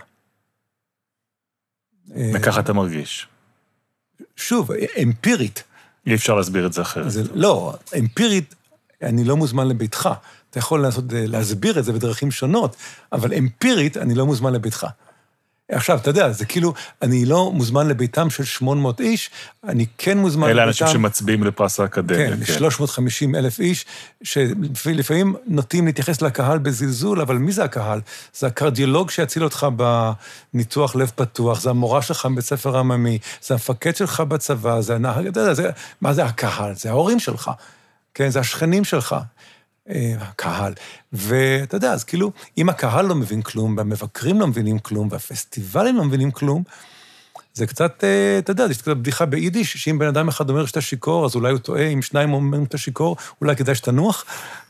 וככה אתה מרגיש. שוב, אמפירית. אי אפשר להסביר את זה אחרת. לא, אמפירית, אני לא מוזמן לביתך. אתה יכול להסביר את זה בדרכים שונות, אבל אמפירית, אני לא מוזמן לביתך. עכשיו, אתה יודע, זה כאילו, אני לא מוזמן לביתם של 800 איש, אני כן מוזמן לביתם... אלה אנשים שמצביעים לפרס האקדמיה. כן, 350,000 איש, שלפעמים נוטים להתייחס לקהל בזלזול, אבל מי זה הקהל? זה הקרדיולוג שיציל אותך בניתוח לב פתוח, זה המורה שלך בבית ספר עממי, זה המפקד שלך בצבא, זה הנהג, אתה יודע, מה זה הקהל? זה ההורים שלך, כן, זה השכנים שלך. הקהל. ואתה יודע, אז כאילו, אם הקהל לא מבין כלום, והמבקרים לא מבינים כלום, והפסטיבלים לא מבינים כלום, זה קצת, אתה יודע, יש קצת בדיחה ביידיש, שאם בן אדם אחד אומר שאתה שיקור, אז אולי הוא טועה, אם שניים אומרים שאתה שיקור, אולי כדאי שתנוח.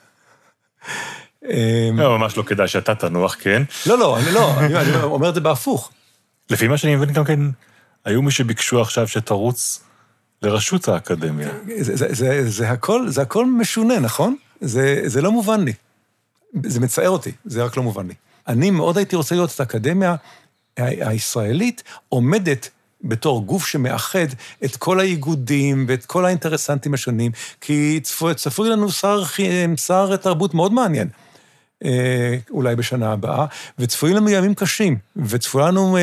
לא, ממש לא כדאי שאתה תנוח, כן? לא, אני אומר את זה בהפוך. לפי מה שאני מבין גם כן, היו מי שביקשו עכשיו שתרוץ לרשות האקדמיה. זה הכל משונה, נכון? זה לא מובן לי. זה מצער אותי, זה רק לא מובן לי. אני מאוד הייתי רוצה לראות את האקדמיה הישראלית עומדת בתור גוף שמאחד את כל האיגודים ואת כל האינטרסנטים השונים, כי צפוי לנו שר תרבות מאוד מעניין, אולי בשנה הבאה, וצפוי לנו ימים קשים, וצפוי לנו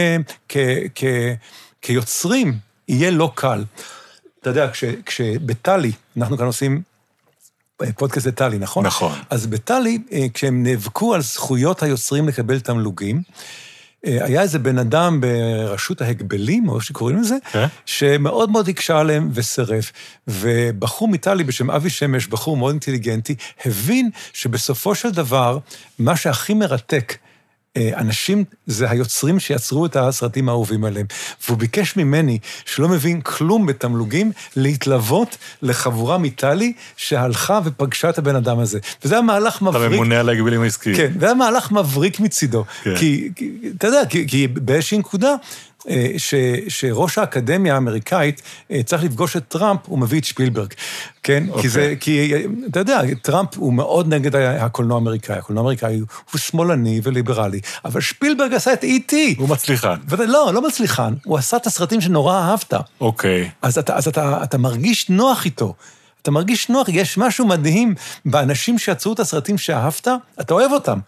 כיוצרים יהיה לא קל. אתה יודע, כשבטלי, אנחנו כאן עושים פודקאסט לטלי, נכון? נכון. אז בטלי, כשהם נאבקו על זכויות היוצרים לקבל תמלוגים, היה איזה בן אדם ברשות ההגבלים, או שקוראים לזה, שמאוד מאוד הקשה עליהם וסרף, ובחור מטלי בשם אבי שמש, בחור מאוד אינטליגנטי, הבין שבסופו של דבר, מה שהכי מרתק, אנשים זה היוצרים שיצרו את הסרטים האהובים עליהם. והוא ביקש ממני, שלא מבין כלום בתמלוגים, להתלוות לחבורה מטלי שהלכה ופגשה את הבן אדם הזה. וזה היה מהלך מבריק. אתה ממונה על ההגבלים העסקיים. כן, זה היה מהלך מבריק מצידו. כן. כי, אתה יודע, כי באיזושהי נקודה, שראש האקדמיה האמריקאית צריך לפגוש את טראמפ, הוא מביא את שפילברג, כן? כי אתה יודע, טראמפ הוא מאוד נגד הקולנוע האמריקאי, הקולנוע האמריקאי הוא שמאלני וליברלי, אבל שפילברג עשה את E.T. הוא מצליחן. לא מצליחן, הוא עשה את הסרטים שנורא אהבת. אוקיי. אז אתה מרגיש נוח איתו, אתה מרגיש נוח, יש משהו מדהים באנשים שיצרו את הסרטים שאהבת, אתה אוהב אותם.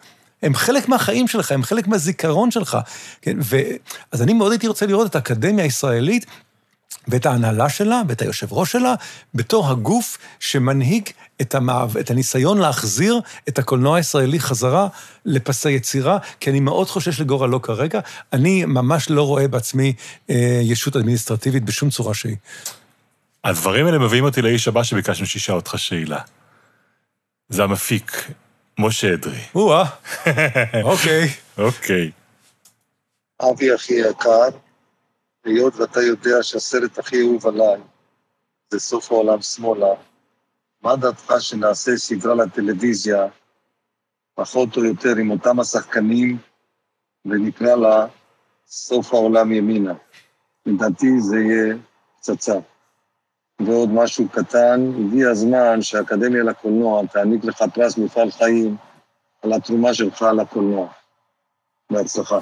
הם חלק מהחיים שלך, הם חלק מהזיכרון שלך, כן? אז אני מאוד הייתי רוצה לראות את האקדמיה הישראלית, ואת ההנהלה שלה, ואת היושב ראש שלה, בתור הגוף שמנהיג את הניסיון להחזיר את הקולנוע הישראלי חזרה לפסי יצירה, כי אני מאוד חושש לגורלו כרגע, אני ממש לא רואה בעצמי ישות אדמיניסטרטיבית בשום צורה שהיא. הדברים האלה מביאים אותי לאיש הבא שביקשנו שישאל אותך שאלה. זה המפיק, משה אדרי. אוקיי. אוקיי. אבי הכי יקר, היות ואתה יודע שהסרט הכי אהוב עליי זה סוף העולם שמאלה, מה דעתך שנעשה סדרה לטלוויזיה, פחות או יותר עם אותם השחקנים, ונקרא לה סוף העולם ימינה. לדעתי זה יהיה פצצה. ועוד משהו קטן, הגיע הזמן שהאקדמיה לקולנוע תעניק לך פרס מפעל חיים על התרומה שלך לקולנוע. בהצלחה.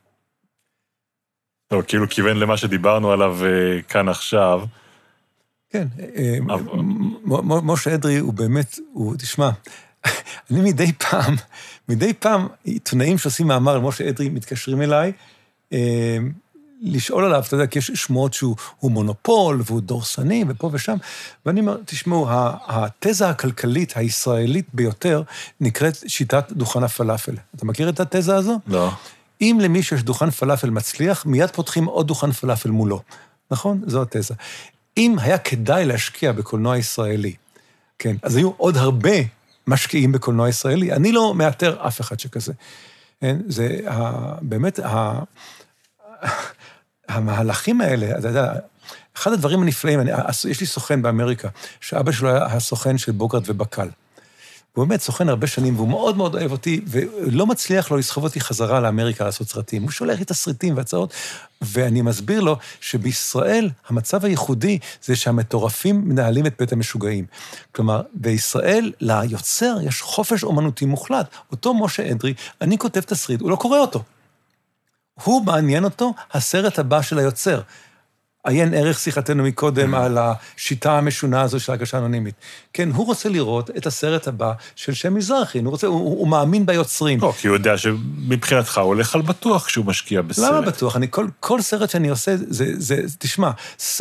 טוב, כאילו כיוון למה שדיברנו עליו כאן עכשיו. כן, משה אדרי הוא באמת, תשמע, אני מדי פעם, עיתונאים שעושים מאמר על משה אדרי מתקשרים אליי, לשאול עליו, אתה יודע, כי יש שמועות שהוא מונופול, והוא דורסני, ופה ושם, ואני אומר, תשמעו, התזה הכלכלית הישראלית ביותר נקראת שיטת דוכן הפלאפל. אתה מכיר את התזה הזו? לא. אם למי שיש דוכן פלאפל מצליח, מיד פותחים עוד דוכן פלאפל מולו. נכון? זו התזה. אם היה כדאי להשקיע בקולנוע ישראלי, כן, אז היו עוד הרבה משקיעים בקולנוע ישראלי. אני לא מאתר אף אחד שכזה. זה באמת, המהלכים האלה, אתה יודע, אחד הדברים הנפלאים, יש לי סוכן באמריקה, שאבא שלו היה הסוכן של בוגרט ובקל. הוא באמת סוכן הרבה שנים, והוא מאוד מאוד אוהב אותי, ולא מצליח לו לסחוב אותי חזרה לאמריקה לעשות סרטים. הוא שולח לי את הסרטים והצעות, ואני מסביר לו שבישראל המצב הייחודי זה שהמטורפים מנהלים את בית המשוגעים. כלומר, בישראל ליוצר יש חופש אומנותי מוחלט. אותו משה אדרי, אני כותב תסריט, הוא לא קורא אותו. הוא מעניין אותו הסרט הבא של היוצר. עיין ערך שיחתנו מקודם על השיטה המשונה הזו של הגשה אנונימית. כן, הוא רוצה לראות את הסרט הבא של שם מזרחי, הוא מאמין ביוצרים. לא, כי הוא יודע שמבחינתך הוא הולך על בטוח כשהוא משקיע בסרט. למה בטוח? כל סרט שאני עושה, תשמע,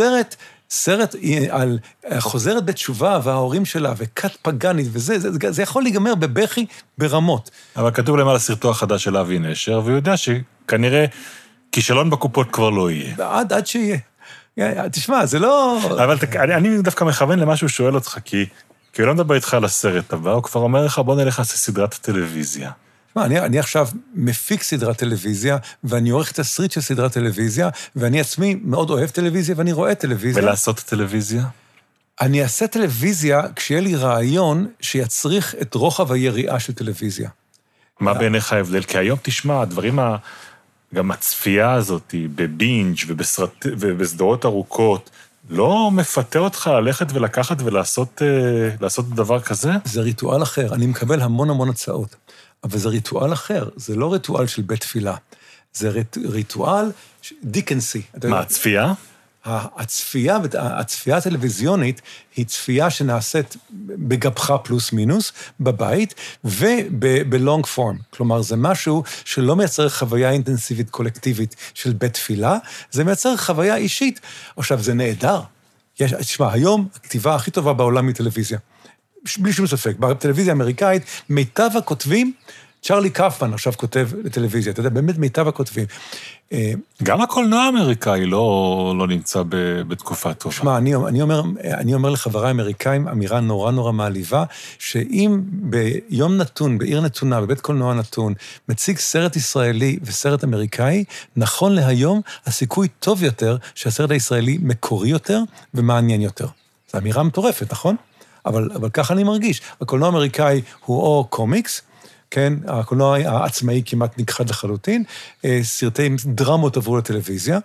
סרט על חוזרת בתשובה וההורים שלה, וכת פגנית וזה, זה יכול להיגמר בבכי ברמות. אבל כתוב להם על הסרטו החדש של אבי נשר, והוא יודע שכנראה כישלון בקופות כבר לא יהיה. עד שיהיה. תשמע, זה לא... אבל אני דווקא מכוון למה שהוא שואל אותך, כי הוא לא מדבר איתך על הסרט הבא, הוא כבר אומר לך, בוא נלך לעשות סדרת הטלוויזיה. תשמע, אני עכשיו מפיק סדרת טלוויזיה, ואני עורך תסריט של סדרת טלוויזיה, ואני עצמי מאוד אוהב טלוויזיה, ואני רואה טלוויזיה. ולעשות טלוויזיה? אני אעשה טלוויזיה כשיהיה לי רעיון שיצריך את רוחב היריעה של טלוויזיה. מה בעיניך ההבדל? כי היום תשמע, הדברים גם הצפייה הזאת בבינג' ובסדרות ארוכות, לא מפתה אותך ללכת ולקחת ולעשות דבר כזה? זה ריטואל אחר. אני מקבל המון הצעות, אבל זה ריטואל אחר. זה לא ריטואל של בית תפילה. זה ריטואל דיקנסי. מה, הצפייה? הצפייה הטלוויזיונית היא צפייה שנעשית בגבך פלוס מינוס, בבית, ובלונג פורם. כלומר, זה משהו שלא מייצר חוויה אינטנסיבית קולקטיבית של בית תפילה, זה מייצר חוויה אישית. עכשיו, זה נהדר. תשמע, היום הכתיבה הכי טובה בעולם היא טלוויזיה. בלי שום ספק. בטלוויזיה האמריקאית, מיטב הכותבים, צ'רלי קאפמן עכשיו כותב לטלוויזיה, אתה יודע, באמת מיטב הכותבים. גם הקולנוע האמריקאי לא נמצא בתקופה טובה. שמע, אני אומר לחבריי האמריקאים, אמירה נורא מעליבה, שאם ביום נתון, בעיר נתונה, בבית קולנוע נתון, מציג סרט ישראלי וסרט אמריקאי, נכון להיום, הסיכוי טוב יותר שהסרט הישראלי מקורי יותר ומעניין יותר. זו אמירה מטורפת, נכון? אבל ככה אני מרגיש. הקולנוע האמריקאי הוא או קומיקס, כן, הקולנוע העצמאי כמעט נכחד לחלוטין, סרטי דרמות עברו לטלוויזיה,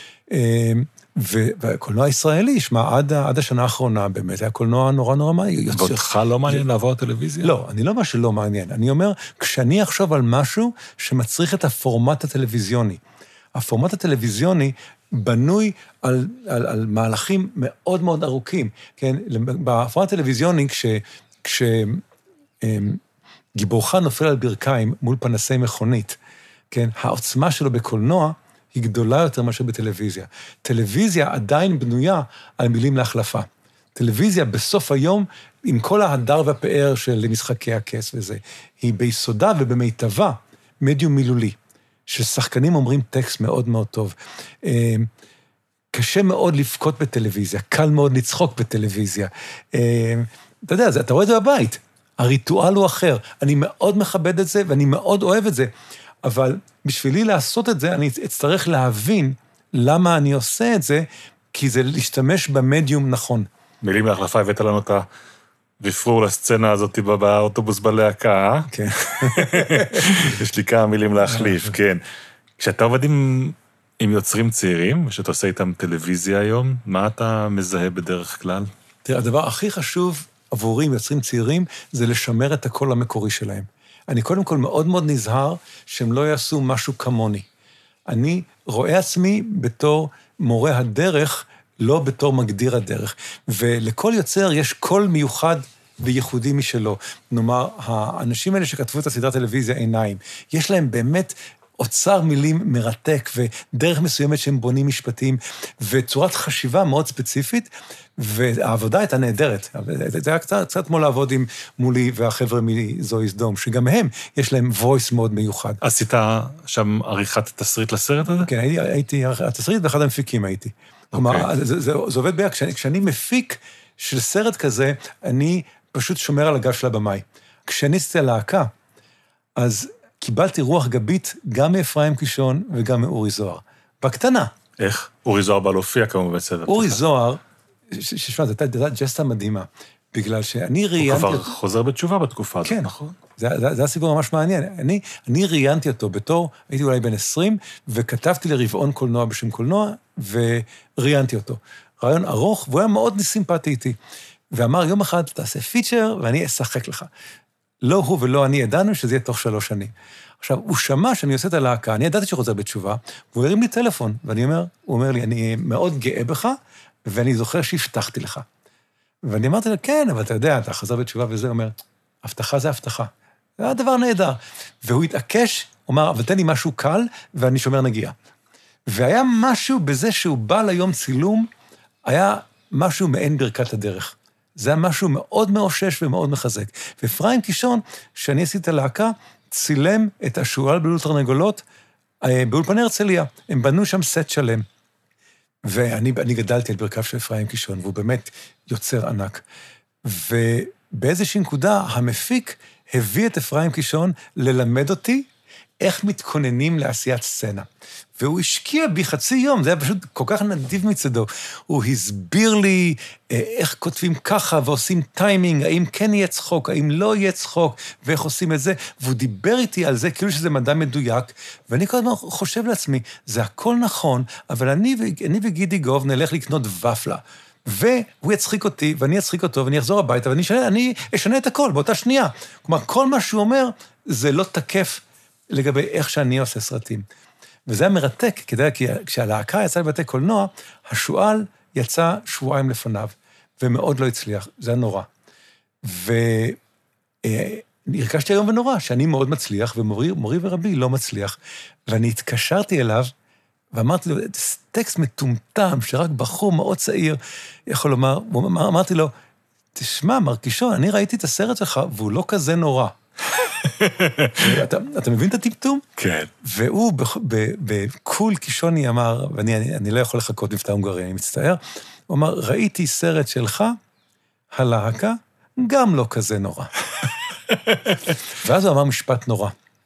והקולנוע הישראלי, שמע, עד השנה האחרונה באמת, היה קולנוע נורא מעניין. ואותך לא מעניין לעבור לטלוויזיה? לא, אני לא אומר שלא מעניין. אני אומר, כשאני אחשוב על משהו שמצריך את הפורמט הטלוויזיוני, הפורמט הטלוויזיוני בנוי על מהלכים מאוד ארוכים, כן, בפורמט הטלוויזיוני, גיבורך נופל על ברכיים מול פנסי מכונית, כן? העוצמה שלו בקולנוע היא גדולה יותר מאשר בטלוויזיה. טלוויזיה עדיין בנויה על מילים להחלפה. טלוויזיה בסוף היום, עם כל ההדר והפאר של משחקי הכס וזה, היא ביסודה ובמיטבה מדיום מילולי, ששחקנים אומרים טקסט מאוד מאוד טוב. קשה מאוד לבכות בטלוויזיה, קל מאוד לצחוק בטלוויזיה. אתה יודע, אתה רואה את זה בבית, הריטואל הוא אחר. אני מאוד מכבד את זה ואני מאוד אוהב את זה, אבל בשבילי לעשות את זה, אני אצטרך להבין למה אני עושה את זה, כי זה להשתמש במדיום נכון. מילים להחלפה, הבאת לנו את הרפרור לסצנה הזאת באוטובוס בלהקה, אה? כן. יש לי כמה מילים להחליף, כן. כשאתה עובד עם יוצרים צעירים, ושאתה עושה איתם טלוויזיה היום, מה אתה מזהה בדרך כלל? תראה, הדבר הכי חשוב עבורי עם יוצרים צעירים, זה לשמר את הקול המקורי שלהם. אני קודם כל מאוד מאוד נזהר שהם לא יעשו משהו כמוני. אני רואה עצמי בתור מורה הדרך, לא בתור מגדיר הדרך. ולכל יוצר יש קול מיוחד וייחודי משלו. נאמר, האנשים האלה שכתבו את הסדרת טלוויזיה עיניים, יש להם באמת אוצר מילים מרתק, ודרך מסוימת שהם בונים משפטים, וצורת חשיבה מאוד ספציפית, והעבודה הייתה נהדרת. זה היה קצת כמו לעבוד עם מולי והחבר'ה מזוהי סדום, שגם הם, יש להם voice מאוד מיוחד. עשית שם עריכת תסריט לסרט הזה? כן, הייתי התסריט ואחד המפיקים הייתי. כלומר, זה עובד ביחד. כשאני מפיק של סרט כזה, אני פשוט שומר על הגב של הבמאי. כשאני עשיתי הלהקה, אז קיבלתי רוח גבית גם מאפרים קישון וגם מאורי זוהר. בקטנה. איך? אורי זוהר בא להופיע כמובן בסרט. אורי זוהר, ששמע, זו הייתה ג'סטה מדהימה, בגלל שאני ראיינתי... הוא כבר חוזר בתשובה בתקופה הזאת, כן, נכון? זה הסיפור ממש מעניין. אני ראיינתי אותו בתור, הייתי אולי בן 20, וכתבתי לרבעון קולנוע בשם קולנוע, וראיינתי אותו. רעיון ארוך, והוא היה מאוד סימפטי איתי. ואמר, יום אחד תעשה פיצ'ר, ואני אשחק לך. לא הוא ולא אני ידענו שזה יהיה תוך 3 שנים. עכשיו, הוא שמע שאני עושה את הלהקה, אני ידעתי שחוזר בתשובה, והוא הרים לי טלפון, הוא אומר לי, אני מאוד גאה בך, ואני זוכר שהבטחתי לך. ואני אמרתי לו, כן, אבל אתה יודע, אתה חזר בתשובה וזה, הוא אומר, הבטחה זה הבטחה. זה היה דבר נהדר. והוא התעקש, הוא אמר, אבל תן לי משהו קל, ואני שומר נגיעה. והיה משהו בזה שהוא בא ליום צילום, היה משהו מעין ברכת הדרך. זה היה משהו מאוד מאושש ומאוד מחזק. ואפרים קישון, שאני עשיתי את הלהקה, צילם את השועל בלול תרנגולות באולפני הרצליה. הם בנו שם סט שלם. ואני גדלתי על ברכיו של אפרים קישון, והוא באמת יוצר ענק. ובאיזושהי נקודה, המפיק הביא את אפרים קישון ללמד אותי איך מתכוננים לעשיית סצנה. והוא השקיע בי חצי יום, זה היה פשוט כל כך נדיב מצדו. הוא הסביר לי איך כותבים ככה ועושים טיימינג, האם כן יהיה צחוק, האם לא יהיה צחוק, ואיך עושים את זה, והוא דיבר איתי על זה כאילו שזה מדע מדויק, ואני כל הזמן חושב לעצמי, זה הכל נכון, אבל אני וגידי גוב נלך לקנות ופלה, והוא יצחיק אותי, ואני אצחיק אותו, ואני אחזור הביתה, ואני אשנה את הכל באותה שנייה. כלומר, כל מה שהוא אומר, זה לא תקף לגבי איך שאני עושה סרטים. וזה היה מרתק, כי כשהלהקה יצאה לבתי קולנוע, השועל יצא שבועיים לפניו, ומאוד לא הצליח, זה היה נורא. והרגשתי היום ונורא, שאני מאוד מצליח, ומורי ורבי לא מצליח. ואני התקשרתי אליו, ואמרתי לו, טקסט מטומטם, שרק בחור מאוד צעיר יכול לומר, אמרתי לו, תשמע, מר קישון, אני ראיתי את הסרט שלך, והוא לא כזה נורא. אתה מבין את הטמטום? כן. והוא בקול קישוני אמר, ואני לא יכול לחכות מבטא הונגרי, אני מצטער, הוא אמר, ראיתי סרט שלך, הלהקה, גם לא כזה נורא. ואז הוא אמר משפט נורא,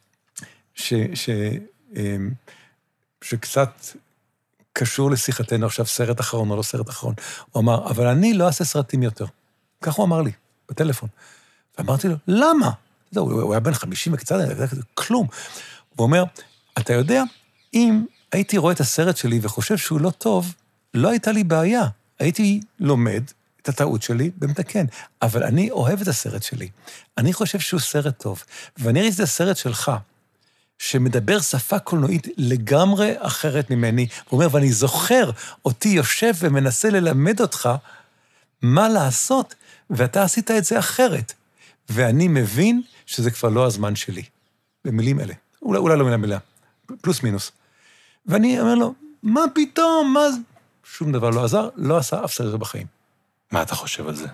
שקצת קשור לשיחתנו עכשיו, סרט אחרון או לא סרט אחרון. הוא אמר, אבל אני לא אעשה סרטים יותר. כך הוא אמר לי, בטלפון. ואמרתי לו, למה? הוא היה בן 50 וקצת, כלום. הוא אומר, אתה יודע, אם הייתי רואה את הסרט שלי וחושב שהוא לא טוב, לא הייתה לי בעיה. הייתי לומד את הטעות שלי במתקן. אבל אני אוהב את הסרט שלי. אני חושב שהוא סרט טוב. ואני ראיתי את הסרט שלך, שמדבר שפה קולנועית לגמרי אחרת ממני. הוא אומר, ואני זוכר אותי יושב ומנסה ללמד אותך מה לעשות, ואתה עשית את זה אחרת. ואני מבין שזה כבר לא הזמן שלי. במילים אלה. אולי לא מילה מילה. פלוס מינוס. ואני אומר לו, מה פתאום? מה זה? שום דבר לא עזר, לא עשה אף סרט בחיים. מה אתה חושב על זה?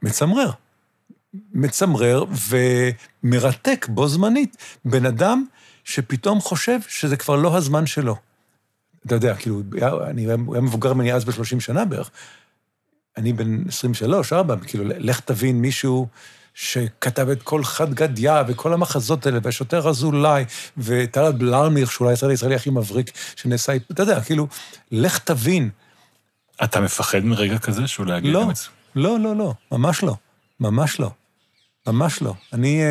מצמרר ומרתק בו זמנית. בן אדם שפתאום חושב שזה כבר לא הזמן שלו. אתה יודע, כאילו, אני היה מבוגר ממני אז ב-30 שנה בערך. אני בן 23, 4, כאילו, לך תבין מישהו שכתב את כל חד גדיה וכל המחזות האלה, והשוטר אזולאי, וטלת בלרמיר, שאולי הישראלי הכי מבריק שנעשה, אתה יודע, כאילו, לך תבין. אתה מפחד מרגע כזה שהוא להגיע גם את זה? לא, ממש לא. ממש לא. ממש לא.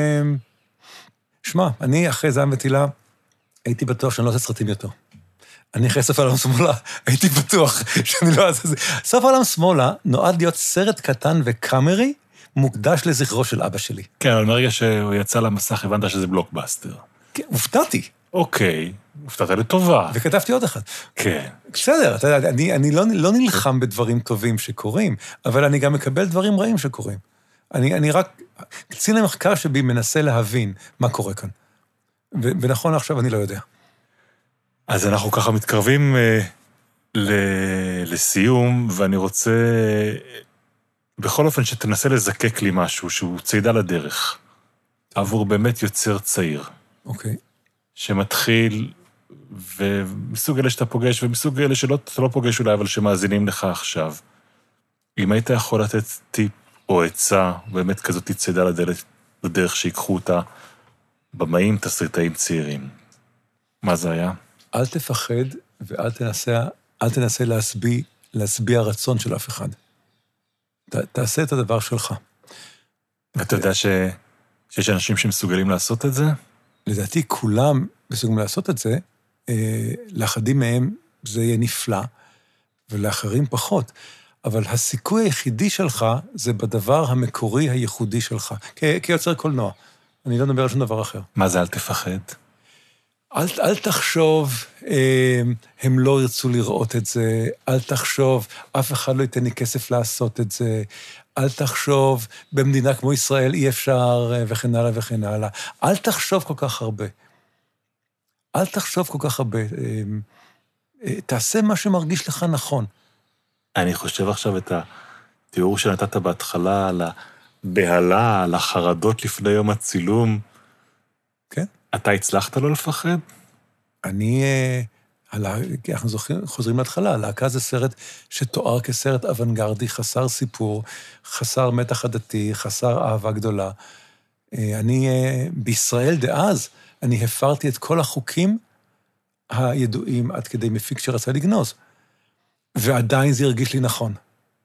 אני אחרי זעם ותהילה, הייתי בטוח שאני לא עושה סרטים יותר. אני אחרי סוף העולם שמאלה, הייתי בטוח שאני לא אעשה זה. סוף העולם שמאלה נועד להיות סרט קטן וקאמרי, מוקדש לזכרו של אבא שלי. כן, אבל מרגע שהוא יצא למסך, הבנת שזה בלוקבאסטר. כן, הופתעתי. אוקיי, הופתעת לטובה. וכתבתי עוד אחד. כן. בסדר, אתה יודע, אני לא נלחם בדברים טובים שקורים, אבל אני גם מקבל דברים רעים שקורים. אני רק, קצין המחקר שבי מנסה להבין מה קורה כאן. ונכון עכשיו אני לא יודע. אז אנחנו ככה מתקרבים לסיום, ואני רוצה בכל אופן שתנסה לזקק לי משהו שהוא צעידה לדרך, עבור באמת יוצר צעיר. אוקיי. שמתחיל, ומסוג אלה שאתה פוגש, ומסוג אלה שאתה לא פוגש אולי, אבל שמאזינים לך עכשיו. אם היית יכול לתת טיפ או עצה, באמת כזאת צעידה לדרך שיקחו אותה, במאים תסריטאים צעירים. מה זה היה? אל תפחד ואל תנסה להשביע רצון של אף אחד. תעשה את הדבר שלך. אתה יודע שיש אנשים שמסוגלים לעשות את זה? לדעתי כולם מסוגלים לעשות את זה, לאחדים מהם זה יהיה נפלא, ולאחרים פחות. אבל הסיכוי היחידי שלך זה בדבר המקורי הייחודי שלך, כיוצר קולנוע. אני לא מדבר על שום דבר אחר. מה זה אל תפחד? אל תחשוב, הם לא ירצו לראות את זה, אל תחשוב, אף אחד לא ייתן לי כסף לעשות את זה, אל תחשוב, במדינה כמו ישראל אי אפשר, וכן הלאה וכן הלאה. אל תחשוב כל כך הרבה. אל תחשוב כל כך הרבה. תעשה מה שמרגיש לך נכון. אני חושב עכשיו את התיאור שנתת בהתחלה, על הבהלה, על החרדות לפני יום הצילום. כן. אתה הצלחת לא לפחד? אנחנו חוזרים להתחלה, להקה זה סרט שתואר כסרט אוונגרדי, חסר סיפור, חסר מתח עדתי, חסר אהבה גדולה. בישראל דאז, אני הפרתי את כל החוקים הידועים עד כדי מפיק שרצה לגנוז. ועדיין זה הרגיש לי נכון.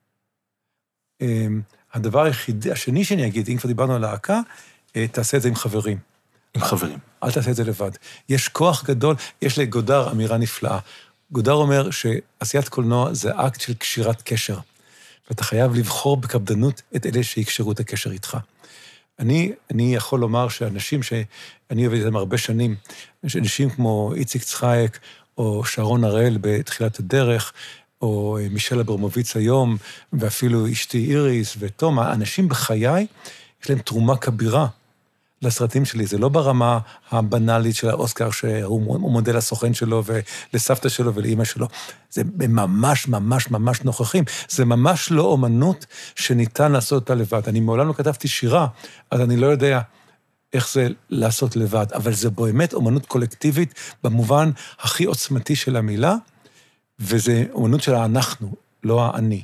הדבר היחידי, השני שאני אגיד, אם כבר דיברנו על להקה, תעשה את זה עם חברים. עם חברים. אל תעשה את זה לבד. יש כוח גדול, יש לגודר אמירה נפלאה. גודר אומר שעשיית קולנוע זה אקט של קשירת קשר, ואתה חייב לבחור בקפדנות את אלה שיקשרו את הקשר איתך. אני יכול לומר שאנשים שאני עובד איתם הרבה שנים, אנשים כמו איציק צחייק, או שרון הראל בתחילת הדרך, או מישל אברמוביץ היום, ואפילו אשתי איריס ותומה, אנשים בחיי, יש להם תרומה כבירה לסרטים שלי. זה לא ברמה הבנאלית של האוסקר, שהוא מודל הסוכן שלו ולסבתא שלו ולאמא שלו. זה ממש ממש ממש נוכחים. זה ממש לא אומנות שניתן לעשות אותה לבד. אני מעולם לא כתבתי שירה, אז אני לא יודע איך זה לעשות לבד, אבל זה באמת אומנות קולקטיבית במובן הכי עוצמתי של המילה, וזה אומנות של האנחנו, לא האני.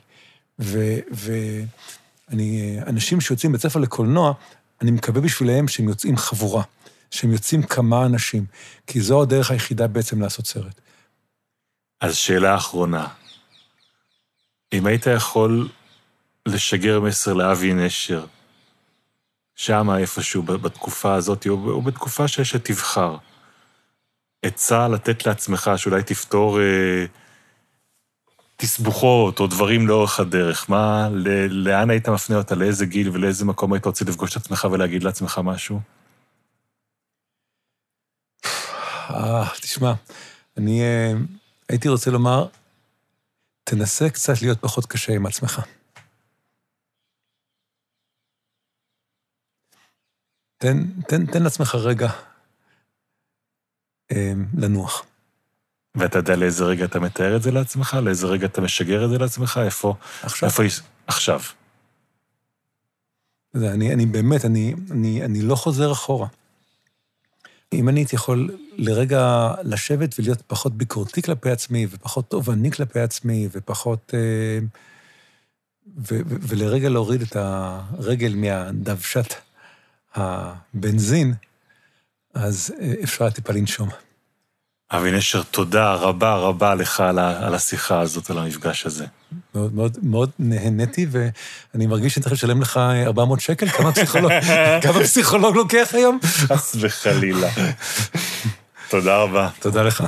אנשים שיוצאים בית ספר לקולנוע, אני מקווה בשבילהם שהם יוצאים חבורה, שהם יוצאים כמה אנשים, כי זו הדרך היחידה בעצם לעשות סרט. אז שאלה אחרונה, אם היית יכול לשגר מסר לאבי נשר, שמה איפשהו בתקופה הזאת, או בתקופה שתבחר, עצה לתת לעצמך שאולי תפתור תסבוכות או דברים לאורך הדרך, לאן היית מפנה אותה, לאיזה גיל ולאיזה מקום היית רוצה לפגוש את עצמך ולהגיד לעצמך משהו? תשמע, אני הייתי רוצה לומר, תנסה קצת להיות פחות קשה עם עצמך. תן לעצמך רגע לנוח. ואתה יודע לאיזה רגע אתה מתאר את זה לעצמך? לאיזה רגע אתה משגר את זה לעצמך? איפה? עכשיו. עכשיו. אני באמת, אני לא חוזר אחורה. אם אני הייתי יכול לרגע לשבת ולהיות פחות ביקורתי כלפי עצמי, ופחות תובעני כלפי עצמי, ופחות... ולרגע להוריד את הרגל מהדוושת הבנזין, אז אפשר טיפה לנשום. אבי נשר, תודה רבה רבה לך על השיחה הזאת, על המפגש הזה. מאוד מאוד מאוד נהניתי, ואני מרגיש שאני צריך לשלם לך 400 שקל, כמה פסיכולוג לוקח היום? חס וחלילה. תודה רבה. תודה לך.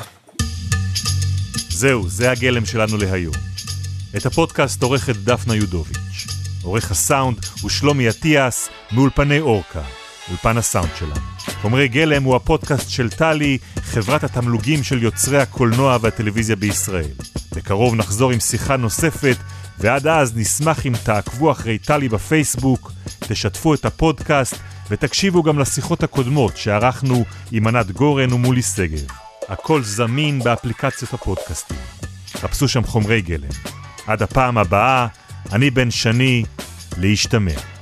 זהו, זה הגלם שלנו להיום. את הפודקאסט עורכת דפנה יודוביץ'. עורך הסאונד הוא שלומי עטיאס, מאולפני אורקה, אולפן הסאונד שלנו. חומרי גלם הוא הפודקאסט של טלי, חברת התמלוגים של יוצרי הקולנוע והטלוויזיה בישראל. בקרוב נחזור עם שיחה נוספת, ועד אז נשמח אם תעקבו אחרי טלי בפייסבוק, תשתפו את הפודקאסט, ותקשיבו גם לשיחות הקודמות שערכנו עם ענת גורן ומולי סגב. הכל זמין באפליקציות הפודקאסטים. חפשו שם חומרי גלם. עד הפעם הבאה, אני בן שני, להשתמע.